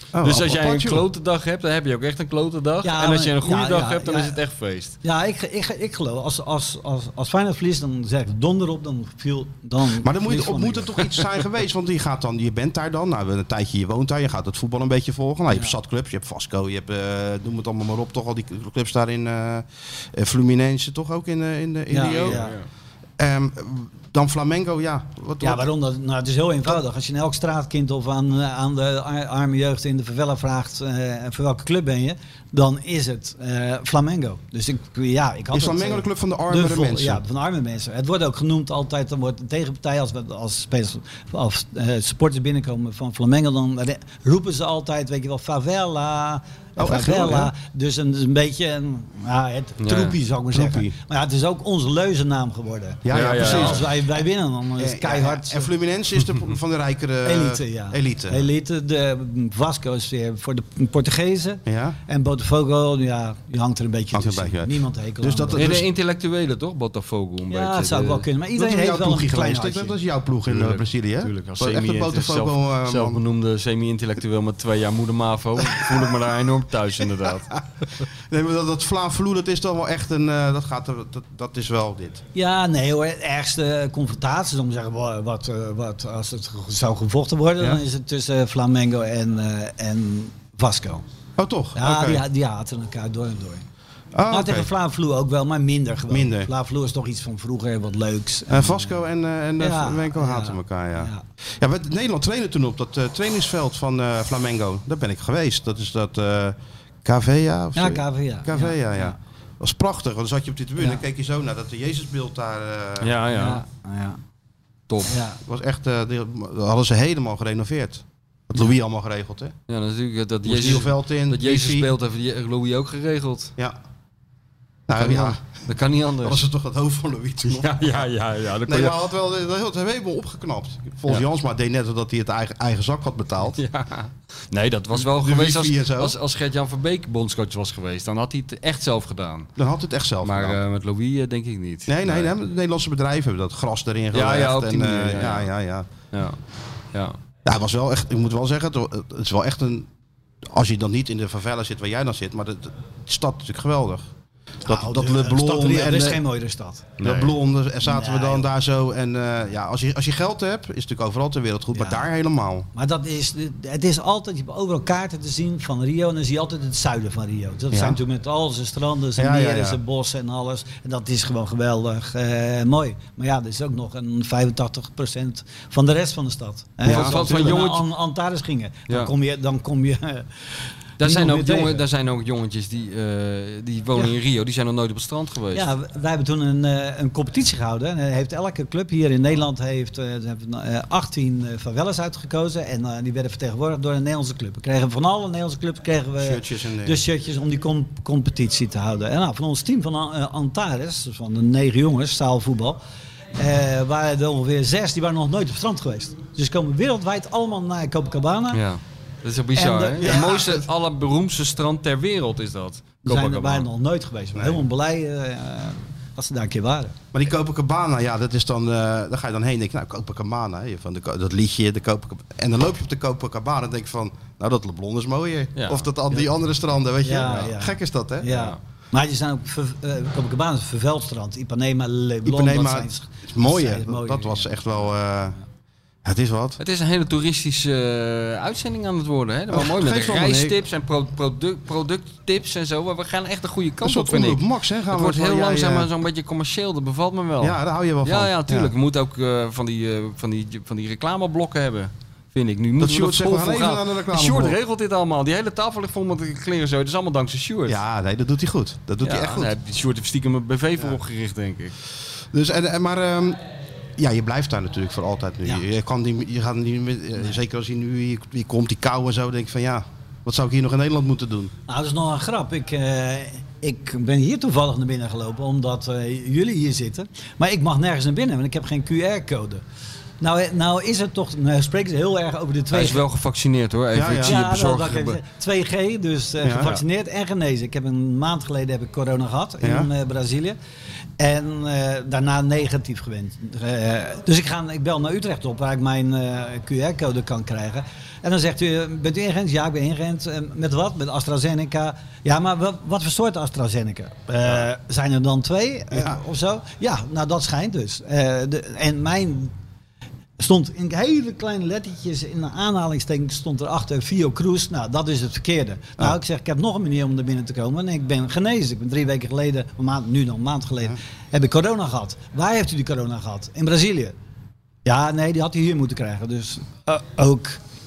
Oh,
dus als jij een
apart, joh.
klote dag hebt, dan heb je ook echt een klote dag.
Ja,
en als je een
maar-
goede
ja,
dag
ja,
hebt, dan
ja.
is het echt feest.
Ja, ik, ik, ik geloof, als, als, als, als Feyenoord verliest, dan zeg ik donder op, dan viel... Dan
Maar dan moet,
verliest
je, moet er
Flamengo.
toch iets zijn geweest, want je, gaat dan, je bent daar dan, nou, een tijdje je woont daar, je gaat het voetbal een beetje volgen. Nou, je hebt
Ja.
zat clubs, je hebt Vasco, je hebt, uh, noem het allemaal maar op, toch al die clubs daar in uh, Fluminense, toch ook in, uh, in, uh, in
Ja,
Rio.
ja.
Um, dan Flamengo, ja. Wat,
Ja,
wat-
waarom dat? Nou, het is heel eenvoudig. Als je in elk straatkind of aan, eh, aan de ar- arme jeugd in de favela vraagt uh, voor welke club ben je, dan is het uh, Flamengo. Dus ik, ja, ik had
Is
het,
Flamengo
uh,
de club van de
de
armere
vol-
mensen?
Ja, van de arme mensen. Het wordt ook genoemd altijd, dan wordt een tegenpartij, als, we, als spelers of uh, supporters binnenkomen van Flamengo, dan re- roepen ze altijd, weet je wel, favela.
Oh, echt
favela.
wel, ja?
Dus een, dus een beetje een, ja, het
Ja.
troepie, zou ik maar
Troepie.
zeggen. Maar ja, het is ook onze leuzennaam geworden.
Ja, ja,
Ja, ja,
precies.
ja.
Als wij, wij winnen, dan is het
Ja,
keihard.
ja, en Fluminense is de, van de rijkere
Elite, ja.
elite.
Elite. De Vasco is weer voor de Portugezen.
Ja.
En Botafogo, ja, die hangt er een beetje
Hangt er
tussen.
een beetje uit.
Niemand hekel
Dus
aan.
dat-
de-
Nee,
dus-
de intellectuelen toch, Botafogo een
ja,
beetje.
het zou
de-
wel kunnen. Maar
Dat
iedereen
is
heeft
jouw
wel een
ploegje
klein
geweest.
hartje.
Dat is jouw ploeg in
Tuurlijk,
Brazilië, hè?
Tuurlijk, als
Echt een
semi,
Botafogo,
zelf,
eh, man.
zelfbenoemde semi-intellectueel met twee jaar moeder MAVO, voel ik me daar enorm thuis inderdaad.
Nee, maar dat, dat Fla-Vloe, dat is dan wel echt een... Uh, dat, gaat er, dat, dat is wel dit.
Ja, nee hoor. De ergste confrontatie, om te zeggen, wa- wat, eh, wat, als het ge- zou gevochten worden,
Ja?
dan is het tussen Flamengo en, eh, en Vasco.
Oh, toch?
Ja,
Oké.
die, die haten elkaar door en door.
Ah,
Nou,
oké.
tegen Fla-Vloe ook wel, maar minder gewoon.
Minder.
Fla-Vloe is toch iets van vroeger, wat leuks.
Uh, Vasco en, uh, en uh,
Ja,
Flamengo
ja,
haten elkaar, ja.
ja.
Ja, we, Nederland trainde toen op dat uh, trainingsveld van uh, Flamengo. Daar ben ik geweest. Dat is dat uh, Cavea of
Ja,
zo?
K V, ja.
Cavea, ja.
Ja.
Dat was prachtig, want dan zat je op die tribune
Ja.
en keek je zo naar dat Jezusbeeld daar. Uh,
Ja, ja,
Ja, ja.
top.
Ja.
was echt, uh, die, dat hadden ze helemaal gerenoveerd. Dat Louis allemaal geregeld, hè?
Ja, natuurlijk. Dat
Moest
Jezus,
nieuw veld in.
dat Jezus
wifi.
speelt, heeft die- Louis ook geregeld.
Ja.
Dat
Nou
kan,
ja,
niet, dat kan niet
dat
anders.
was het toch het hoofd van Louis toen nog.
Ja, ja, ja. ja. Dat kon
Nee,
je-
maar hij had wel de, de hele tijd helemaal opgeknapt. Volgens
Ja.
Jansma deed net dat hij het eigen, eigen zak had betaald.
Ja. Nee, dat was wel
De
geweest
wifi en
als,
zo.
als, als Gert-Jan van Beek bondscoach was geweest. Dan had hij het echt zelf gedaan.
Dan had het echt zelf
Maar
gedaan.
eh, met Louis eh, denk ik niet.
Nee, nee, nee, de Nederlandse bedrijven hebben dat gras erin gelegd.
Ja, ja, op die
en,
manier,
eh,
ja,
ja,
ja.
ja, ja.
Ja. Ja.
Ja, het was wel echt, ik moet wel zeggen, het het is wel echt een... Als je dan niet in de favela zit waar jij dan zit, maar de, de stad is natuurlijk geweldig. Dat,
Nou,
dat
de-
Le
de stad
Blonde
Rio,
en
er is
de-
geen mooiere stad.
dat Blonde, en zaten we
Nee,
dan
joh.
daar zo. En uh, ja, als je, als je geld hebt, is het natuurlijk overal ter wereld goed,
Ja.
maar daar helemaal.
Maar dat is, het is altijd, je hebt overal kaarten te zien van Rio en dan zie je altijd het zuiden van Rio. Dat
Ja.
zijn natuurlijk met al zijn stranden, zijn
Ja, ja,
meren,
ja.
zijn bossen en alles. En dat is gewoon geweldig eh, mooi. Maar ja, er is ook nog een vijfentachtig procent van de rest van de stad. Hè,
Ja,
als we
van- van
naar
jongetje-
An- Antares gingen, dan
Ja.
kom je... Dan kom je
Daar, zijn
niemand
ook
meer
jongen,
tegen.
daar zijn ook jongetjes die, eh, die wonen
Ja.
in Rio. Die zijn nog nooit op het strand geweest.
Ja, w- wij hebben toen een, eh, een competitie gehouden. En eh, heeft elke club hier in Nederland heeft, eh, ze hebben, eh, achttien eh, favelas uitgekozen. En eh, die werden vertegenwoordigd door een Nederlandse club. We kregen van alle Nederlandse clubs kregen we
Shirtjes en dingen.
de shirtjes om die com- competitie te houden. En nou, van ons team van uh, Antares, dus van de negen jongens, zaalvoetbal, eh, waren er ongeveer zes die waren nog nooit op het strand geweest. Dus komen wereldwijd allemaal naar Copacabana.
Ja. Dat is ook bizar,
En de-
hè?
ja.
Het mooiste, het allerberoemdste strand ter wereld is dat.
We zijn er
Copacabana.
bijna nog nooit geweest. We zijn
Nee.
helemaal blij eh, dat ze daar een keer waren.
Maar die Copacabana, ja, dat is dan, uh, daar ga je dan heen en denk je, nou, Copacabana, hè, van de, dat liedje, de Copacabana. En dan loop je op de Copacabana en denk je van, nou, dat Le Blonde is mooier.
Ja.
Of dat al die andere stranden, weet je.
Ja, ja.
Gek is dat, hè?
Ja. Maar die zijn ook, ver- eh, Copacabana is een vervuild strand. Ipanema, Le Blon,
Ipanema,
dat zijn,
het is mooi,
dat
hè?
zijn
Dat,
mooie,
dat was
ja.
echt wel, uh, het is wat.
Het is een hele toeristische eh, uitzending aan het worden. Hè? Dat was
Oh,
mooi met
geef
de
wel, man,
reistips en pro product, producttips en zo. Maar we gaan echt de goede
Een
kant op,
soort
vind ik.
Omroep Max, hè? Gaan
Het
we
wordt
van
heel
jij,
langzaam
uh,
en zo'n beetje commercieel. Dat bevalt me wel.
Ja, daar hou je wel van.
ja, ja, tuurlijk. We moeten ook eh, van, die, eh, van, die, van die reclameblokken hebben. Vind ik. Nu moeten we
Sjoerd
op
zegt,
school
we gaan
voor
even
gaan.
naar de
Sjoerd
reclameblok.
regelt dit allemaal. Die hele tafel ligt vol met kleren zo. Het is allemaal dankzij Sjoerd.
Ja, nee, dat doet hij goed. Dat doet
Ja,
hij echt goed.
daar heeft Sjoerd heeft stiekem een B V voor opgericht, denk ik.
Dus, en, en, maar um, ja, je blijft daar natuurlijk voor altijd nu.
Ja.
Je, je, kan niet, je gaat niet meer, eh, zeker als je nu hier, hier komt, die kou en zo, denk je van ja, wat zou ik hier nog in Nederland moeten doen?
Nou, dat is nog een grap. Ik, eh, ik ben hier toevallig naar binnen gelopen omdat eh, jullie hier zitten. Maar ik mag nergens naar binnen, want ik heb geen Q R-code. Nou, eh, nou is het toch, nou spreken ze heel erg over de twee
Hij is wel gevaccineerd hoor. Even,
Ja, ja.
ik zie je
Ja, dat, dat
bezorgen.
kan ik zeggen. twee G, dus eh,
Ja.
gevaccineerd en genezen. Ik heb een maand geleden heb ik corona gehad in
Ja.
eh, Brazilië. En eh, daarna negatief gewend. Eh, dus ik, ga, ik bel naar Utrecht op waar ik mijn eh, Q R-code kan krijgen. En dan zegt u, bent u ingeënt? Ja, ik ben ingeënt. Uh, met wat? Met AstraZeneca. Ja, maar wat, wat voor soort AstraZeneca? Uh, ja. Zijn er dan twee uh, ja. of zo? Ja, nou dat schijnt dus. Uh, de, en mijn... stond in hele kleine lettertjes in een aanhalingstekens stond erachter Vio Cruz. Nou, dat is het verkeerde. Nou, oh. ik zeg, ik heb nog een manier om er binnen te komen. En ik ben genezen. Ik ben drie weken geleden, een maand, nu nog een maand geleden, ja. heb ik corona gehad. Waar heeft u die corona gehad? In Brazilië. Ja, nee, die had hij hier moeten krijgen. Dus uh, ook.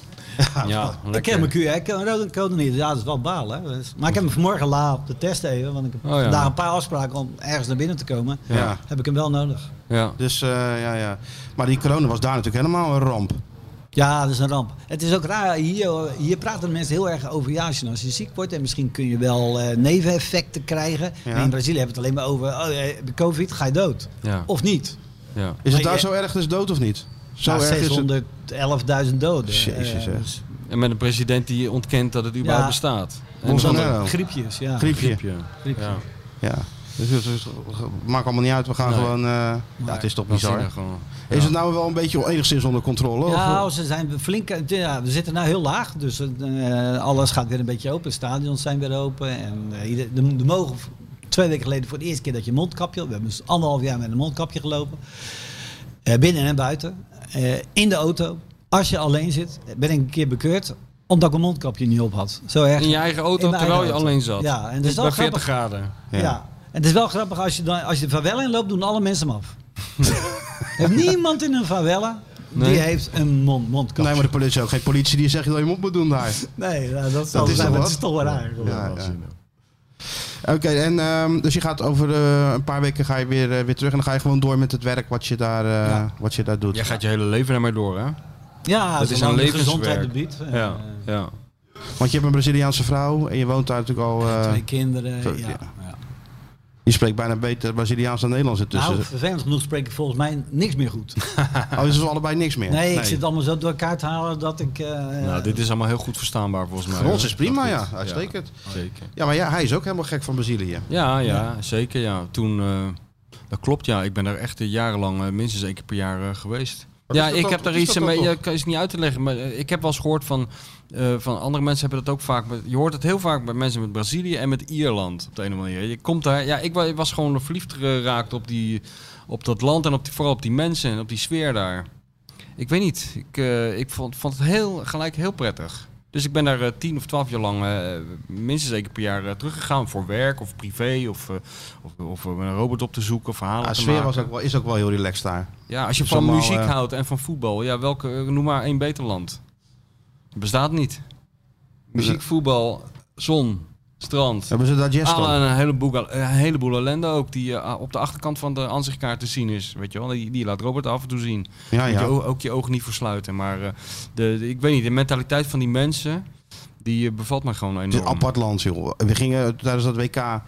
Ja,
ik heb mijn Q R-code niet. Ja, dat is wel balen. Hè. Dus, maar ik heb hem vanmorgen laat op de test even. Want ik heb oh, ja. vandaag een paar afspraken om ergens naar binnen te komen. Ja. Heb ik hem wel nodig.
Ja. Dus, uh, ja, ja. Maar die corona was daar natuurlijk helemaal een ramp.
Ja, dat is een ramp. Het is ook raar. Hier, hier praten mensen heel erg over. Ja, als je, als je ziek wordt en misschien kun je wel uh, neveneffecten krijgen. Ja. In Brazilië hebben we het alleen maar over. Oh, heb je COVID, ga je dood. Ja. Of niet.
Ja. Is het daar je, zo erg dus dood of niet? Zo
ja, zeshonderdelfduizend doden.
Jezus, uh,
dus. En met een president die ontkent dat het überhaupt ja. bestaat.
En dan
griepjes, ja.
Griepje.
Griepje.
Griepje. Ja. ja. Dus, dus, dus maakt allemaal niet uit. We gaan nee. gewoon... Uh, ja, het is toch bizar. Ja. Is het nou wel een beetje enigszins onder controle?
Ja, of? Ze zijn flink... Ja, we zitten nou heel laag. Dus uh, alles gaat weer een beetje open. Stadions zijn weer open. En uh, de, de mogen... Twee weken geleden voor de eerste keer dat je mondkapje... We hebben dus anderhalf jaar met een mondkapje gelopen. Uh, binnen en buiten. Uh, in de auto. Als je alleen zit, ben ik een keer bekeurd. Omdat ik een mondkapje niet op had. Zo erg.
In je eigen auto terwijl eigen je auto. alleen zat.
Ja, en
dus
bij
veertig graden.
Ja. ja. En het is wel grappig, als je, dan, als je de favela inloopt, doen alle mensen hem af. Er heeft niemand in een favela nee. die heeft een mond, mondkapje.
Nee, maar de politie ook geen politie die zegt dat je hem op moet doen daar.
Nee, nou, dat, dat, is, zijn, dat is toch wel raar.
Ja, ja. Oké, okay, en um, dus je gaat over uh, een paar weken ga je weer, uh, weer terug en dan ga je gewoon door met het werk wat je daar, uh, ja. wat je daar doet.
Jij gaat je hele leven daarmee door, hè?
Ja, dat is een levenswerk. Biedt,
ja, ja. ja.
Want je hebt een Braziliaanse vrouw en je woont daar natuurlijk al... Uh,
Twee kinderen, zo, ja. ja.
Je spreekt bijna beter Braziliaans dan Nederlands ertussen.
Nou, vervelend genoeg spreek ik volgens mij niks meer goed.
Oh, dus we allebei niks meer?
Nee, ik nee. zit allemaal zo door elkaar te halen dat ik... Uh,
nou, dit is allemaal heel goed verstaanbaar volgens mij.
Voor ons is prima, ja. Uitstekend. Ja, zeker. Ja, maar ja, hij is ook helemaal gek van Brazilië.
Ja, ja, ja. zeker, ja. Toen... Uh, dat klopt, ja. Ik ben daar echt jarenlang, uh, minstens één keer per jaar uh, geweest. Maar ja, ik ook, heb daar iets mee. Ja, is niet uit te leggen, maar ik heb wel eens gehoord van, uh, van andere mensen hebben dat ook vaak. Je hoort het heel vaak bij mensen met Brazilië en met Ierland op de een of andere manier. Je komt daar. Ja, ik was gewoon verliefd geraakt op die, op dat land en op die, vooral op die mensen en op die sfeer daar. Ik weet niet. Ik, uh, ik vond, vond het heel gelijk heel prettig. Dus ik ben daar uh, tien of twaalf jaar lang uh, minstens één keer per jaar uh, teruggegaan voor werk of privé of, uh, of, of uh, een robot op te zoeken, verhalen ja, te
sfeer
maken.
Was ook wel, is ook wel heel relaxed daar.
Ja, als je dus van allemaal, muziek uh... houdt en van voetbal, ja, welke, uh, noem maar één beter land. Het bestaat niet. Muziek, voetbal, zon, strand.
Hebben ze dat yes
Alle, een, heleboel, een heleboel ellende ook die uh, op de achterkant van de aanzichtkaart te zien is. Weet je wel, die, die laat Robert af en toe zien. Ja, ja. Je ook je ogen niet versluiten. Maar uh, de, de, ik weet niet, de mentaliteit van die mensen, die uh, bevalt me gewoon enorm.
Het is een apart land, joh. We gingen tijdens dat W K...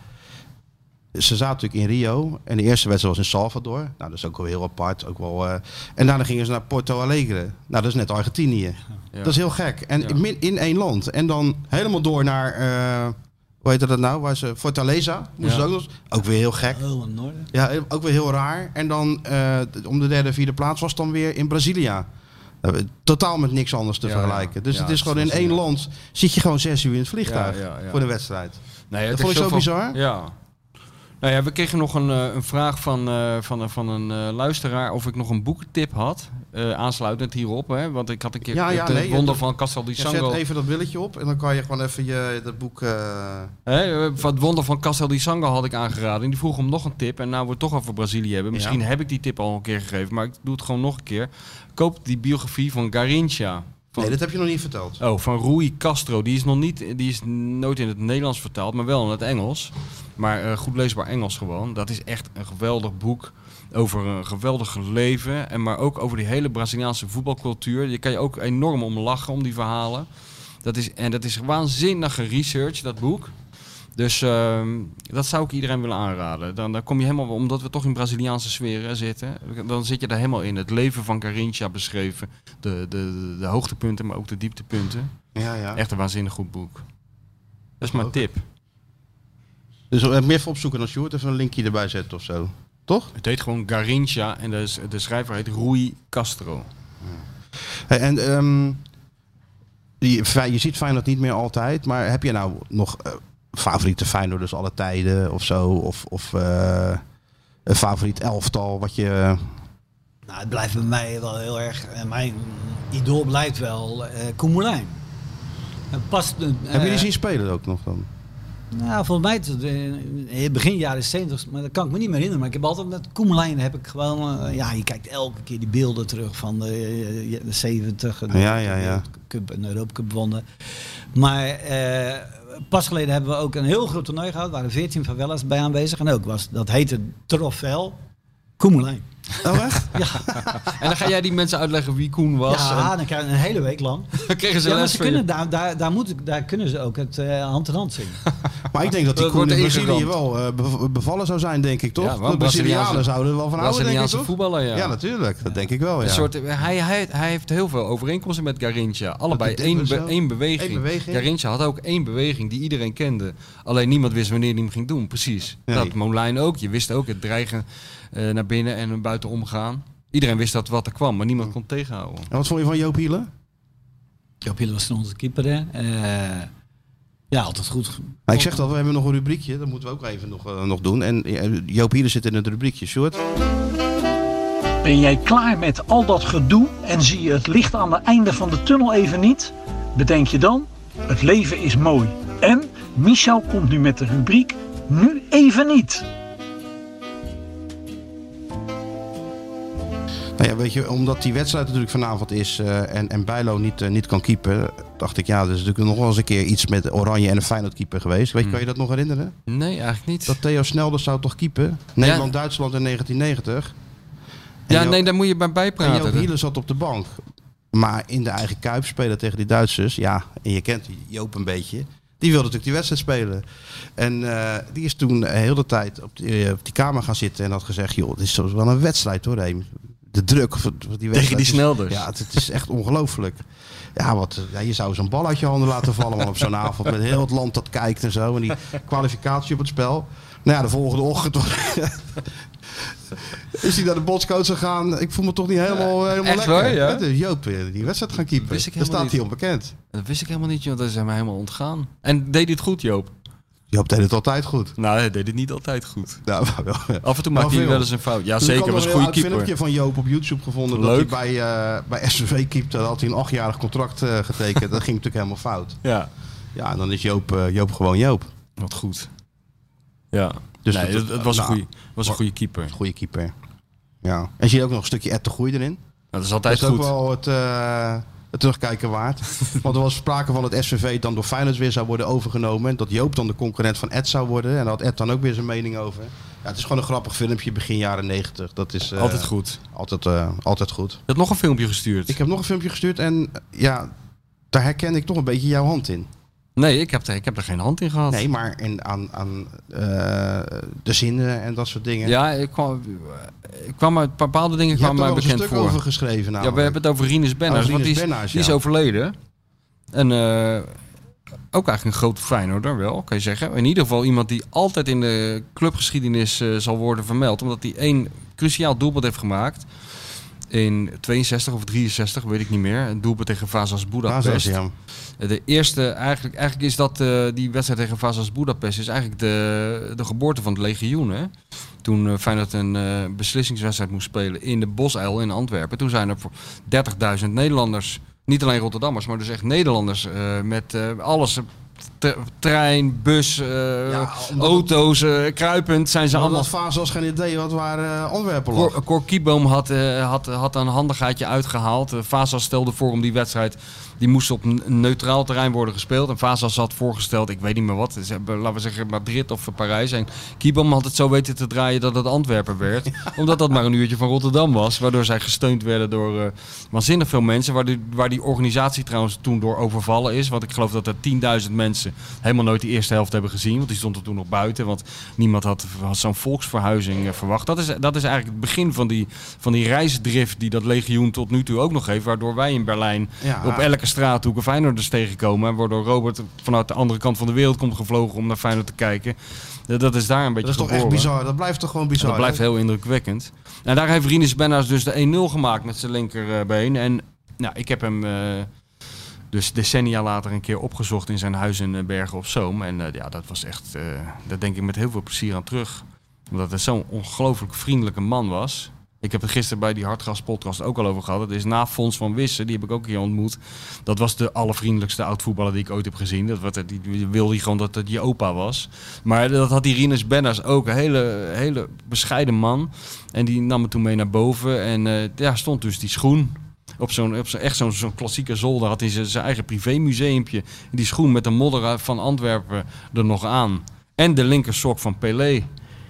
Ze zaten natuurlijk in Rio en de eerste wedstrijd was in Salvador. Nou, dat is ook wel heel apart. Ook wel, uh... En daarna gingen ze naar Porto Alegre. Nou, dat is net Argentinië. Ja. Dat is heel gek. En ja. in, in één land. En dan helemaal door naar... Uh... Hoe heet dat nou? Waar ze Fortaleza moesten ja. ook nog. Ook weer heel gek.
Oh, in Noorden.
Ja, ook weer heel raar. En dan uh, om de derde, vierde plaats was dan weer in Brazilia. Uh, totaal met niks anders te ja, vergelijken. Dus ja, het is gewoon in één ja. land. Zit je gewoon zes uur in het vliegtuig ja, ja, ja. voor de wedstrijd.
Nee,
dat vond ik zo bizar.
Ja. Nou ja, we kregen nog een, een vraag van, uh, van, van een uh, luisteraar of ik nog een boekentip had. Uh, aansluitend hierop, hè? Want ik had een keer
ja, ja,
het
nee,
Wonder van Castel di Sangro.
Zet even dat billetje op en dan kan je gewoon even je, dat boek... Uh...
Hè, van het Wonder van Castel di Sangro had ik aangeraden. En die vroeg om nog een tip. En nou we het toch over Brazilië hebben. Misschien ja. heb ik die tip al een keer gegeven, maar ik doe het gewoon nog een keer. Koop die biografie van Garrincha. Van,
nee, dat heb je nog niet verteld.
Oh, van Rui Castro. Die is nog niet, die is nooit in het Nederlands vertaald, maar wel in het Engels. Maar uh, goed leesbaar Engels gewoon. Dat is echt een geweldig boek over een geweldig leven. En maar ook over die hele Braziliaanse voetbalcultuur. Je kan je ook enorm om lachen, om die verhalen. Dat is, en dat is waanzinnige research, dat boek. Dus uh, dat zou ik iedereen willen aanraden. Dan, dan kom je helemaal, omdat we toch in Braziliaanse sfeer zitten, dan zit je daar helemaal in. Het leven van Garrincha beschreven. De, de, de, de hoogtepunten, maar ook de dieptepunten.
Ja, ja.
Echt een waanzinnig goed boek. Dat is mijn tip.
Dus meer even opzoeken dan Sjoerd, even een linkje erbij zetten of zo. Toch?
Het heet gewoon Garrincha en de, de schrijver heet Rui Castro.
Ja. Hey, en um, Je, je ziet Feyenoord niet meer altijd, maar heb je nou nog uh, favoriete Feyenoorders alle tijden of zo? Of, of uh, een favoriet elftal wat je... Uh...
Nou, het blijft bij mij wel heel erg... Uh, mijn idool blijft wel uh, Koen Moulijn. Past, uh,
heb je die zien spelen ook nog dan?
Nou, volgens mij in het begin jaren zeventig, maar dat kan ik me niet meer herinneren. Maar ik heb altijd met Koen Moulijn heb ik gewoon... Uh, ja, je kijkt elke keer die beelden terug van de, de zeventig. De,
ja, ja, ja.
De Cup en de Europa Cup wonnen. Maar uh, pas geleden hebben we ook een heel groot toernooi gehad. Er waren veertien favelas bij aanwezig. En ook was, dat heette Trofel Koen Moulijn.
Oh echt?
Ja.
En dan ga jij die mensen uitleggen wie Koen was.
Ja,
en...
dan krijg je een hele week lang.
Dan kregen ze
ja,
les
maar ze
van
kunnen,
je.
daar, daar, daar, moet ik, daar kunnen ze ook het uh, hand in hand zingen.
Maar ik denk dat die
Dat
Koen
wordt
in Brazilië
ingeramd.
wel uh, bev- bevallen zou zijn, denk ik, toch?
Ja, want
de Brazilianen
Braziliaanse-
zouden er wel van houden, denk ik,
Braziliaanse
toch?
voetballer, ja.
Ja, natuurlijk. Dat denk ik wel, ja.
Een soort, hij, hij, hij heeft heel veel overeenkomsten met Garrincha. Allebei
Dat
één,
dit
be,
was zo.
één beweging.
Eén beweging.
Garrincha had ook één beweging die iedereen kende. Alleen niemand wist wanneer hij hem ging doen, precies.
Nee.
Dat Moulijn ook. Je wist ook het dreigen uh, naar binnen en buiten omgaan. Iedereen wist dat wat er kwam, maar niemand kon tegenhouden.
En wat vond je van Joop Hielen?
Joop Hielen was toen onze keeper, hè. Uh, ja, altijd goed.
Nou, ik zeg dat, we hebben nog een rubriekje. Dat moeten we ook even nog, uh, nog doen. En uh, Joop Hielen zit in het rubriekje. Sjoerd?
Ben jij klaar met al dat gedoe en zie je het licht aan het einde van de tunnel even niet? Bedenk je dan, het leven is mooi. En Michel komt nu met de rubriek Nu even niet.
Nou ja, weet je, omdat die wedstrijd natuurlijk vanavond is uh, en, en Bijlo niet, uh, niet kan keepen, dacht ik, ja, er is natuurlijk nog wel eens een keer iets met Oranje en een Feyenoord keeper geweest. Weet je, kan je dat nog herinneren?
Nee, eigenlijk niet.
Dat Theo Snelders zou toch keepen? Nederland-Duitsland in negentien negentig. En
ja,
Joop,
nee, daar moet je bij
en
bijpraten.
Joop Hielen zat op de bank. Maar in de eigen Kuip spelen tegen die Duitsers, ja, en je kent Joop een beetje, die wilde natuurlijk die wedstrijd spelen. En uh, die is toen uh, heel de tijd op die, uh, op die kamer gaan zitten en had gezegd, joh, dit is wel een wedstrijd hoor, Reem. De druk van die wedstrijd.
Tegen die Snelders.
Ja, het, het is echt ongelooflijk. Ja, wat, ja, je zou zo'n bal uit je handen laten vallen man, op zo'n avond. Met heel het land dat kijkt en zo. En die kwalificatie op het spel. Nou ja, de volgende ochtend is hij naar de bondscoach gegaan. Ik voel me toch niet helemaal, helemaal
Echt
lekker.
waar, ja?
Dus Joop die wedstrijd gaan keepen.
Wist ik
Daar
helemaal
staat hij
niet.
onbekend.
Dat wist ik helemaal niet, joh. Dat is hem helemaal ontgaan. En deed hij het goed, Joop?
Joop deed het altijd goed.
Nou, hij deed het niet altijd goed.
Nou, maar wel.
Af en toe
Nou,
maakte hij
veel.
wel eens een fout. Ja,
Dus ik
zeker.
had
Was
nog
een
een
goede
heel oud
keeper.
filmpje van Joop op YouTube gevonden.
Leuk.
Dat hij bij, uh, bij S V V keepte. Daar had hij een achtjarig contract uh, getekend. Dat ging natuurlijk helemaal fout.
Ja,
Ja, en dan is Joop, uh, Joop gewoon Joop.
wat goed. Ja,
Dus
nee,
dat-
het, het was, een
nou,
goede, was een goede keeper.
Goeie keeper. Ja. En zie je ook nog een stukje Ed de Goeie erin.
Nou, dat is
Dat
altijd
is ook
goed.
wel het, uh, het terugkijken waard. Want er was sprake van dat S V V dan door Feyenoord weer zou worden overgenomen. En dat Joop dan de concurrent van Ed zou worden. En daar had Ed dan ook weer zijn mening over. Ja, het is gewoon een grappig filmpje begin jaren negentig. Dat is uh,
Altijd goed.
Altijd, uh, altijd goed.
Je had nog een filmpje gestuurd.
Ik heb nog een filmpje gestuurd en uh, ja, daar herken ik toch een beetje jouw hand in.
Nee, ik heb, er, ik heb er geen hand in gehad.
Nee, maar in, aan, aan uh, de zinnen en dat soort dingen.
Ja, ik kwam, ik kwam uit bepaalde dingen
Je hebt
kwamen
er
mij
wel eens een
bekend
stuk
voor.
over geschreven
Ja,
namelijk.
we hebben het over Rinus Benners,
Oh,
want
Rinus
die is,
Benners,
die is
ja.
overleden. En uh, ook eigenlijk een grote Feyenoorder wel, kan je zeggen. In ieder geval iemand die altijd in de clubgeschiedenis uh, zal worden vermeld. Omdat hij één cruciaal doelpunt heeft gemaakt. In tweeënzestig of drieënzestig, weet ik niet meer. Een doelpunt tegen Vasas Budapest.
Ja.
De eerste, eigenlijk, eigenlijk is dat uh, die wedstrijd tegen Vasas Budapest is eigenlijk de, de geboorte van het legioen. Hè? Toen uh, Feyenoord een uh, beslissingswedstrijd moest spelen in de Bosuil in Antwerpen. Toen zijn er voor dertigduizend Nederlanders, niet alleen Rotterdammers, maar dus echt Nederlanders uh, met uh, alles. T- trein, bus, uh,
Ja, omdat
auto's, uh, kruipend zijn ze
Allemaal
allemaal.
dat Fase als geen idee had waar uh, Antwerpen lag.
Cor, Cor Kieboom had, uh, had, had een handigheidje uitgehaald. Uh, Vasas stelde voor om die wedstrijd, die moest op een neutraal terrein worden gespeeld. En Vasas had voorgesteld, ik weet niet meer wat, ze hebben, laten we zeggen Madrid of Parijs. En Kieboom had het zo weten te draaien dat het Antwerpen werd. Ja. Omdat dat maar een uurtje van Rotterdam was. Waardoor zij gesteund werden door uh, waanzinnig veel mensen. Waar die, waar die organisatie trouwens toen door overvallen is. Want ik geloof dat er tienduizend mensen helemaal nooit die eerste helft hebben gezien. Want die stond er toen nog buiten. Want niemand had, had zo'n volksverhuizing uh, verwacht. Dat is, dat is eigenlijk het begin van die, van die reisdrift die dat legioen tot nu toe ook nog heeft. Waardoor wij in Berlijn
Ja.
op elke straathoek een Feyenoorders tegenkomen. Waardoor Robert vanuit de andere kant van de wereld komt gevlogen om naar Feyenoord te kijken. Dat is daar een beetje
Dat is toch
geboren.
echt bizar. Dat blijft toch gewoon bizar.
Dat blijft
hè?
heel indrukwekkend. En daar heeft Rinus Benners dus de één nul gemaakt met zijn linkerbeen. En nou, ik heb hem uh, Dus decennia later een keer opgezocht in zijn huis in Bergen op Zoom. En uh, ja, dat was echt, uh, daar denk ik met heel veel plezier aan terug. Omdat het zo'n ongelooflijk vriendelijke man was. Ik heb het gisteren bij die Hartgras podcast ook al over gehad. Het is na Fons van Wissen, die heb ik ook een keer ontmoet. Dat was de allervriendelijkste oud-voetballer die ik ooit heb gezien. Dat was, die wilde hij gewoon dat het je opa was. Maar dat had die Rinus Benners ook. Een hele, hele bescheiden man. En die nam me toen mee naar boven. En uh, ja, stond dus die schoen. Op zo'n, op zo'n, echt zo'n, zo'n klassieke zolder had hij zijn, zijn eigen privémuseumpje. Die schoen met de modder van Antwerpen er nog aan. En de linkersok van Pelé.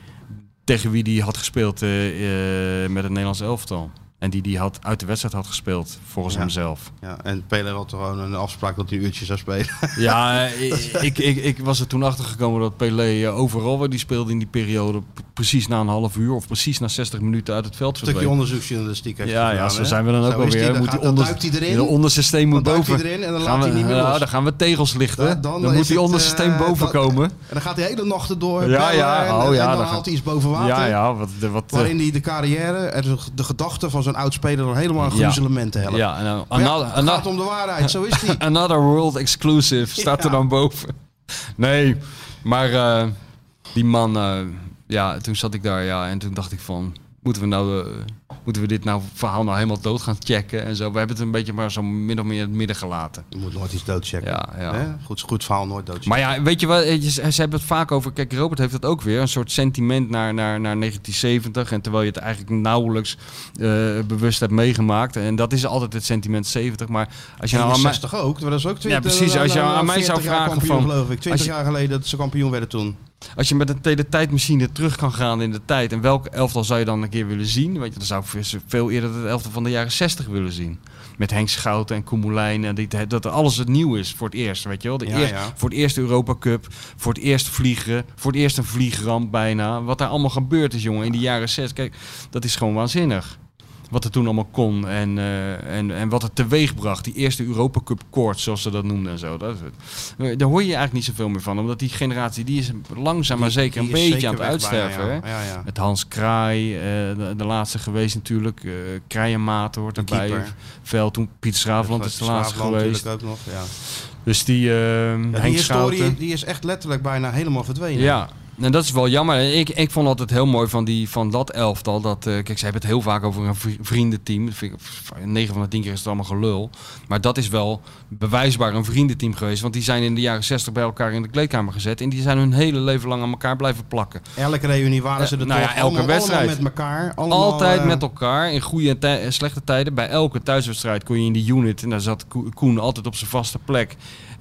Tegen wie die had gespeeld uh, uh, met het Nederlands elftal. En die die had uit de wedstrijd had gespeeld, volgens
ja.
hemzelf.
Ja, en Pelé had gewoon een afspraak dat hij een uurtje zou spelen.
Ja, ik, ik, ik was er toen achter gekomen dat Pelé overal waar die speelde in die periode... precies na een half uur of precies na zestig minuten uit het veld verdween.
Een stukje onderzoeksjournalistiek heeft
Ja,
gedaan,
ja, zo
hè?
zijn we dan ook
Zo is
alweer.
die,
Moet
gaat,
die onder,
dan duikt hij erin.
de onderste steen moet
Dan duikt
boven.
hij erin en dan
gaan
laat
we,
hij niet meer
ja,
los.
dan gaan we tegels lichten.
Da-
Dan,
dan
dan
is
moet die
het,
onderste steen
uh,
boven
dat-
komen.
En dan gaat hij hele nachten door.
Ja,
bellen
ja.
En,
Oh,
en
ja,
dan
dan
haalt
gaat-
hij iets boven water.
Ja, ja. Wat, de, wat,
Waarin hij de carrière en de, de gedachten van zo'n oud-speler dan helemaal aan
Ja.
gruzelementen helpt.
ja, en dan,
Maar ja,
another,
het
another,
gaat om de waarheid, zo is die.
another world exclusive staat er
Ja.
dan boven. Nee, maar uh, die man, uh, ja, toen zat ik daar, ja, en toen dacht ik van, moeten we nou, uh, moeten we dit nou verhaal nou helemaal dood gaan checken en zo. We hebben het een beetje maar zo min of meer in het midden gelaten.
Je moet nooit iets doodchecken.
Ja, ja.
Hè? Goed, goed verhaal, nooit doodchecken.
Maar ja, weet je wat, ze ze hebben het vaak over, kijk, Robert heeft het ook weer, een soort sentiment naar, naar, naar negentien zeventig. En terwijl je het eigenlijk nauwelijks uh, bewust hebt meegemaakt. En dat is altijd het sentiment zeventig. Maar als je nou aan mij...
zestig ook, dat was ook twintig,
Ja, precies, als je aan mij zou
veertig jaar
vragen
kampioen,
van-
geloof ik. twintig
als je-
jaar geleden dat ze kampioen werden toen.
Als je met een teletijdmachine terug kan gaan in de tijd... en welk elftal zou je dan een keer willen zien? Weet je, dan zou ik veel eerder het elftal van de jaren zestig willen zien. Met Henk Schouten en Koemelijn. En die, dat er alles het nieuw is voor het eerst, weet je wel. De
Ja,
eerst,
ja.
Voor het eerst de Europa Cup. Voor het eerst vliegen. Voor het eerst een vliegramp bijna. Wat daar allemaal gebeurd is, jongen, in de jaren zestig. Kijk, dat is gewoon waanzinnig. Wat er toen allemaal kon en, uh, en, en wat het teweeg bracht. Die eerste Europa Cup koorts, zoals ze dat noemden en zo. Dat, daar hoor je eigenlijk niet zoveel meer van. Omdat die generatie, die is langzaam maar zeker
Die
een
is
beetje
zeker
aan het
weg
uitsterven.
bijna,
hè?
ja. Ja, ja.
Met Hans Kraai, uh, de, de laatste geweest natuurlijk. Uh, Krijematen hoort
De
erbij.
keeper.
Veld, toen Pieter Schraafland is de laatste
Schraafland
geweest.
natuurlijk ook nog, ja.
Dus die uh,
Ja, die
Henk
historie
Schouten.
die is echt letterlijk bijna helemaal verdwenen.
Ja, en dat is wel jammer. Ik, ik vond altijd heel mooi van, die, van dat elftal. Dat, uh, kijk, ze hebben het heel vaak over een vri- vriendenteam. Dat vind ik, negen van de tien keer is het allemaal gelul. Maar dat is wel bewijsbaar een vriendenteam geweest. Want die zijn in de jaren zestig bij elkaar in de kleedkamer gezet. En die zijn hun hele leven lang aan elkaar blijven plakken.
Elke reunie waren ze er
Uh, nou
toch
ja, elke
allemaal,
wedstrijd.
allemaal met elkaar. Allemaal,
Altijd
eh,
met elkaar, in goede en tij- en slechte tijden. Bij elke thuiswedstrijd kon je in die unit. En daar zat Ko- Koen altijd op zijn vaste plek.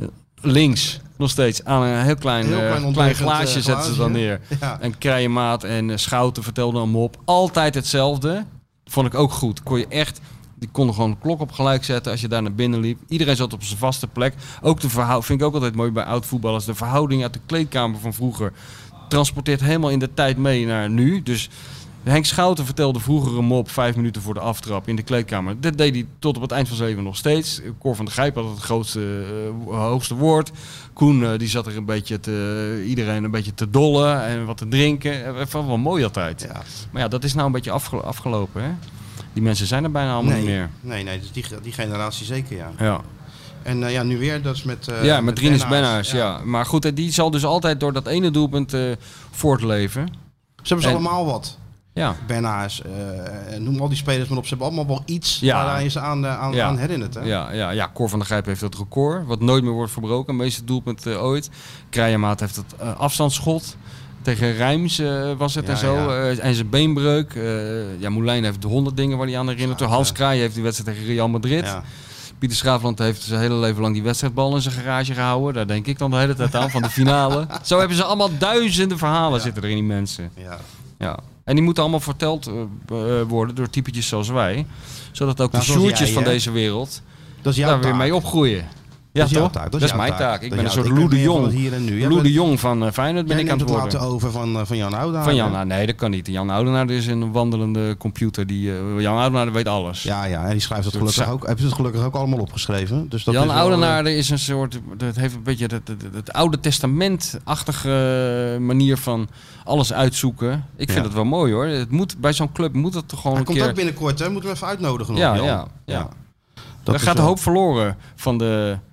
Links, nog steeds, aan een heel klein,
Heel
eh,
klein
klein
ontbrekend,
glaasje
eh,
zetten ze dan
glaasje.
neer.
Ja.
En Krijemaat en uh, Schouten vertelden hem op. Altijd hetzelfde. Vond ik ook goed. Kon je echt, die konden gewoon de klok op gelijk zetten als je daar naar binnen liep. Iedereen zat op zijn vaste plek. Ook de verhouding, vind ik ook altijd mooi bij oud-voetballers. De verhouding uit de kleedkamer van vroeger transporteert helemaal in de tijd mee naar nu. Dus Henk Schouten vertelde vroeger een mop vijf minuten voor de aftrap in de kleedkamer. Dat deed hij tot op het eind van zijn leven nog steeds. Cor van der Gijp had het grootste, uh, hoogste woord. Koen uh, die zat er een beetje te, uh, iedereen een beetje te dollen en wat te drinken. Uh, vond wel mooi altijd.
Ja.
Maar ja, dat is nou een beetje afge- afgelopen. Hè? Die mensen zijn er bijna allemaal
Nee,
niet meer.
nee, nee, dus die, die generatie zeker, ja.
Ja,
En uh, ja, nu weer, dat is met... Uh,
ja met Rinus
Bennaars,
Bennaars. Ja. Maar goed, uh, die zal dus altijd door dat ene doelpunt uh, voortleven.
Ze hebben ze
En-
allemaal wat.
Ja.
Bennaars, uh, noem al die spelers maar op. Ze hebben allemaal wel iets
Ja.
waar je ze aan, uh, aan,
Ja.
aan herinnert. Hè?
Ja, ja, ja, Cor van der Gijp heeft dat record, wat nooit meer wordt verbroken. Het meeste doelpunt uh, ooit. Krijemaat heeft het uh, afstandsschot. Tegen Rijms uh, was het
Ja,
en zo.
ja.
Uh, en zijn beenbreuk. Uh, ja, Moulijn heeft de honderd dingen waar hij aan herinnert.
Ja,
Hans
ja.
Kraai heeft die wedstrijd tegen Real Madrid.
Ja.
Pieter Schraafland heeft zijn hele leven lang die wedstrijdbal in zijn garage gehouden. Daar denk ik dan de hele tijd aan, van de finale. Zo hebben ze allemaal duizenden verhalen
Ja.
zitten er in die mensen.
Ja.
Ja. En die moeten allemaal verteld uh, uh, worden door typetjes zoals wij. Zodat ook
Nou,
de
zoals
Sjoertjes
jij,
van
hè?
deze wereld
Dat is jouw
daar weer
taak.
mee opgroeien. Ja,
Dat is jouw
toch?
taak,
Dat is
jouw
mijn taak. Ik
Dat
ben
is
een
jouw-
soort Lou de
ben meer van het
Jong.
hier en nu. Jij
Lou de
bent-
Jong van uh, Feyenoord ben
Jij
ik aan
neemt
het
het
worden.
laten over van, uh, van Jan Ouda.
Van Jan, nou, nee, dat kan niet. Jan Oudenaar is een wandelende computer. Die, uh, Jan Oudenaar weet alles.
Ja, ja, en die schrijft het
Soort
gelukkig
za-
ook. Heb je het gelukkig ook allemaal opgeschreven? Dus dat
Jan
is wel,
Oudenaar is een soort, dat heeft een beetje het, het, het Oude Testament-achtige manier van alles uitzoeken. Ik vind
Ja.
het wel mooi hoor. Het moet, bij zo'n club moet het toch gewoon
Hij
een
komt
keer...
ook binnenkort, hè? Moeten we even uitnodigen nog,
Ja,
Jan.
ja, ja.
Dat
Er
is
gaat
wel-
hoop verloren van de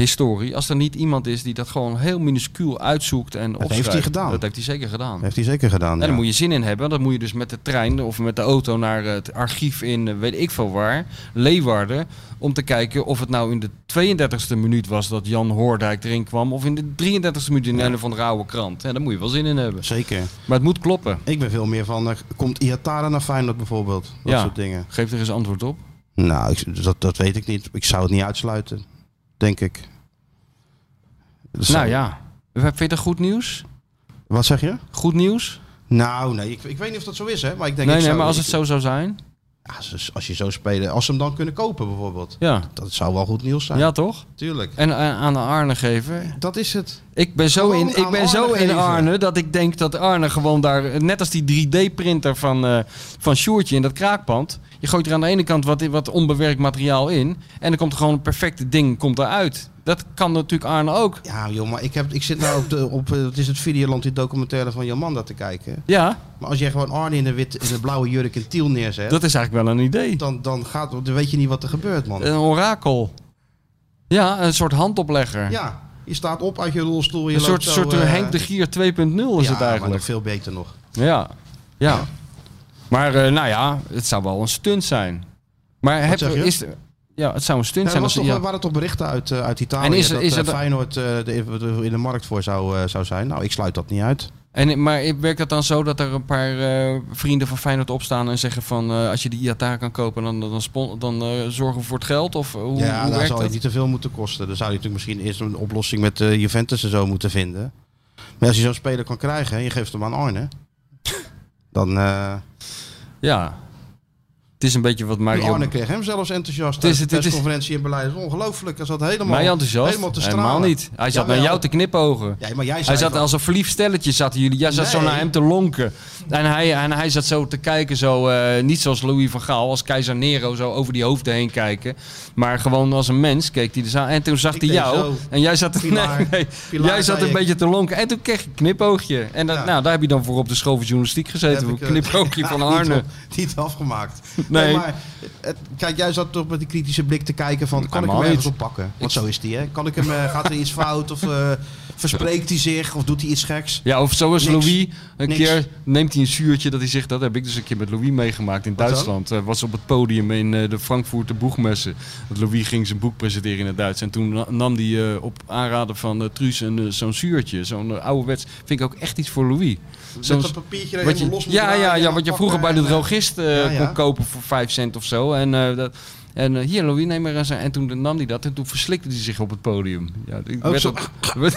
historie, als er niet iemand is die dat gewoon heel minuscuul uitzoekt en opschrijft.
heeft hij gedaan.
Dat heeft hij zeker gedaan.
Heeft hij zeker gedaan,
En
ja.
daar moet je zin in hebben. Dan moet je dus met de trein of met de auto naar het archief in, uh, weet ik veel waar, Leeuwarden, om te kijken of het nou in de tweeëndertigste minuut was dat Jan Hoordijk erin kwam, of in de drieëndertigste minuut in een van de oude krant. Ja, daar moet je wel zin in hebben.
Zeker.
Maar het moet kloppen.
Ik ben veel meer van, uh, komt Iatara naar Feyenoord bijvoorbeeld? Dat
Ja.
soort dingen.
Geef er eens antwoord op.
Nou, ik, dat, dat weet ik niet. Ik zou het niet uitsluiten, denk ik. Dat zou-
Nou ja, vind je dat goed nieuws?
Wat zeg je?
Goed nieuws?
Nou, nee, ik, ik weet niet of dat zo is, hè. Maar ik denk
Nee,
ik
nee,
zou,
maar als het
ik-
zo zou zijn.
Ja, als, als je zo spelen, als ze hem dan kunnen kopen bijvoorbeeld.
Ja,
Dat zou wel goed nieuws zijn.
ja toch?
Tuurlijk.
En uh, aan Arne geven.
Dat is het.
Ik ben zo,
Gewoon
in, ik
aan
ben zo
Arne
in
geven.
Arne dat ik denk dat Arne gewoon daar, net als die drie D-printer van, uh, van Sjoerdje in dat kraakpand. Je gooit er aan de ene kant wat, wat onbewerkt materiaal in. En dan komt er gewoon een perfecte ding komt eruit. Dat kan natuurlijk Arne ook.
Ja, joh, maar ik, heb, ik zit nou op, de, op uh, het is het Videoland, die documentaire van Jomanda te kijken.
Ja,
Maar als je gewoon Arne in de, wit, in de blauwe jurk en tiel neerzet,
dat is eigenlijk wel een idee.
dan, dan, gaat, dan weet je niet wat er gebeurt, man.
Een orakel. Ja, een soort handoplegger.
Ja, je staat op uit je rolstoel. Je
een
loopt
soort,
zo,
soort
uh,
Henk de Gier twee punt nul is
ja,
het
maar
eigenlijk.
nog veel beter nog.
Ja, ja. Maar uh, nou ja, het zou wel een stunt zijn. Maar heb,
zeg je?
is, ja, het zou een stunt
Ja, er
zijn.
was
Als,
toch,
ja.
waren toch berichten uit, uh, uit Italië
En is er-
dat
is er
uh,
da-
Feyenoord uh, de, in de markt voor zou, uh, zou zijn? Nou, ik sluit dat niet uit.
En, maar werkt dat dan zo dat er een paar uh, vrienden van Feyenoord opstaan en zeggen van uh, als je die Iatara kan kopen, dan, dan, spon- dan uh, zorgen we voor het geld? Of uh, hoe,
ja,
hoe
daar
werkt
zal
dat?
het niet te veel moeten kosten. Dan zou je natuurlijk misschien eerst een oplossing met uh, Juventus en zo moeten vinden. Maar als je zo'n speler kan krijgen en je geeft hem aan Arne, dan... Uh,
Ja, het is een beetje wat Mario...
Arne kreeg hem zelfs enthousiast.
Het is-
Het is,
het is-
persconferentie in Beleid. Ongelooflijk. Hij zat helemaal,
Mij enthousiast?
helemaal te stralen.
Helemaal niet. Hij zat
Jawel.
naar jou te knipogen.
Ja, maar jij zei
Hij zat
van-
als een verliefd stelletje, zaten jullie. Jij zat zo
Nee.
naar hem te lonken. En hij, en hij zat zo te kijken, zo, uh, niet zoals Louis van Gaal, als keizer Nero, zo over die hoofden heen kijken. Maar gewoon als een mens keek hij dus aan. En toen zag
Ik
hij
deed
jou.
zo.
En jij zat,
Pilaar.
nee, nee.
Pilaar
jij zat
zei
een
ik.
beetje te lonken. En toen kreeg je een knipoogje. En dat,
Ja.
nou, daar heb je dan voor op de school van journalistiek gezeten.
heb ik,
Een
uh,
knipoogje van
niet
Arne.
op- Niet afgemaakt.
Nee.
maar het, kijk, jij zat toch met die kritische blik te kijken van, kan ik hem
Helemaal
ergens
niet.
op pakken? Want zo is die, hè? Kan ik hem, uh, gaat er iets fout of uh, verspreekt hij zich of doet hij iets geks?
Ja, of zoals
Niks.
Louis, een
Niks.
keer neemt hij een zuurtje dat hij zegt, dat heb ik dus een keer met Louis meegemaakt in
Wat dan?
Duitsland. Uh, was op het podium in uh, de Frankfurter Boegmesse. Dat Louis ging zijn boek presenteren in het Duits. En toen na- nam hij uh, op aanraden van uh, Truus een, uh, zo'n zuurtje. Zo'n uh, ouderwets, vind ik ook echt iets voor Louis. Zo'n-
Met dat papiertje er
wat je,
helemaal los moet
ja,
draaien
ja,
en
ja,
dan
wat je
pakken
vroeger bij de
en, uh,
drogist uh,
ja, ja.
kon kopen voor vijf cent of zo. En, uh, dat, en uh, hier, Louis, neem maar eens. En toen nam hij dat en toen verslikte hij zich op het podium. Ja, ik
Oh,
werd,
zo-
dat, werd,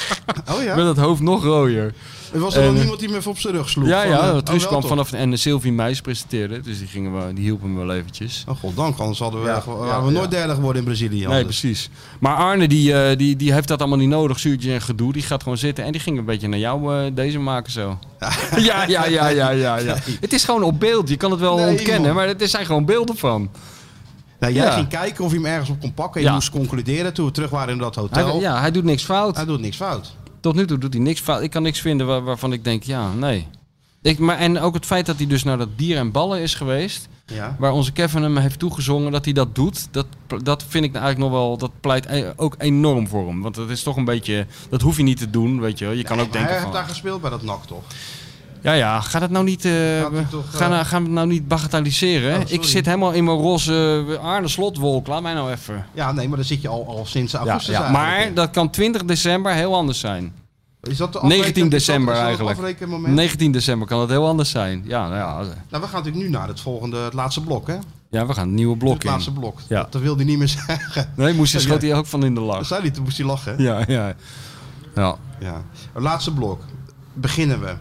Oh ja?
werd het hoofd nog rooier.
Er was er nog
en,
niemand die me even op zijn rug sloeg?
Ja,
Van,
ja,
uh,
uh,
oh,
Truus
wel
kwam
toch?
vanaf en Sylvie Meijs presenteerde, dus die, gingen we, die hielpen me wel eventjes.
Oh goddank, anders hadden we,
Ja,
gewoon-
ja,
hadden we
ja.
nooit derde geworden in Brazilië.
Nee,
anders.
precies. Maar Arne, die, uh, die, die heeft dat allemaal niet nodig, zuurtje en gedoe. Die gaat gewoon zitten en die ging een beetje naar jou uh, deze maken zo. Ja, ja, ja, ja, ja, ja. Het is gewoon op beeld, je kan het wel
Nee,
ontkennen,
man.
maar er zijn gewoon beelden van.
Nou, jij
Ja.
ging kijken of je hem ergens op kon pakken. Je
Ja.
moest concluderen toen we terug waren in dat hotel.
Hij, ja, hij doet niks fout.
Hij doet niks fout.
Tot nu toe doet hij niks fout. Ik kan niks vinden waar, waarvan ik denk, ja, nee. Ik, maar, en ook het feit dat hij dus naar dat bier en ballen is geweest,
Ja.
waar onze Kevin hem heeft toegezongen dat hij dat doet, dat, dat vind ik nou eigenlijk nog wel, dat pleit e- ook enorm voor hem. Want dat is toch een beetje, dat hoef je niet te doen, weet je wel. Je kan
Ja,
ook
maar
denken
hij
van,
heeft daar gespeeld bij dat N A C toch?
ja ja, ga dat nou niet, uh,
Gaat hij toch,
ga,
uh,
nou, ga het nou niet bagatelliseren.
Oh,
ik
sorry.
zit helemaal in mijn roze uh, Arne Slotwolk, laat mij nou even.
Ja, nee, maar dan zit je al, al sinds
Ja,
augustus
ja,
eigenlijk.
maar dat kan twintig december heel anders zijn.
Is dat de
negentien
afreken-
december
is dat, is dat
eigenlijk.
het afrekenmoment?
negentien december kan het heel anders zijn. Ja, nou ja,
Nou, we gaan natuurlijk nu naar het volgende, het laatste blok, hè?
ja we gaan het nieuwe blok
het
in.
laatste blok.
Ja.
Dat, dat wilde hij niet meer zeggen.
Nee, moest je
Ja.
schoot hij ook van in de
Dat
lach.
zei hij, toen moest hij lachen.
Ja, ja. Ja.
Ja. Het laatste blok. Beginnen we.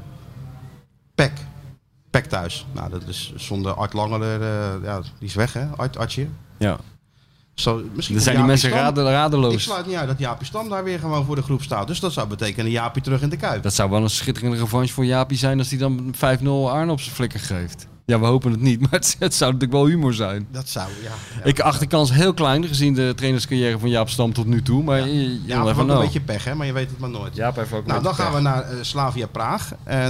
Pek. Pek thuis. Nou, dat is zonder Art Langer, uh, ja, die is weg, hè? Art, Artje.
ja.
Zo, misschien
Dan zijn
komt
die
Jaapie
mensen
Stam.
raden,
Ik
radeloos.
sluit niet uit dat Jaapie Stam daar weer gewoon voor de groep staat. Dus dat zou betekenen Jaapie terug in de Kuip.
Dat zou wel een schitterende revanche voor Jaapie zijn als hij dan vijf nul Arne op zijn flikker geeft. Ja, we hopen het niet, maar het, het zou natuurlijk wel humor zijn.
Dat zou, ja. ja.
Ik acht de kans heel klein, gezien de trainerscarrière van Jaap Stam tot nu toe. Maar je, je
Ja,
never
heeft ook
know.
een beetje pech, hè? Maar je weet het maar nooit.
Jaap heeft ook een
Nou, dan
beetje
gaan we
pech.
naar uh, Slavia Praag. En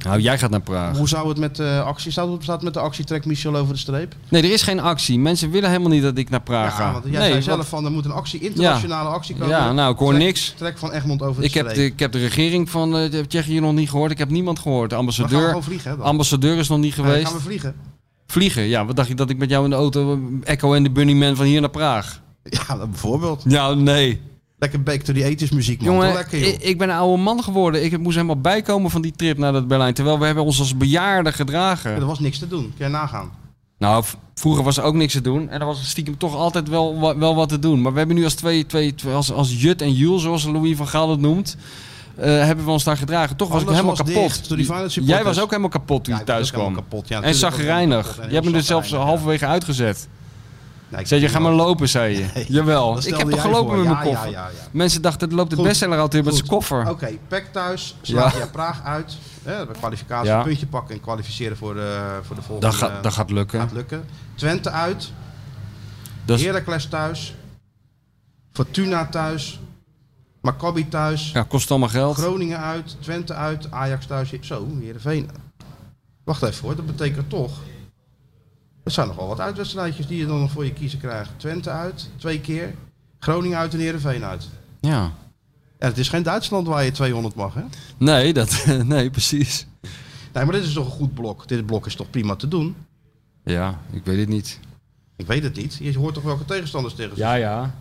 Nou, jij gaat naar Praag.
Hoe zou het met de actie? Staat het, staat het met de actie Trek Michel over de streep?
Nee, er is geen actie. Mensen willen helemaal niet dat ik naar Praag
Ja,
ga.
want jij
nee,
zei zelf
want-
van er moet een actie, internationale actie komen.
Ja, nou, ik hoor
Trek-
niks.
Trek van Egmond over de
Ik heb,
streep.
de, ik heb de regering van uh, Tsjechië nog niet gehoord. Ik heb niemand gehoord. De
We gaan
ambassadeur,
gewoon vliegen, hè, dan.
ambassadeur is nog niet
Ja,
geweest.
gaan we vliegen?
Vliegen, ja. Wat dacht je dat ik met jou in de auto Echo en de Bunnyman van hier naar Praag?
Ja, bijvoorbeeld.
Ja, nee.
Lekker back to the eighties muziek, man.
Jongen,
Toch lekker, joh.
ik, ik ben een oude man geworden. Ik moest helemaal bijkomen van die trip naar dat Berlijn. Terwijl we hebben ons als bejaarden gedragen.
Er was niks te doen. Kun je nagaan.
Nou, v- vroeger was er ook niks te doen. En er was stiekem toch altijd wel, wa- wel wat te doen. Maar we hebben nu als twee, twee, twee als, als Jut en Jules, zoals Louis van Gaal het noemt, uh, hebben we ons daar gedragen. Toch was
Alles
ik helemaal
was
kapot.
dicht door die Feyenoord supporters.
Jij was ook helemaal kapot toen
Ja,
je
ik was
thuis
ook helemaal
kwam.
kapot. Ja,
En
natuurlijk was ik
zagrijnig.
kapot en
Je hebt me
heel
er zelfs
zagrijnig, ja.
halverwege uitgezet.
Nee, ik
Zei je,
zie
ga
wel.
maar lopen, zei je.
Nee,
Jawel.
dat
Ik heb
stelde
toch
jij
gelopen
voor.
met mijn
Ja,
koffer.
ja, ja, ja.
Mensen dachten, er loopt de
Goed.
bestsellerauteur met
Goed.
zijn koffer.
Oké, P E C thuis. Slaat
Ja.
je Praag uit. Hè, bij kwalificatie
Ja.
een puntje pakken en kwalificeren voor de, voor de volgende.
Dat gaat, dat gaat lukken.
gaat lukken. Twente uit.
Dat is,
Heracles thuis. Fortuna thuis. Maccabi thuis.
ja, kost allemaal geld.
Groningen uit. Twente uit. Ajax thuis. Zo, Heerenveen. Wacht even hoor, dat betekent toch... Er zijn nogal wat uitwedstrijdjes die je dan nog voor je kiezen krijgt. Twente uit, twee keer. Groningen uit en Heerenveen uit.
Ja.
En het is geen Duitsland waar je tweehonderd mag, hè?
Nee, dat, nee, precies.
Nee, maar dit is toch een goed blok. Dit blok is toch prima te doen?
Ja, ik weet het niet.
Ik weet het niet. Je hoort toch welke tegenstanders tegen zich?
Ja, ja.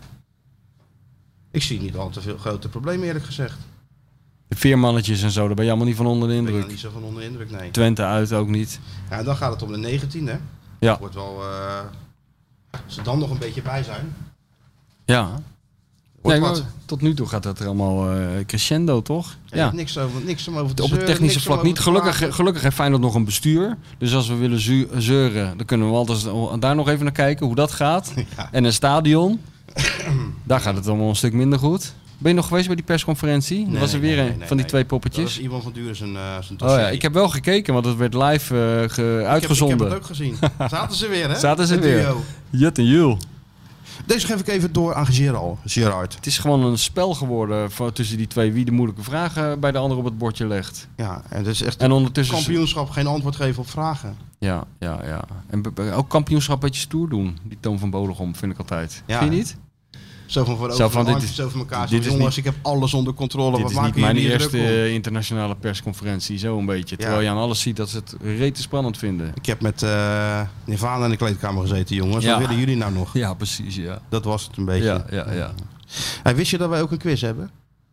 Ik zie niet al te veel grote problemen, eerlijk gezegd.
De veermannetjes en zo, daar ben je allemaal niet van onder de
Ik ben er
indruk.
niet zo van onder de indruk, nee.
Twente uit ook niet.
Ja, dan gaat het om de negentien, hè?
Ja.
Wordt wel... eh, als ze dan nog een beetje bij zijn...
Ja.
Wordt
Nee,
wat.
maar tot nu toe gaat het er allemaal eh, crescendo, toch?
Ja,
Ja.
Niks, over, niks om over te
Op het
zeuren,
technische
niks om
vlak
over
niet.
te
Gelukkig,
praten.
gelukkig heeft Feyenoord nog een bestuur. Dus als we willen zu- zeuren, dan kunnen we altijd daar nog even naar kijken hoe dat gaat.
Ja.
En een stadion, daar gaat het allemaal een stuk minder goed. Ben je nog geweest bij die persconferentie? Er
Nee,
was er
nee,
weer
nee,
een
nee,
van die
nee.
twee
Dat
poppetjes.
is Ivan van Duren zijn, uh, zijn
Oh
dossier.
ja, ik heb wel gekeken, want het werd live uh, ge- uitgezonden.
Ik heb, ik heb het ook gezien. Zaten ze weer, hè?
Zaten ze
Het
weer.
duo.
Jut en Jul.
Deze geef ik even door aan Gerard. Gerard.
Het is gewoon een spel geworden voor, tussen die twee wie de moeilijke vragen bij de ander op het bordje legt.
Ja, en het is echt
En ondertussen...
kampioenschap, geen antwoord geven op vragen.
Ja, ja, ja. En be- be- ook kampioenschap een beetje stoer doen. Die Toon van Bodegom vind ik altijd.
Ja.
Vind je niet?
Zo van voor
Zo
over
van,
de
dit
armpjes
is-
over elkaar.
dit
Zo,
is
jongens,
niet-
ik heb alles onder controle.
Dit
Wat
is
maken
niet mijn
jullie hier
eerste
druk om?
eh, internationale persconferentie, zo een beetje. Terwijl
Ja.
je aan alles ziet dat ze het rete spannend vinden.
Ik heb met uh, Nirvana in de kleedkamer gezeten, jongens.
Ja.
Wat willen jullie nou nog?
Ja, precies, ja.
Dat was het een beetje.
Ja, ja, ja.
Hey, wist je dat wij ook een quiz hebben?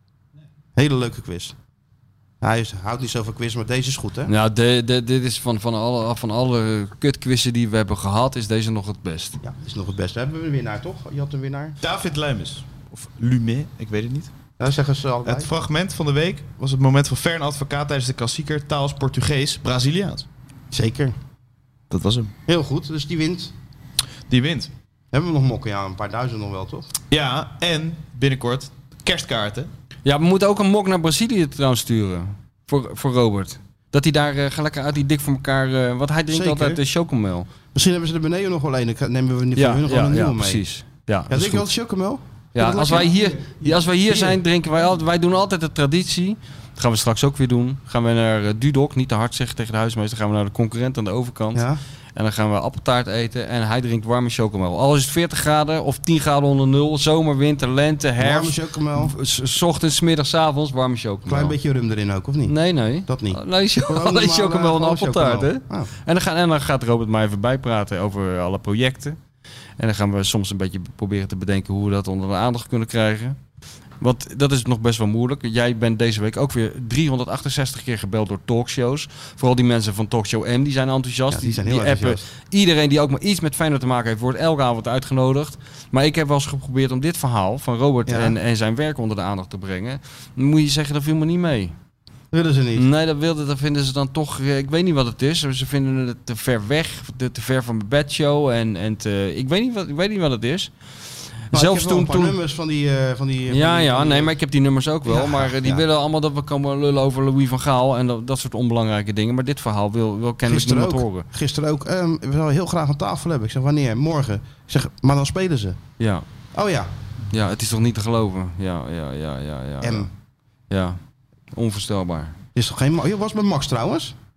Hele leuke quiz. Hij is, houdt niet zo van quiz, maar deze is goed, hè?
Nou, de, de, dit is van, van alle, van alle kutquizzen die we hebben gehad, is deze nog het best.
Ja, dat is nog het beste. Hebben we een winnaar, toch? Je had een winnaar.
David Luimes. Of Lumet, ik weet het niet.
Ja, zeggen ze allebei.
Het fragment van de week was het moment van Fern Advocaat tijdens de klassieker Taals Portugees Braziliaans.
Zeker.
Dat was hem.
Heel goed, dus die wint.
Die wint.
Hebben we nog mokken? Ja, een paar duizend nog wel, toch?
Ja, en binnenkort kerstkaarten.
Ja, we moeten ook een mok naar Brazilië trouwens sturen. Voor, voor Robert. Dat hij daar uh, lekker uit die dik voor elkaar... Uh, want hij drinkt
Zeker.
altijd de chocomel.
Misschien hebben ze er beneden nog wel een. Dan nemen we niet
Ja,
van hun
ja,
gewoon een
ja,
nieuwe mee.
precies. Ja,
Ja,
dat is
drink je
goed.
wel chocomel?
Ja,
dat
als
lekker?
wij hier, ja, als wij hier
Hier.
zijn, drinken wij altijd. Wij doen altijd de traditie. Dat gaan we straks ook weer doen. Gaan we naar uh, Dudok, niet te hard zeggen tegen de huismeester. Gaan we naar de concurrent aan de overkant.
Ja.
En dan gaan we appeltaart eten. En hij drinkt warme chocomel. Al is het veertig graden of tien graden onder nul. Zomer, winter, lente,
Warme
herfst.
chocomel.
S- s ochtends, middags, avonds, warme chocomel.
Klein beetje rum erin ook, of niet?
Nee, nee.
Dat niet.
Alleen, cho-
Gewoon
alleen
normale-
chocomel en
gewoon
appeltaart, hè?
chocomel. Oh.
En dan, gaan, en dan gaat Robert mij even bijpraten over alle projecten. En dan gaan we soms een beetje proberen te bedenken hoe we dat onder de aandacht kunnen krijgen. Want dat is nog best wel moeilijk. Jij bent deze week ook weer driehonderdachtenzestig keer gebeld door talkshows. Vooral die mensen van Talkshow M, die zijn enthousiast.
Ja, die zijn heel
appen.
enthousiast.
Iedereen die ook maar iets met Feyenoord te maken heeft, wordt elke avond uitgenodigd. Maar ik heb wel eens geprobeerd om dit verhaal van Robert
Ja.
en, en zijn werk onder de aandacht te brengen. Dan moet je zeggen, dat viel me niet mee.
Willen ze niet.
Nee, dat wilde, dat vinden ze dan toch... eh, Ik weet niet wat het is. Ze vinden het te ver weg, te, te ver van mijn bedshow. En, en te, ik, weet niet wat, ik weet niet wat het is.
Maar
Zelfs
ik heb wel
toen...
een paar
toen
nummers van die... uh, van die van
ja,
die,
ja,
van die-
nee, maar ik heb die nummers ook wel.
Ja,
maar eh, die
ja.
willen allemaal dat we komen lullen over Louis van Gaal. En dat, dat soort onbelangrijke dingen. Maar dit verhaal wil, wil kennelijk
Gisteren
niemand
ook.
horen.
Gisteren ook. Um, we zouden heel graag aan tafel hebben. Ik zeg, wanneer? Morgen. Ik zeg, maar dan spelen ze.
Ja.
Oh ja.
Ja, het is toch niet te geloven? Ja, ja, ja, ja. ja,
M.
ja. Ja, onvoorstelbaar.
Is toch geen... Ma- Je was met Max trouwens?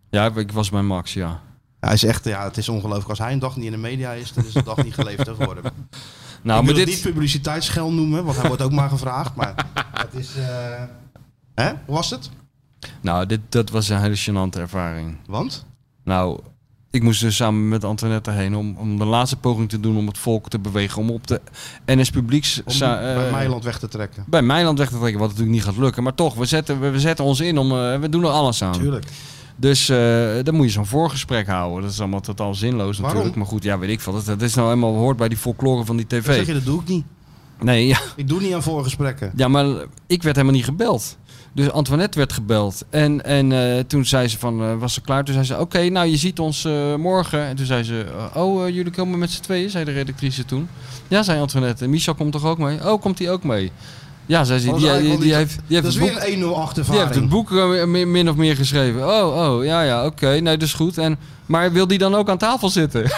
Ja, ik was bij Max, ja.
Ja, hij is echt, ja, het is ongelooflijk. Als hij een dag niet in de media is, dan is de dag niet geleefd voor hem.
Nou,
ik
maar
wil
dit...
het niet publiciteitsschel noemen, want hij wordt ook maar gevraagd. Maar het is... Uh... Hè? Hoe was het?
Nou, dit, dat was een hele gênante ervaring.
Want?
Nou, ik moest dus samen met Antoinette heen om, om de laatste poging te doen om het volk te bewegen. Om op de N S Publieks...
Om
sa-
bij
uh,
Meiland weg te trekken.
Bij Meiland weg te trekken, wat natuurlijk niet gaat lukken. Maar toch, we zetten, we, we zetten ons in om... Uh, we doen er alles aan.
Tuurlijk.
Dus uh, dan moet je zo'n voorgesprek houden. Dat is allemaal totaal zinloos natuurlijk.
Waarom?
Maar goed, ja, weet ik veel. Dat, dat is nou helemaal hoort bij die folklore van die tv.
Dan zeg je, dat doe ik niet.
Nee, ja.
Ik doe niet aan voorgesprekken.
Ja, maar ik werd helemaal niet gebeld. Dus Antoinette werd gebeld. En, en uh, toen zei ze van, uh, was ze klaar? Toen zei ze, oké, okay, nou je ziet ons uh, morgen. En toen zei ze, uh, oh, uh, jullie komen met z'n tweeën, zei de redactrice toen. Ja, zei Antoinette. En Michel komt toch ook mee? Oh, komt hij ook mee? Ja, zei ze, die, die, die, die heeft, die heeft
dat is
het boek,
weer een één nul achtervaring.
Die heeft het boek uh, min of meer geschreven. Oh, oh, ja, ja, oké, okay, nee, dat is goed. En, maar wil die dan ook aan tafel zitten?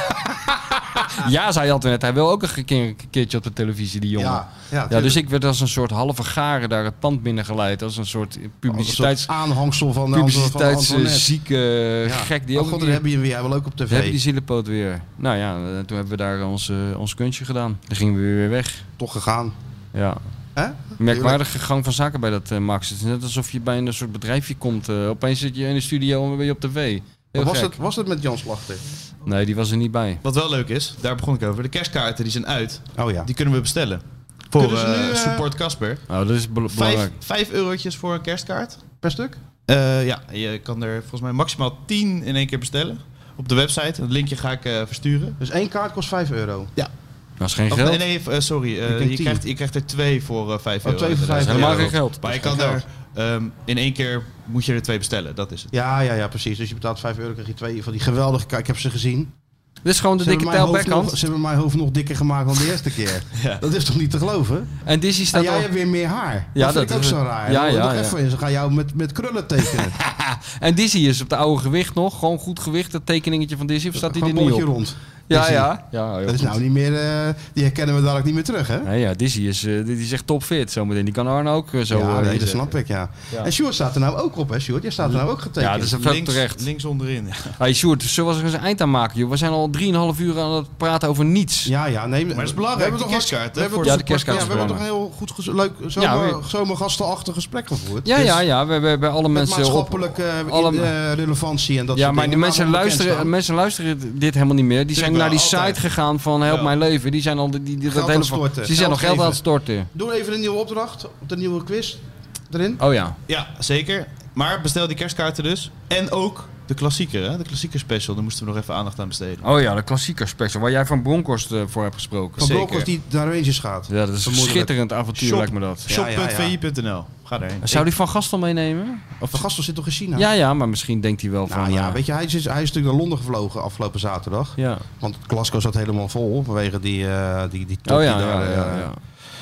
Ja, zei Antoinette, hij wil ook een, keer, een keertje op de televisie, die jongen.
Ja, ja,
ja, dus ik werd als een soort halve garen daar het pand binnengeleid. Als een soort publiciteits...
Een soort aanhangsel van
publiciteitszieke
ja.
gek. Die
oh,
ook
god, dan heb je hem weer. Hij wil ook op tv.
We hebben die zielepoot weer. Nou ja, toen hebben we daar ons, uh, ons kunstje gedaan. Dan gingen we weer weg.
Toch gegaan.
Ja.
Hè?
Merkwaardige gang van zaken bij dat uh, Max. Het is net alsof je bij een soort bedrijfje komt. Uh, opeens zit je in de studio en dan ben je op tv. Heel
was,
gek.
het, was het met Jan Slachter?
Nee, die was er niet bij.
Wat wel leuk is, daar begon ik over. De kerstkaarten die zijn uit.
Oh ja.
Die kunnen we bestellen. Voor
uh, nu, uh,
Support Casper.
Nou, dat is be-
vijf,
belangrijk.
Vijf eurotjes voor een kerstkaart.
Per stuk?
Uh, ja, je kan er volgens mij maximaal tien in één keer bestellen. Op de website. Het linkje ga ik uh, versturen.
Dus één kaart kost vijf euro?
Ja.
Dat is geen
of,
geld.
Nee, nee, uh, sorry. Uh, je, krijgt, je krijgt er twee voor uh, vijf
oh,
euro.
Twee voor vijf
dat is helemaal
euro.
geen geld.
Maar je kan er um, in één keer moet je er twee bestellen. Dat is het.
Ja, ja, ja, precies. Dus je betaalt vijf euro, krijg je twee van die geweldige kaart. Ik heb ze gezien.
Dit is gewoon de
ze
dikke tijlbackhand.
Ze hebben mijn hoofd nog dikker gemaakt dan de eerste keer. Ja. Dat is toch niet te geloven?
En Dizzy staat
en jij
al...
hebt weer meer haar.
Ja,
dat vind
dat
ik ook
is...
zo raar.
Ja,
ja,
ja,
nog
ja.
even in. Ze gaan jou met, met krullen tekenen.
En Dizzy is op de oude gewicht nog. Gewoon goed gewicht. Dat tekeningetje van Dizzy. Of staat hij er niet op?
Rond.
Ja,
Dizzy.
ja. ja
dat is nou niet meer... Uh, die herkennen we dadelijk niet meer terug, hè?
Nee, ja, Dizzy is, uh, die is echt topfit zometeen. Die kan Arno ook uh, zo...
Ja,
uh,
nee, dat snap ik, ja. ja. En Sjoerd staat er nou ook op, hè, Sjoerd? Jij staat er nou ook getekend.
Ja, dat is een vet
links,
terecht.
Links onderin. Ja.
Hey Sjoerd, zullen we eens een eind aan maken, joh? We zijn al drieënhalf uur aan het praten over niets.
Ja, ja, nee. Maar
dat is belangrijk. We hebben toch kerstkaart,
we hebben
ja,
toch,
de kerstkaart
ja,
is
we hebben toch een
belangrijk.
heel goed, ges- leuk, zomer,
Ja, we...
zomergastenachtig gesprek gevoerd.
Ja,
dus
ja, ja. We hebben bij alle mensen...
maatschappelijke
op, alle...
uh, relevantie en dat
ja,
soort
maar
dingen.
die mensen luisteren, mensen luisteren dit helemaal niet meer. Die zijn naar die
altijd.
site gegaan van Help
ja.
Mijn Leven. Die zijn al die, die, dat
Geld
hele
aan het storten.
Die zijn nog
Geld
geld aan
geven.
het storten.
Doe even een nieuwe opdracht op de nieuwe quiz erin.
Oh ja.
Ja, zeker. Maar bestel die kerstkaarten dus. En ook de klassieker, hè? De klassieker special. Daar moesten we nog even aandacht aan besteden.
Oh ja, de klassieker special. Waar jij van Bronkhorst uh, voor hebt gesproken.
Van
Zeker.
Broncos die naar Rangers gaat.
Ja, dat is een schitterend avontuur,
Shop.
lijkt me dat.
shop
Ja, ja,
punt v i
ja.
punt n l. Ga daarheen.
Zou die Van Gastel meenemen?
Of de Gastel zit toch in China?
Ja, ja, maar misschien denkt hij wel
Nou
van...
ja,
uh,
weet je, hij is, hij is natuurlijk naar Londen gevlogen afgelopen zaterdag.
ja.
Want Glasgow zat helemaal vol vanwege die, uh, die, die top
Oh ja,
die
ja,
daar...
ja,
uh,
ja.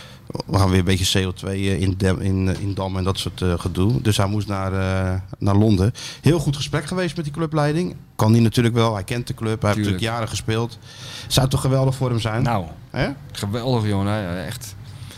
We gaan weer een beetje C O twee in, Dam, in, in Dam en dat soort uh, gedoe. Dus hij moest naar, uh, naar Londen. Heel goed gesprek geweest met die clubleiding. Kan hij natuurlijk wel. Hij kent de club. Hij heeft natuurlijk jaren gespeeld. Zou toch geweldig voor hem zijn?
Nou,
Hè?
geweldig jongen. Ja, echt.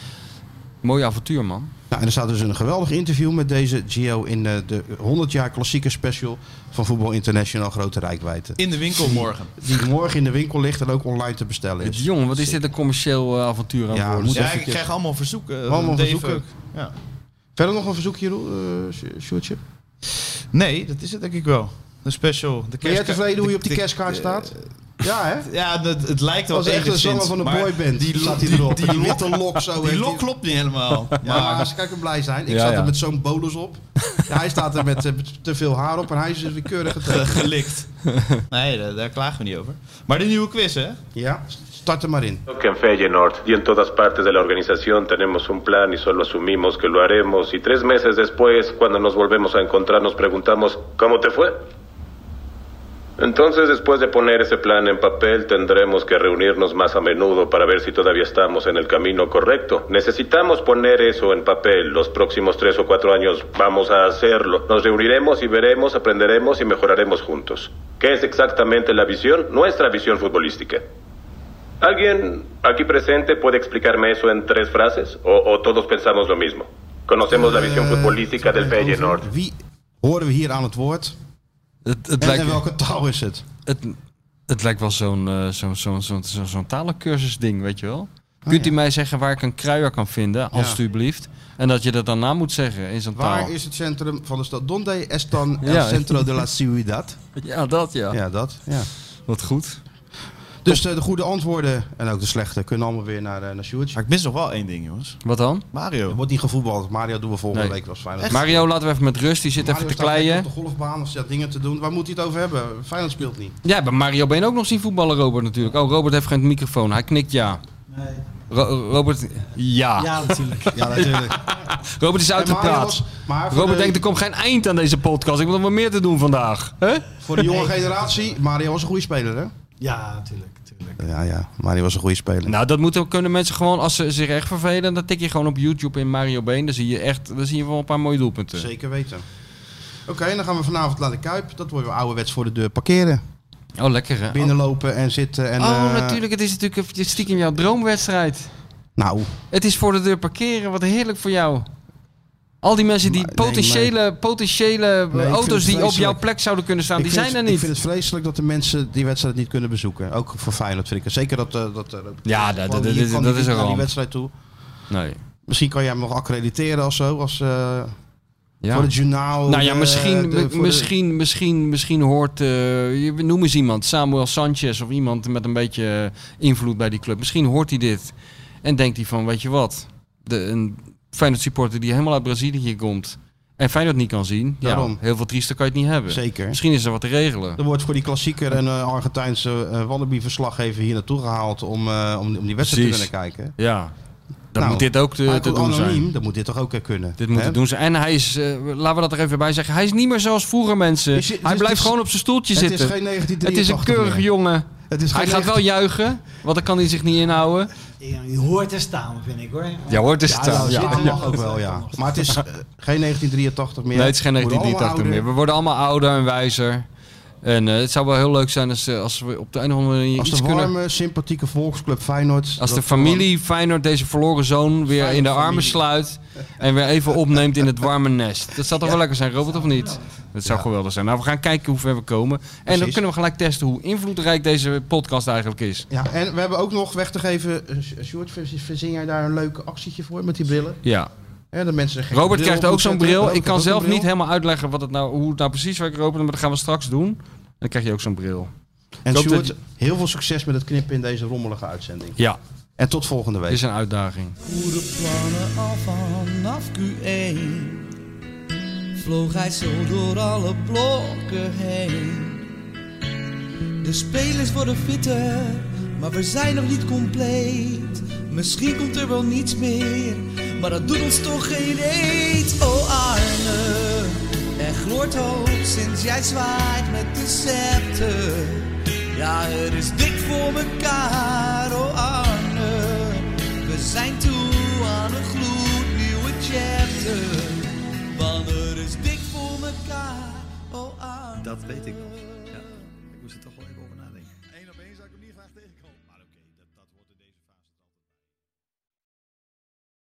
Mooi avontuur, man.
Nou, en er staat dus een geweldig interview met deze Gio in uh, de honderd jaar klassieke special van Voetbal International Grote Rijkwijde.
In de winkel morgen.
Die morgen in de winkel ligt en ook online te bestellen is.
Jongen, wat is dit een commercieel uh, avontuur aan
Ja,
worden?
moet
Ja,
even
ik krijg allemaal verzoeken.
Allemaal
Dave
verzoeken.
ook. Ja.
Verder nog een verzoekje, uh, Sjoerdje?
Nee, dat is het denk ik wel. De special. De
Ben jij
kerstkaart-
tevreden hoe je op die
de-
kerstkaart
de-
staat? Ja, hè?
Ja, dat, het lijkt wel
Dat was echt een
enigszins,
zanger van een
maar
boyband.
Die,
Staat
die,
hij erop.
die,
Die
lok,
witte lok zo.
die
heeft
lok
hij-
klopt niet helemaal.
Ja,
Maar
maar ze kijken blij zijn. Ik
Ja,
zat
ja.
er met zo'n bolus op. Ja, hij staat er met uh, te veel haar op en hij is dus weer keurig getekend.
gelikt. Nee, daar, daar klagen we niet over. Maar de nieuwe quiz, hè?
Ja, start er maar in.
Que en Feyenoord y en todas partes de la organización tenemos un plan y solo asumimos que lo haremos y tres meses después, cuando nos volvemos a encontrar, nos preguntamos ¿cómo te fue? Entonces, después de poner ese plan en papel, tendremos que reunirnos más a menudo para ver si todavía estamos en el camino correcto. Necesitamos poner eso en papel. Los próximos tres o cuatro años vamos a hacerlo. Nos reuniremos y veremos, aprenderemos y mejoraremos juntos. ¿Qué es exactamente la visión? Nuestra visión futbolística. ¿Alguien aquí presente puede explicarme eso en tres frases? ¿O, o todos pensamos lo mismo? Conocemos la visión
Eh,
futbolística del Feyenoord.
Wie horen we hier aan het woord?
Het, het
En,
lijkt,
en welke taal is het?
het, het lijkt wel zo'n, uh, zo'n, zo'n, zo'n, zo'n, zo'n talencursusding, weet je wel?
Oh,
Kunt u
ja.
mij zeggen waar ik een kruier kan vinden,
Ja.
alstublieft? En dat je dat dan na moet zeggen in zo'n
Waar
taal.
is het centrum van de stad? Donde estan el
Ja.
centro de la ciudad?
Ja, dat ja.
Ja, dat. Ja.
Wat goed.
Dus uh, de goede antwoorden en ook de slechte kunnen allemaal weer naar, uh, naar Sjoerd.
Maar ik mis nog wel één ding, jongens.
Wat dan?
Mario.
Er wordt niet gevoetbald. Mario doen we volgende
Nee.
week. Dat was fijn.
Mario, laten we even met rust. Die zit
Mario
even te
staat lekker
kleien.
op de golfbaan of zit dingen te doen. Waar moet hij het over hebben? Feyenoord speelt niet.
Ja, bij Mario ben je ook nog zien voetballen, Robert, natuurlijk. Oh, Robert heeft geen microfoon. Hij knikt ja.
Nee.
Ro- Robert, ja.
Ja, natuurlijk.
Ja, natuurlijk.
Robert is
En Mario
uitgepraat.
was- maar voor
Robert
de,
denkt, er komt geen eind aan deze podcast. Ik moet nog wat meer te doen vandaag. Hè?
voor de jonge generatie, Mario was een goede speler, hè?
Ja, natuurlijk. natuurlijk.
Ja, ja. Mario was een goede speler.
Nou, dat moeten, kunnen mensen gewoon, als ze zich echt vervelen, dan tik je gewoon op YouTube in Mario Been. Dan zie je echt, dan zie je wel een paar mooie doelpunten.
Zeker weten. Oké, dan gaan we vanavond naar de Kuip. Dat wordt weer ouderwets voor de deur parkeren.
Oh, lekker hè?
Binnenlopen en zitten. En,
oh,
eh,
natuurlijk. Het is natuurlijk een- stiekem jouw droomwedstrijd.
Nou,
Het is voor de deur parkeren. Wat heerlijk voor jou. Al die mensen die
Maar- nee,
potentiële, potentiële
vind het
auto's die op
vreselijk.
jouw plek zouden kunnen staan,
ik
die
vind
zijn
het-
er niet.
Ik vind het vreselijk dat de mensen die wedstrijd niet kunnen bezoeken. Ook voor Feyenoord vind ik het. Zeker dat... eh, dat, eh,
Ja,
gewoon
dat- dat-
hier
dat-
kan
dat
die
is een
naar die
ramp.
wedstrijd toe.
Nee.
Misschien kan jij hem nog accrediteren of zo. Als, eh,
Ja.
Voor het journaal.
Nou ja,
de-
misschien,
de- voor de-
misschien, misschien, misschien hoort, uh, je noem eens iemand, Samuel Sanchez of iemand met een beetje invloed bij die club. Misschien hoort hij dit en denkt hij van, weet je wat, de, een Feyenoord supporter die helemaal uit Brazilië komt en Feyenoord niet kan zien,
Daarom.
ja, heel veel triester kan je het niet hebben.
Zeker.
Misschien is er wat te regelen.
Er wordt voor die klassieker een uh, Argentijnse uh, Wannabe-verslaggever hier naartoe gehaald om, uh, om, om die wedstrijd
Precies.
te kunnen kijken.
Ja, dan
Nou,
moet dit ook te,
Maar
te
goed,
doen
anoniem,
zijn.
dan moet dit toch ook uh, kunnen.
Dit moet
hè?
het doen zijn. En hij is, uh, laten we dat er even bij zeggen, hij is niet meer zoals vroeger mensen.
Is je- het
hij
is-
blijft
het is-
gewoon op zijn stoeltje
Het
zitten.
is geen negentien
Het is een
drieëntachtig
keurige
meer.
jongen.
Het is
Hij
geen
gaat wel juichen, want dan kan hij zich niet inhouden.
Ja, je hoort te staan, vind ik hoor.
Ja, hoort te
Ja,
staan.
nou,
Ja.
dat mag ook wel, ja. Maar het is uh, geen negentien drieëntachtig meer.
Nee, het is geen
We worden
negentien drieëntachtig
allemaal
meer. We worden allemaal ouder en wijzer. En uh, het zou wel heel leuk zijn als, uh, als we op de een of andere manier
Als
iets
de
kunnen...
warme, sympathieke volksclub Feyenoord...
Als de
dat
familie Feyenoord deze verloren zoon weer in de armen
familie.
sluit en weer even opneemt in het warme nest. Dat zou toch wel lekker zijn, Robert, of niet? Dat zou
Ja.
geweldig zijn. Nou, we gaan kijken hoe ver we komen. En dan
Precies.
kunnen we gelijk testen hoe invloedrijk deze podcast eigenlijk is.
Ja, en we hebben ook nog weg te geven... Uh, Sjoerd, verzin jij daar een leuk actietje voor met die brillen?
Ja.
Hè, de mensen een gekke
Robert
bril
krijgt
op
ook zo'n
moeten zetten.
bril. Ik
Robert
kan
heeft ook
zelf
een
niet
bril.
helemaal uitleggen wat het nou, hoe het nou precies werkt, Robert, maar dat gaan we straks doen. Dan krijg je ook zo'n bril.
En
Ik hoop
Sjoerd,
dat
heel veel succes met het knippen in deze rommelige uitzending.
Ja,
En tot volgende week.
dit is een uitdaging.
Goede plannen al vanaf Q één. Vloog hij zo door alle blokken heen. De spelers worden fitter, maar we zijn nog niet compleet. Misschien komt er wel niets meer, maar dat doet ons toch geen eet. Oh Arne, er gloort hoop sinds jij zwaait met de scepter. Ja, het is dik voor mekaar, oh Arne. We zijn toe aan een gloednieuwe chapter. Want het is dik voor mekaar, oh Arne.
Dat weet ik nog. Ja, ik moest het toch wel even...